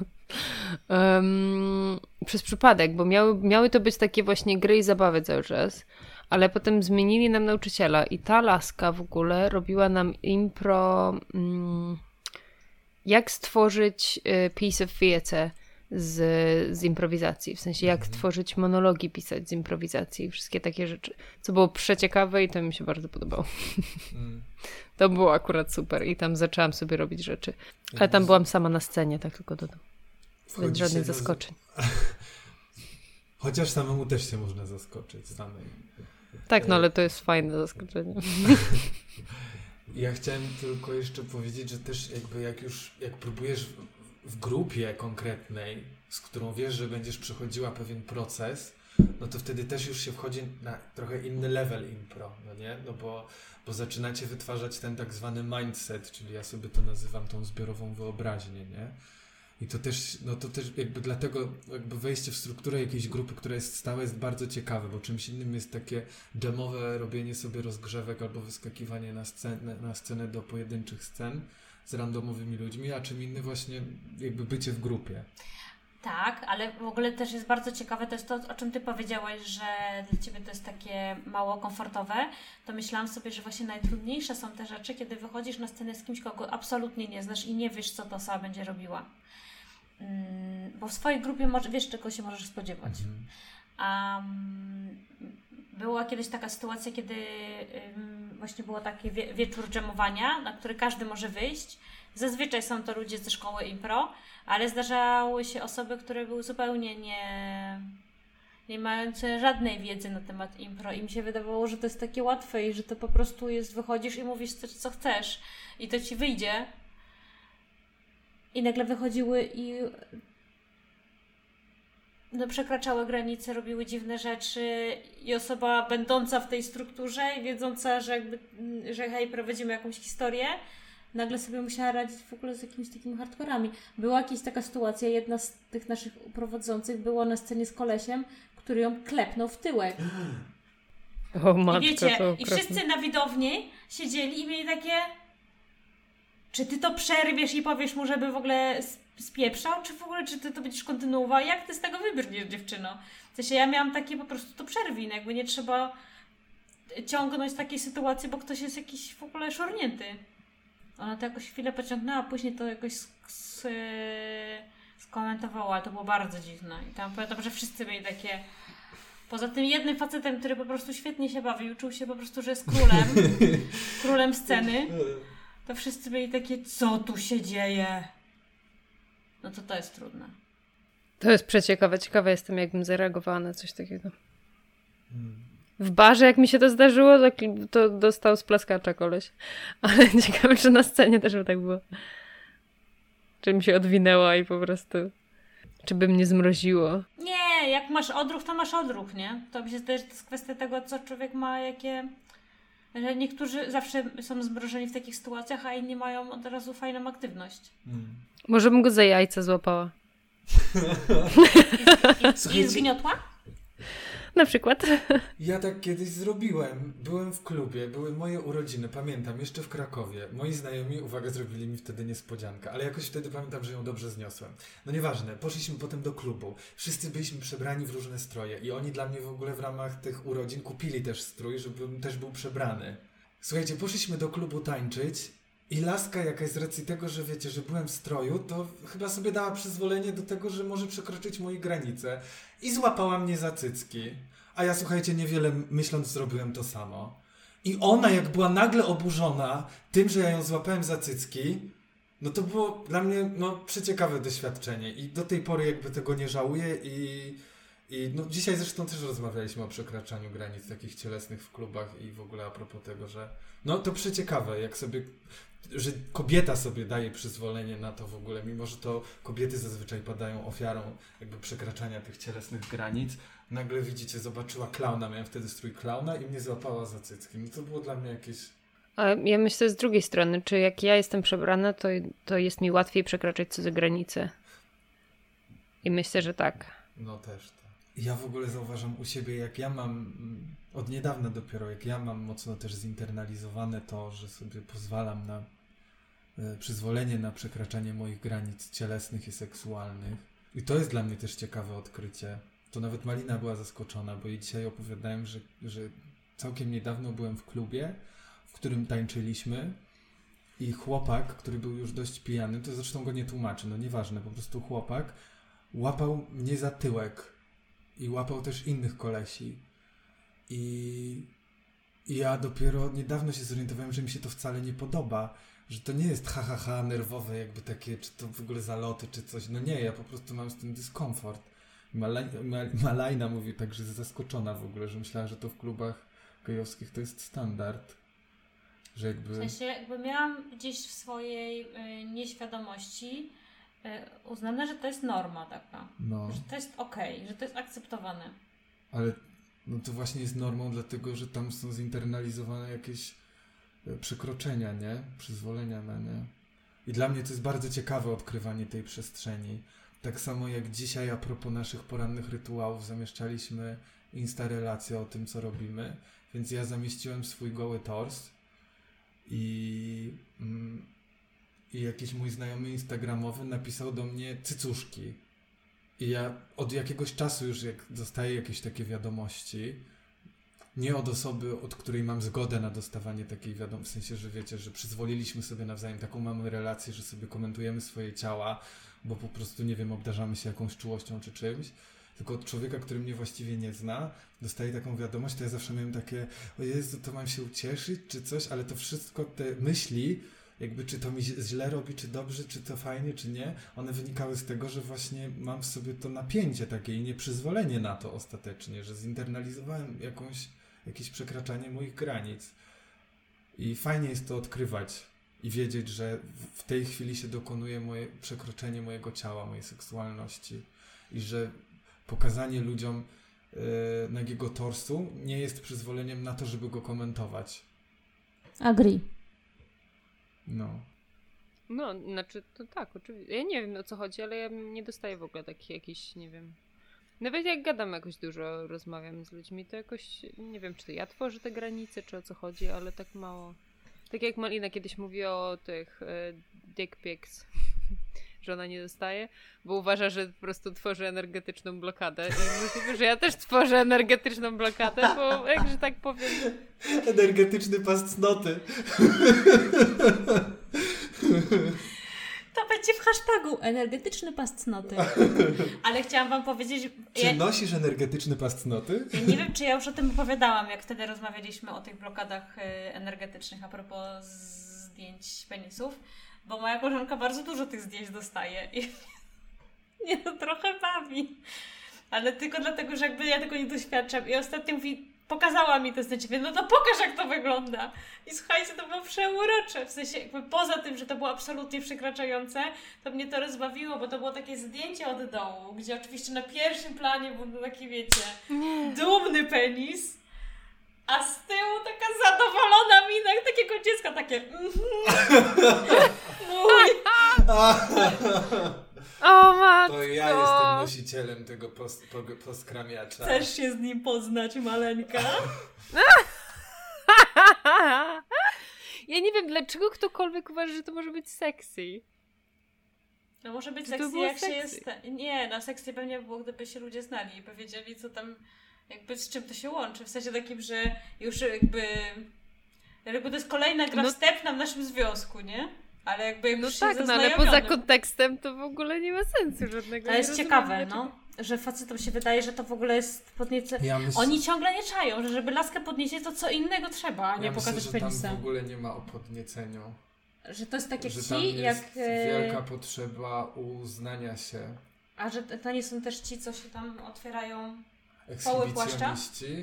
um, przez przypadek, bo miały, miały to być takie właśnie gry i zabawy cały czas. Ale potem zmienili nam nauczyciela i ta laska w ogóle robiła nam impro, mm, jak stworzyć y, piece of theatre z, z improwizacji. W sensie jak Mhm. tworzyć monologi, pisać z improwizacji i wszystkie takie rzeczy. Co było przeciekawe i to mi się bardzo podobało. Mm. To było akurat super i tam zaczęłam sobie robić rzeczy. Ale Jak tam z- byłam sama na scenie, tak tylko dodam. wchodzi Więc się żadnych na- zaskoczeń. Chociaż samemu też się można zaskoczyć, samej. Tak, no E, ale to jest fajne zaskoczenie. Ja chciałem tylko jeszcze powiedzieć, że też jakby jak już, jak próbujesz w, w grupie konkretnej, z którą wiesz, że będziesz przechodziła pewien proces, no to wtedy też już się wchodzi na trochę inny level impro, no nie? No bo, bo zaczynacie wytwarzać ten tak zwany mindset, czyli ja sobie to nazywam tą zbiorową wyobraźnię, nie? I to też, no to też jakby dlatego jakby wejście w strukturę jakiejś grupy, która jest stała, jest bardzo ciekawe, bo czymś innym jest takie jamowe robienie sobie rozgrzewek albo wyskakiwanie na scenę, na scenę do pojedynczych scen z randomowymi ludźmi, a czym inny właśnie jakby bycie w grupie. Tak, ale w ogóle też jest bardzo ciekawe, to jest to, o czym Ty powiedziałaś, że dla Ciebie to jest takie mało komfortowe, to myślałam sobie, że właśnie najtrudniejsze są te rzeczy, kiedy wychodzisz na scenę z kimś, kogo absolutnie nie znasz i nie wiesz, co ta osoba będzie robiła. Mm, bo w swojej grupie może, wiesz, czego się możesz spodziewać. Mhm. Um, była kiedyś taka sytuacja, kiedy um, właśnie było taki wie, wieczór dżemowania, na który każdy może wyjść. Zazwyczaj są to ludzie ze szkoły impro, ale zdarzały się osoby, które były zupełnie nie, nie mające żadnej wiedzy na temat impro i mi się wydawało, że to jest takie łatwe i że to po prostu jest, wychodzisz i mówisz co, co chcesz i to ci wyjdzie. I nagle wychodziły i no, przekraczały granice, robiły dziwne rzeczy i osoba będąca w tej strukturze i wiedząca, że jakby, że hej, prowadzimy jakąś historię, nagle sobie musiała radzić w ogóle z jakimiś takimi hardkorami. Była jakaś taka sytuacja, jedna z tych naszych prowadzących była na scenie z kolesiem, który ją klepnął w tyłek. O matko, I wiecie, to i okropne. wszyscy na widowni siedzieli i mieli takie, czy ty to przerwiesz i powiesz mu, żeby w ogóle sp- spieprzał, czy w ogóle, czy ty to będziesz kontynuował? Jak ty z tego wybrniesz, dziewczyno? W sensie ja miałam takie po prostu to przerwij, no jakby nie trzeba ciągnąć takiej sytuacji, bo ktoś jest jakiś w ogóle szornięty. Ona to jakoś chwilę pociągnęła, a później to jakoś sk- s- skomentowała, ale to było bardzo dziwne. I tam pamiętam, że wszyscy byli takie... Poza tym jednym facetem, który po prostu świetnie się bawił, czuł się po prostu, że jest królem, królem sceny, to wszyscy byli takie, co tu się dzieje? No to to jest trudne. To jest przeciekawe. Ciekawa jestem, jakbym zareagowała na coś takiego. Hmm. W barze, jak mi się to zdarzyło, to, to dostał z plaskacza koleś. Ale ciekawe, czy na scenie też by tak było. Czy mi się odwinęła i po prostu... Czy by mnie zmroziło. Nie, jak masz odruch, to masz odruch, nie? To mi się zdaje, że to jest kwestia tego, co człowiek ma, jakie... Że niektórzy zawsze są zmrożeni w takich sytuacjach, a inni mają od razu fajną aktywność. Hmm. Może bym go za jajca złapała. I, i, i zgniotła? Na przykład. Ja tak kiedyś zrobiłem. Byłem w klubie, były moje urodziny, pamiętam, jeszcze w Krakowie. Moi znajomi, uwaga, zrobili mi wtedy niespodziankę, ale jakoś wtedy pamiętam, że ją dobrze zniosłem. No nieważne, poszliśmy potem do klubu. Wszyscy byliśmy przebrani w różne stroje i oni dla mnie w ogóle w ramach tych urodzin kupili też strój, żebym też był przebrany. Słuchajcie, poszliśmy do klubu tańczyć i laska jakaś z racji tego, że wiecie, że byłem w stroju, to chyba sobie dała przyzwolenie do tego, że może przekroczyć moje granice i złapała mnie za cycki. A ja, słuchajcie, niewiele myśląc zrobiłem to samo. I ona, jak była nagle oburzona tym, że ja ją złapałem za cycki, no to było dla mnie no, przeciekawe doświadczenie i do tej pory jakby tego nie żałuję i, i no, dzisiaj zresztą też rozmawialiśmy o przekraczaniu granic takich cielesnych w klubach i w ogóle a propos tego, że no to przeciekawe, jak sobie, że kobieta sobie daje przyzwolenie na to w ogóle, mimo że to kobiety zazwyczaj padają ofiarą jakby przekraczania tych cielesnych granic. Nagle widzicie, zobaczyła klauna, miałem wtedy strój klauna i mnie złapała za cycki. No to było dla mnie jakieś... A ja myślę z drugiej strony, czy jak ja jestem przebrana, to, to jest mi łatwiej przekraczać cudze granice. I myślę, że tak. No też tak. Ja w ogóle zauważam u siebie, jak ja mam, od niedawna dopiero, jak ja mam mocno też zinternalizowane to, że sobie pozwalam na e, przyzwolenie na przekraczanie moich granic cielesnych i seksualnych. I to jest dla mnie też ciekawe odkrycie. To nawet Malina była zaskoczona, bo jej dzisiaj opowiadałem, że, że całkiem niedawno byłem w klubie, w którym tańczyliśmy i chłopak, który był już dość pijany, to zresztą go nie tłumaczy, no nieważne, po prostu chłopak łapał mnie za tyłek i łapał też innych kolesi. I, i ja dopiero niedawno się zorientowałem, że mi się to wcale nie podoba, że to nie jest ha, ha, ha, nerwowe, jakby takie, czy to w ogóle zaloty, czy coś. No nie, ja po prostu mam z tym dyskomfort. Malaj, Mal, Malajna mówi tak, że jest zaskoczona w ogóle, że myślała, że to w klubach gejowskich to jest standard. Że jakby... W sensie jakby miałam gdzieś w swojej y, nieświadomości y, uznane, że to jest norma taka. No. Że to jest okej, okay, że to jest akceptowane. Ale no to właśnie jest normą, dlatego że tam są zinternalizowane jakieś przekroczenia, nie? Przyzwolenia na nie. I dla mnie to jest bardzo ciekawe odkrywanie tej przestrzeni. Tak samo jak dzisiaj a propos naszych porannych rytuałów zamieszczaliśmy Insta relację o tym, co robimy, więc ja zamieściłem swój goły tors i, mm, i jakiś mój znajomy instagramowy napisał do mnie cycuszki. I ja od jakiegoś czasu już jak dostaję jakieś takie wiadomości, nie od osoby, od której mam zgodę na dostawanie takiej wiadomości, w sensie, że wiecie, że przyzwoliliśmy sobie nawzajem, taką mamy relację, że sobie komentujemy swoje ciała, bo po prostu, nie wiem, obdarzamy się jakąś czułością czy czymś, tylko od człowieka, który mnie właściwie nie zna, dostaje taką wiadomość, to ja zawsze miałem takie, o Jezu, to mam się ucieszyć, czy coś, ale to wszystko, te myśli, jakby czy to mi źle robi, czy dobrze, czy to fajnie, czy nie, one wynikały z tego, że właśnie mam w sobie to napięcie takie i nieprzyzwolenie na to ostatecznie, że zinternalizowałem jakąś, jakieś przekraczanie moich granic. I fajnie jest to odkrywać i wiedzieć, że w tej chwili się dokonuje moje przekroczenie mojego ciała, mojej seksualności i że pokazanie ludziom yy, nagiego torsu nie jest przyzwoleniem na to, żeby go komentować. Agree. No. No, znaczy, to tak, oczywiście. Ja nie wiem, o co chodzi, ale ja nie dostaję w ogóle takich jakichś, nie wiem... Nawet jak gadam jakoś dużo, rozmawiam z ludźmi, to jakoś, nie wiem, czy to ja tworzę te granice, czy o co chodzi, ale tak mało. Tak jak Malina kiedyś mówi o tych e, dick pics, że ona nie dostaje, bo uważa, że po prostu tworzy energetyczną blokadę. I możliwe, że ja też tworzę energetyczną blokadę, bo jak, że tak powiem... Energetyczny pas cnoty. To będzie w hashtagu energetyczny pas cnoty. Ale chciałam wam powiedzieć... Czy ja, nosisz energetyczny pas cnoty? ja nie wiem, czy ja już o tym opowiadałam, jak wtedy rozmawialiśmy o tych blokadach y, energetycznych a propos zdjęć penisów, bo moja koleżanka bardzo dużo tych zdjęć dostaje i mnie to trochę bawi. Ale tylko dlatego, że jakby ja tego nie doświadczam. I ostatnio mówi, pokazała mi to zdjęcie, no to pokaż, jak to wygląda. I słuchajcie, to było przeurocze. W sensie jakby poza tym, że to było absolutnie przekraczające, to mnie to rozbawiło, bo to było takie zdjęcie od dołu, gdzie oczywiście na pierwszym planie był taki, wiecie, dumny penis, a z tyłu taka zadowolona mina, jak takiego dziecka, takie mój. O matko! To ja jestem nosicielem tego post, postkramiacza. Chcesz się z nim poznać, maleńka? Ja nie wiem, dlaczego ktokolwiek uważa, że to może być sexy. No może być Czy to sexy, było jak sexy? się jest... Nie, no sexy pewnie było, gdyby się ludzie znali i powiedzieli, co tam, jakby z czym to się łączy. W sensie takim, że już jakby... Jakby to jest kolejna gra No- wstępna w naszym związku, nie? Ale jakby jak No już się tak, no ale zaznajomionym. poza kontekstem to w ogóle nie ma sensu żadnego. To Nie jest rozumiem, ciekawe, dlaczego- no, że facetom się wydaje, że to w ogóle jest podniece... Ja myśl, Oni ciągle nie czają, że żeby laskę podnieść, to co innego trzeba, a nie ja pokazać myślę, że penisa. tam w ogóle nie ma o podnieceniu. Że to jest tak jak Że tam ci, jest jak... e, wielka potrzeba uznania się. A że to nie są też ci, co się tam otwierają... Poły płaszcza? Ekshibicjoniści.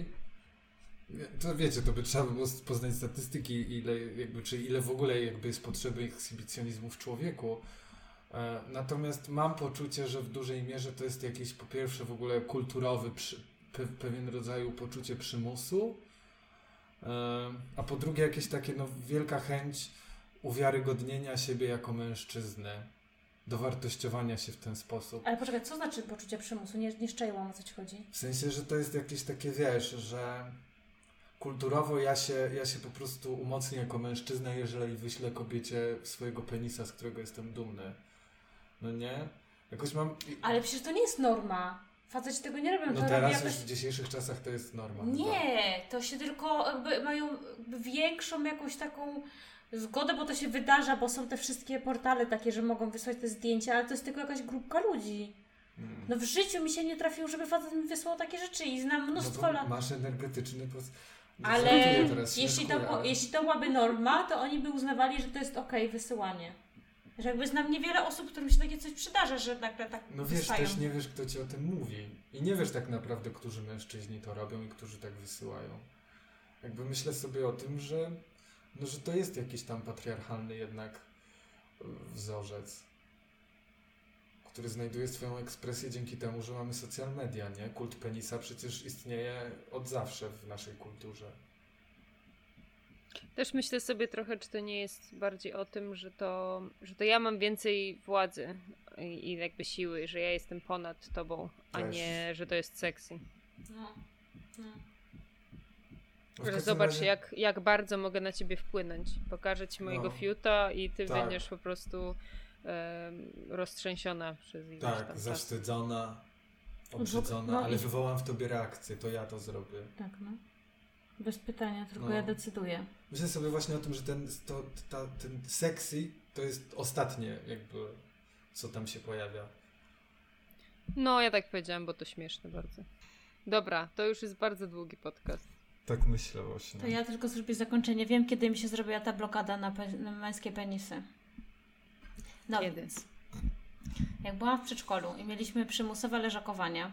To wiecie, to by trzeba było poznać statystyki, ile, jakby, czy ile w ogóle jakby jest potrzeby ekshibicjonizmu w człowieku. E, natomiast mam poczucie, że w dużej mierze to jest jakiś po pierwsze w ogóle kulturowy, przy, pe, pewien rodzaju poczucie przymusu, e, a po drugie jakieś takie no, wielka chęć uwiarygodnienia siebie jako mężczyzny, dowartościowania się w ten sposób. Ale poczekaj, co znaczy poczucie przymusu? Nie, nie szczęłam, o co ci chodzi. W sensie, że to jest jakieś takie, wiesz, że kulturowo ja się, ja się po prostu umocnię jako mężczyzna, jeżeli wyślę kobiecie swojego penisa, z którego jestem dumny. No nie? Jakoś mam... Ale przecież to nie jest norma. Faceci tego nie robią. No to teraz robi już jakoś... w dzisiejszych czasach to jest norma. chyba. Nie, to się tylko jakby mają jakby większą jakąś taką zgodę, bo to się wydarza, bo są te wszystkie portale takie, że mogą wysłać te zdjęcia, ale to jest tylko jakaś grupka ludzi. Hmm. No w życiu mi się nie trafiło, żeby facet mi wysłał takie rzeczy i znam mnóstwo No lat. bo masz energetyczny... Pos... No Ale żartuję teraz, jeśli to, śmieszkuję, ale- jeśli to byłaby norma, to oni by uznawali, że to jest okej, wysyłanie. Że jakby znam niewiele osób, którym się takie coś przydarza, że nagle tak No wiesz, wysyłają. też nie wiesz, kto ci o tym mówi. I nie wiesz tak naprawdę, którzy mężczyźni to robią i którzy tak wysyłają. Jakby myślę sobie o tym, że, no, że to jest jakiś tam patriarchalny jednak y, wzorzec, który znajduje swoją ekspresję dzięki temu, że mamy social media, nie? Kult penisa przecież istnieje od zawsze w naszej kulturze. Też myślę sobie trochę, czy to nie jest bardziej o tym, że to, że to ja mam więcej władzy i, i jakby siły, że ja jestem ponad tobą, a Też. nie, że to jest sexy. No, no. No w Że każdym zobacz, razie- jak, jak bardzo mogę na ciebie wpłynąć. Pokażę ci mojego No. fiuta i ty Tak. będziesz po prostu em, roztrzęsiona przez ileś Tak, tam zawstydzona, obrzydzona, No i- ale wywołam w tobie reakcję, to ja to zrobię. Tak, no. Bez pytania, tylko No. ja decyduję. Myślę sobie właśnie o tym, że ten, to, ta, ten sexy to jest ostatnie jakby, co tam się pojawia. No, ja tak powiedziałam, bo to śmieszne bardzo. Dobra, to już jest bardzo długi podcast. Tak myślę właśnie. To ja tylko zrobię zakończenie. Wiem, kiedy mi się zrobiła ta blokada na, pe- na męskie penisy. No Kiedy? więc. Jak byłam w przedszkolu i mieliśmy przymusowe leżakowania.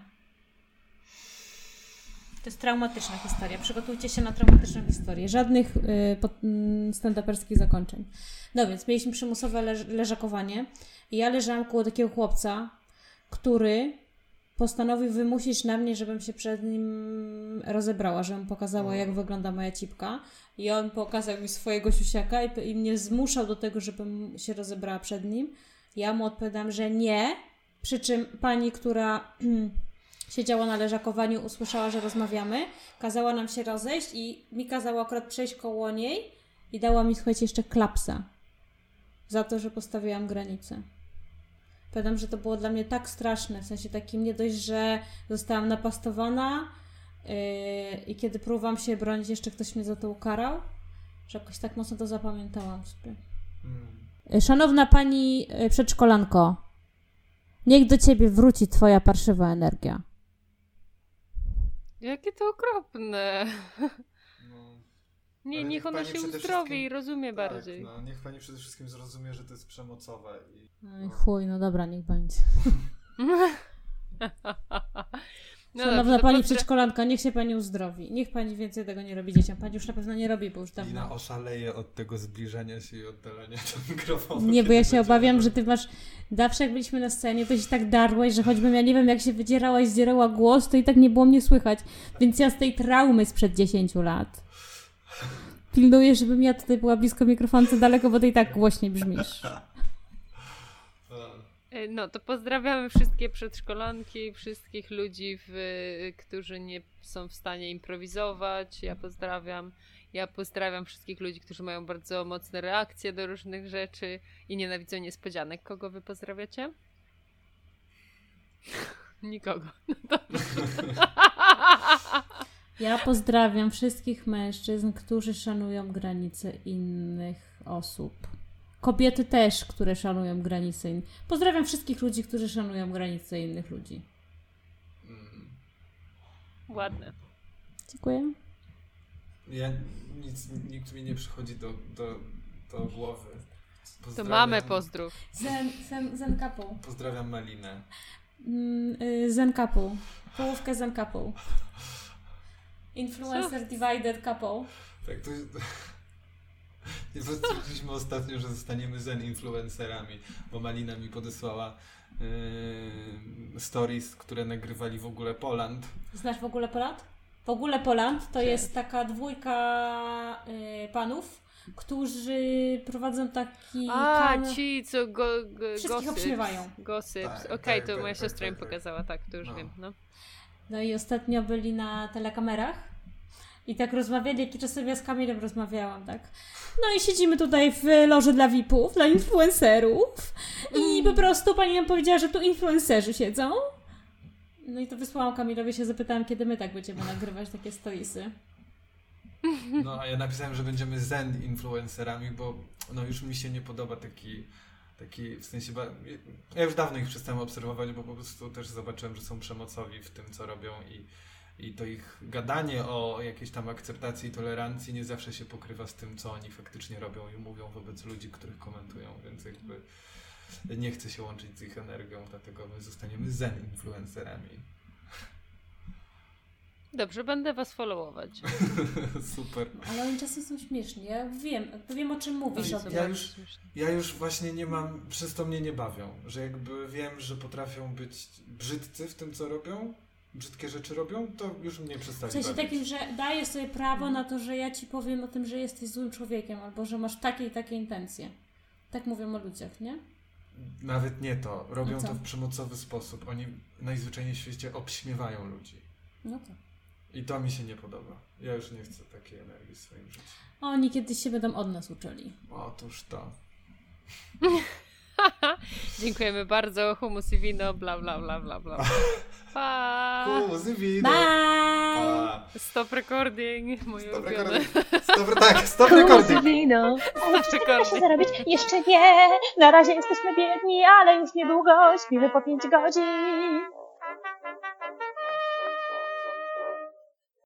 To jest traumatyczna historia. Przygotujcie się na traumatyczną historię. Żadnych y, pod- mm, stand-uperskich zakończeń. No więc mieliśmy przymusowe leż- leżakowanie i ja leżałam koło takiego chłopca, który postanowił wymusić na mnie, żebym się przed nim rozebrała, żebym pokazała, jak wygląda moja cipka. I on pokazał mi swojego siusiaka i, i mnie zmuszał do tego, żebym się rozebrała przed nim. Ja mu odpowiadam, że nie. Przy czym pani, która siedziała na leżakowaniu, usłyszała, że rozmawiamy, kazała nam się rozejść i mi kazała akurat przejść koło niej i dała mi, słuchajcie, jeszcze klapsa. Za to, że postawiłam granicę. Pamiętam, że to było dla mnie tak straszne, w sensie takim nie dość, że zostałam napastowana yy, i kiedy próbowałam się bronić, jeszcze ktoś mnie za to ukarał, że jakoś tak mocno to zapamiętałam sobie. Hmm. Szanowna pani y, przedszkolanko, niech do ciebie wróci twoja parszywa energia. Jakie to okropne. No, Nie, Ale niech niech ona pani się przede uzdrowi wszystkim- i rozumie tak, bardziej. no, niech pani przede wszystkim zrozumie, że to jest przemocowe. I, Oj, chuj, no dobra, niech będzie. No Szanowna dobrze, to pani pozdra- przedszkolanka, niech się pani uzdrowi. Niech pani więcej tego nie robi dzieciom. Pani już na pewno nie robi, bo już Lina dawno. oszaleje od tego zbliżania się i oddalania do mikrofonu. Nie, bo ja kiedy się będzie obawiam, mówił. że ty masz... Zawsze jak byliśmy na scenie, to się tak darłeś, że choćbym ja nie wiem, jak się wydzierałaś, zdzierała głos, to i tak nie było mnie słychać. Więc ja z tej traumy sprzed dziesięciu lat pilnuję, żebym ja tutaj była blisko mikrofonu, co daleko, bo ty i tak głośniej brzmisz. No, to pozdrawiamy wszystkie przedszkolanki, wszystkich ludzi, w, którzy nie są w stanie improwizować. Ja pozdrawiam. Ja pozdrawiam wszystkich ludzi, którzy mają bardzo mocne reakcje do różnych rzeczy i nienawidzą niespodzianek. Kogo wy pozdrawiacie? Nikogo. No dobrze. Ja pozdrawiam wszystkich mężczyzn, którzy szanują granice innych osób. Kobiety też, które szanują granice innych. Pozdrawiam wszystkich ludzi, którzy szanują granice innych ludzi. Ładne. Dziękuję. Ja, nic, nikt mi nie przychodzi do, do, do głowy. To mamy pozdrów. Zen, zen, zen couple. Pozdrawiam Malinę. Mm, y, zen couple. Połówkę zen couple. Influencer Co? divided couple. Tak, to jest... Nie postanowiliśmy ostatnio, że zostaniemy zen influencerami, bo Malina mi podesłała yy, stories, które nagrywali w ogóle Poland. Znasz w ogóle Poland? W ogóle Poland to Nie. jest taka dwójka y, panów, którzy prowadzą taki A, kan... ci, co go, go, Wszystkich gosyps. obśmiewają. Gosyps. Tak, Okej, tak, to tak, moja tak, siostra tak, mi tak. pokazała, tak, to już No. wiem. No. No i ostatnio byli na telekamerach i tak rozmawiali, jaki czasem ja z Kamilem rozmawiałam, tak. No i siedzimy tutaj w loży dla V I P-ów, dla influencerów i po prostu pani nam powiedziała, że tu influencerzy siedzą. No i to wysłałam Kamilowi, się zapytałam, kiedy my tak będziemy nagrywać takie storiesy. No a ja napisałem, że będziemy zen influencerami, bo no już mi się nie podoba taki, taki w sensie, ba- ja już dawno ich przestałem obserwować, bo po prostu też zobaczyłem, że są przemocowi w tym, co robią i, i to ich gadanie o jakiejś tam akceptacji i tolerancji nie zawsze się pokrywa z tym, co oni faktycznie robią i mówią wobec ludzi, których komentują, więc jakby nie chcę się łączyć z ich energią, dlatego my zostaniemy zen influencerami. Dobrze, będę was followować. Super. Ale oni czasem są śmieszni, ja wiem, wiem o czym mówisz. Ja o tym. już- Ja już właśnie nie mam, przez to mnie nie bawią, że jakby wiem, że potrafią być brzydcy w tym, co robią, brzydkie rzeczy robią, to już mnie W przestali sensie bawić. takim, że dajesz sobie prawo na to, że ja ci powiem o tym, że jesteś złym człowiekiem, albo że masz takie i takie intencje. Tak mówią o ludziach, nie? Nawet nie to. Robią A co? to w przemocowy sposób. Oni najzwyczajniej w świecie obśmiewają ludzi. No to. I to mi się nie podoba. Ja już nie chcę takiej energii w swoim życiu. Oni kiedyś się będą od nas uczyli. Otóż to. Dziękujemy bardzo. Humus i wino, bla bla bla bla bla. Pa! Kuzy wino. Bye! Pa. Stop recording, moje Stop ulubione. recording. Stop, tak, stop recording. wino. Stop Da się recording. zarobić? Jeszcze nie. Na razie jesteśmy biedni, ale już niedługo śpimy po pięć godzin.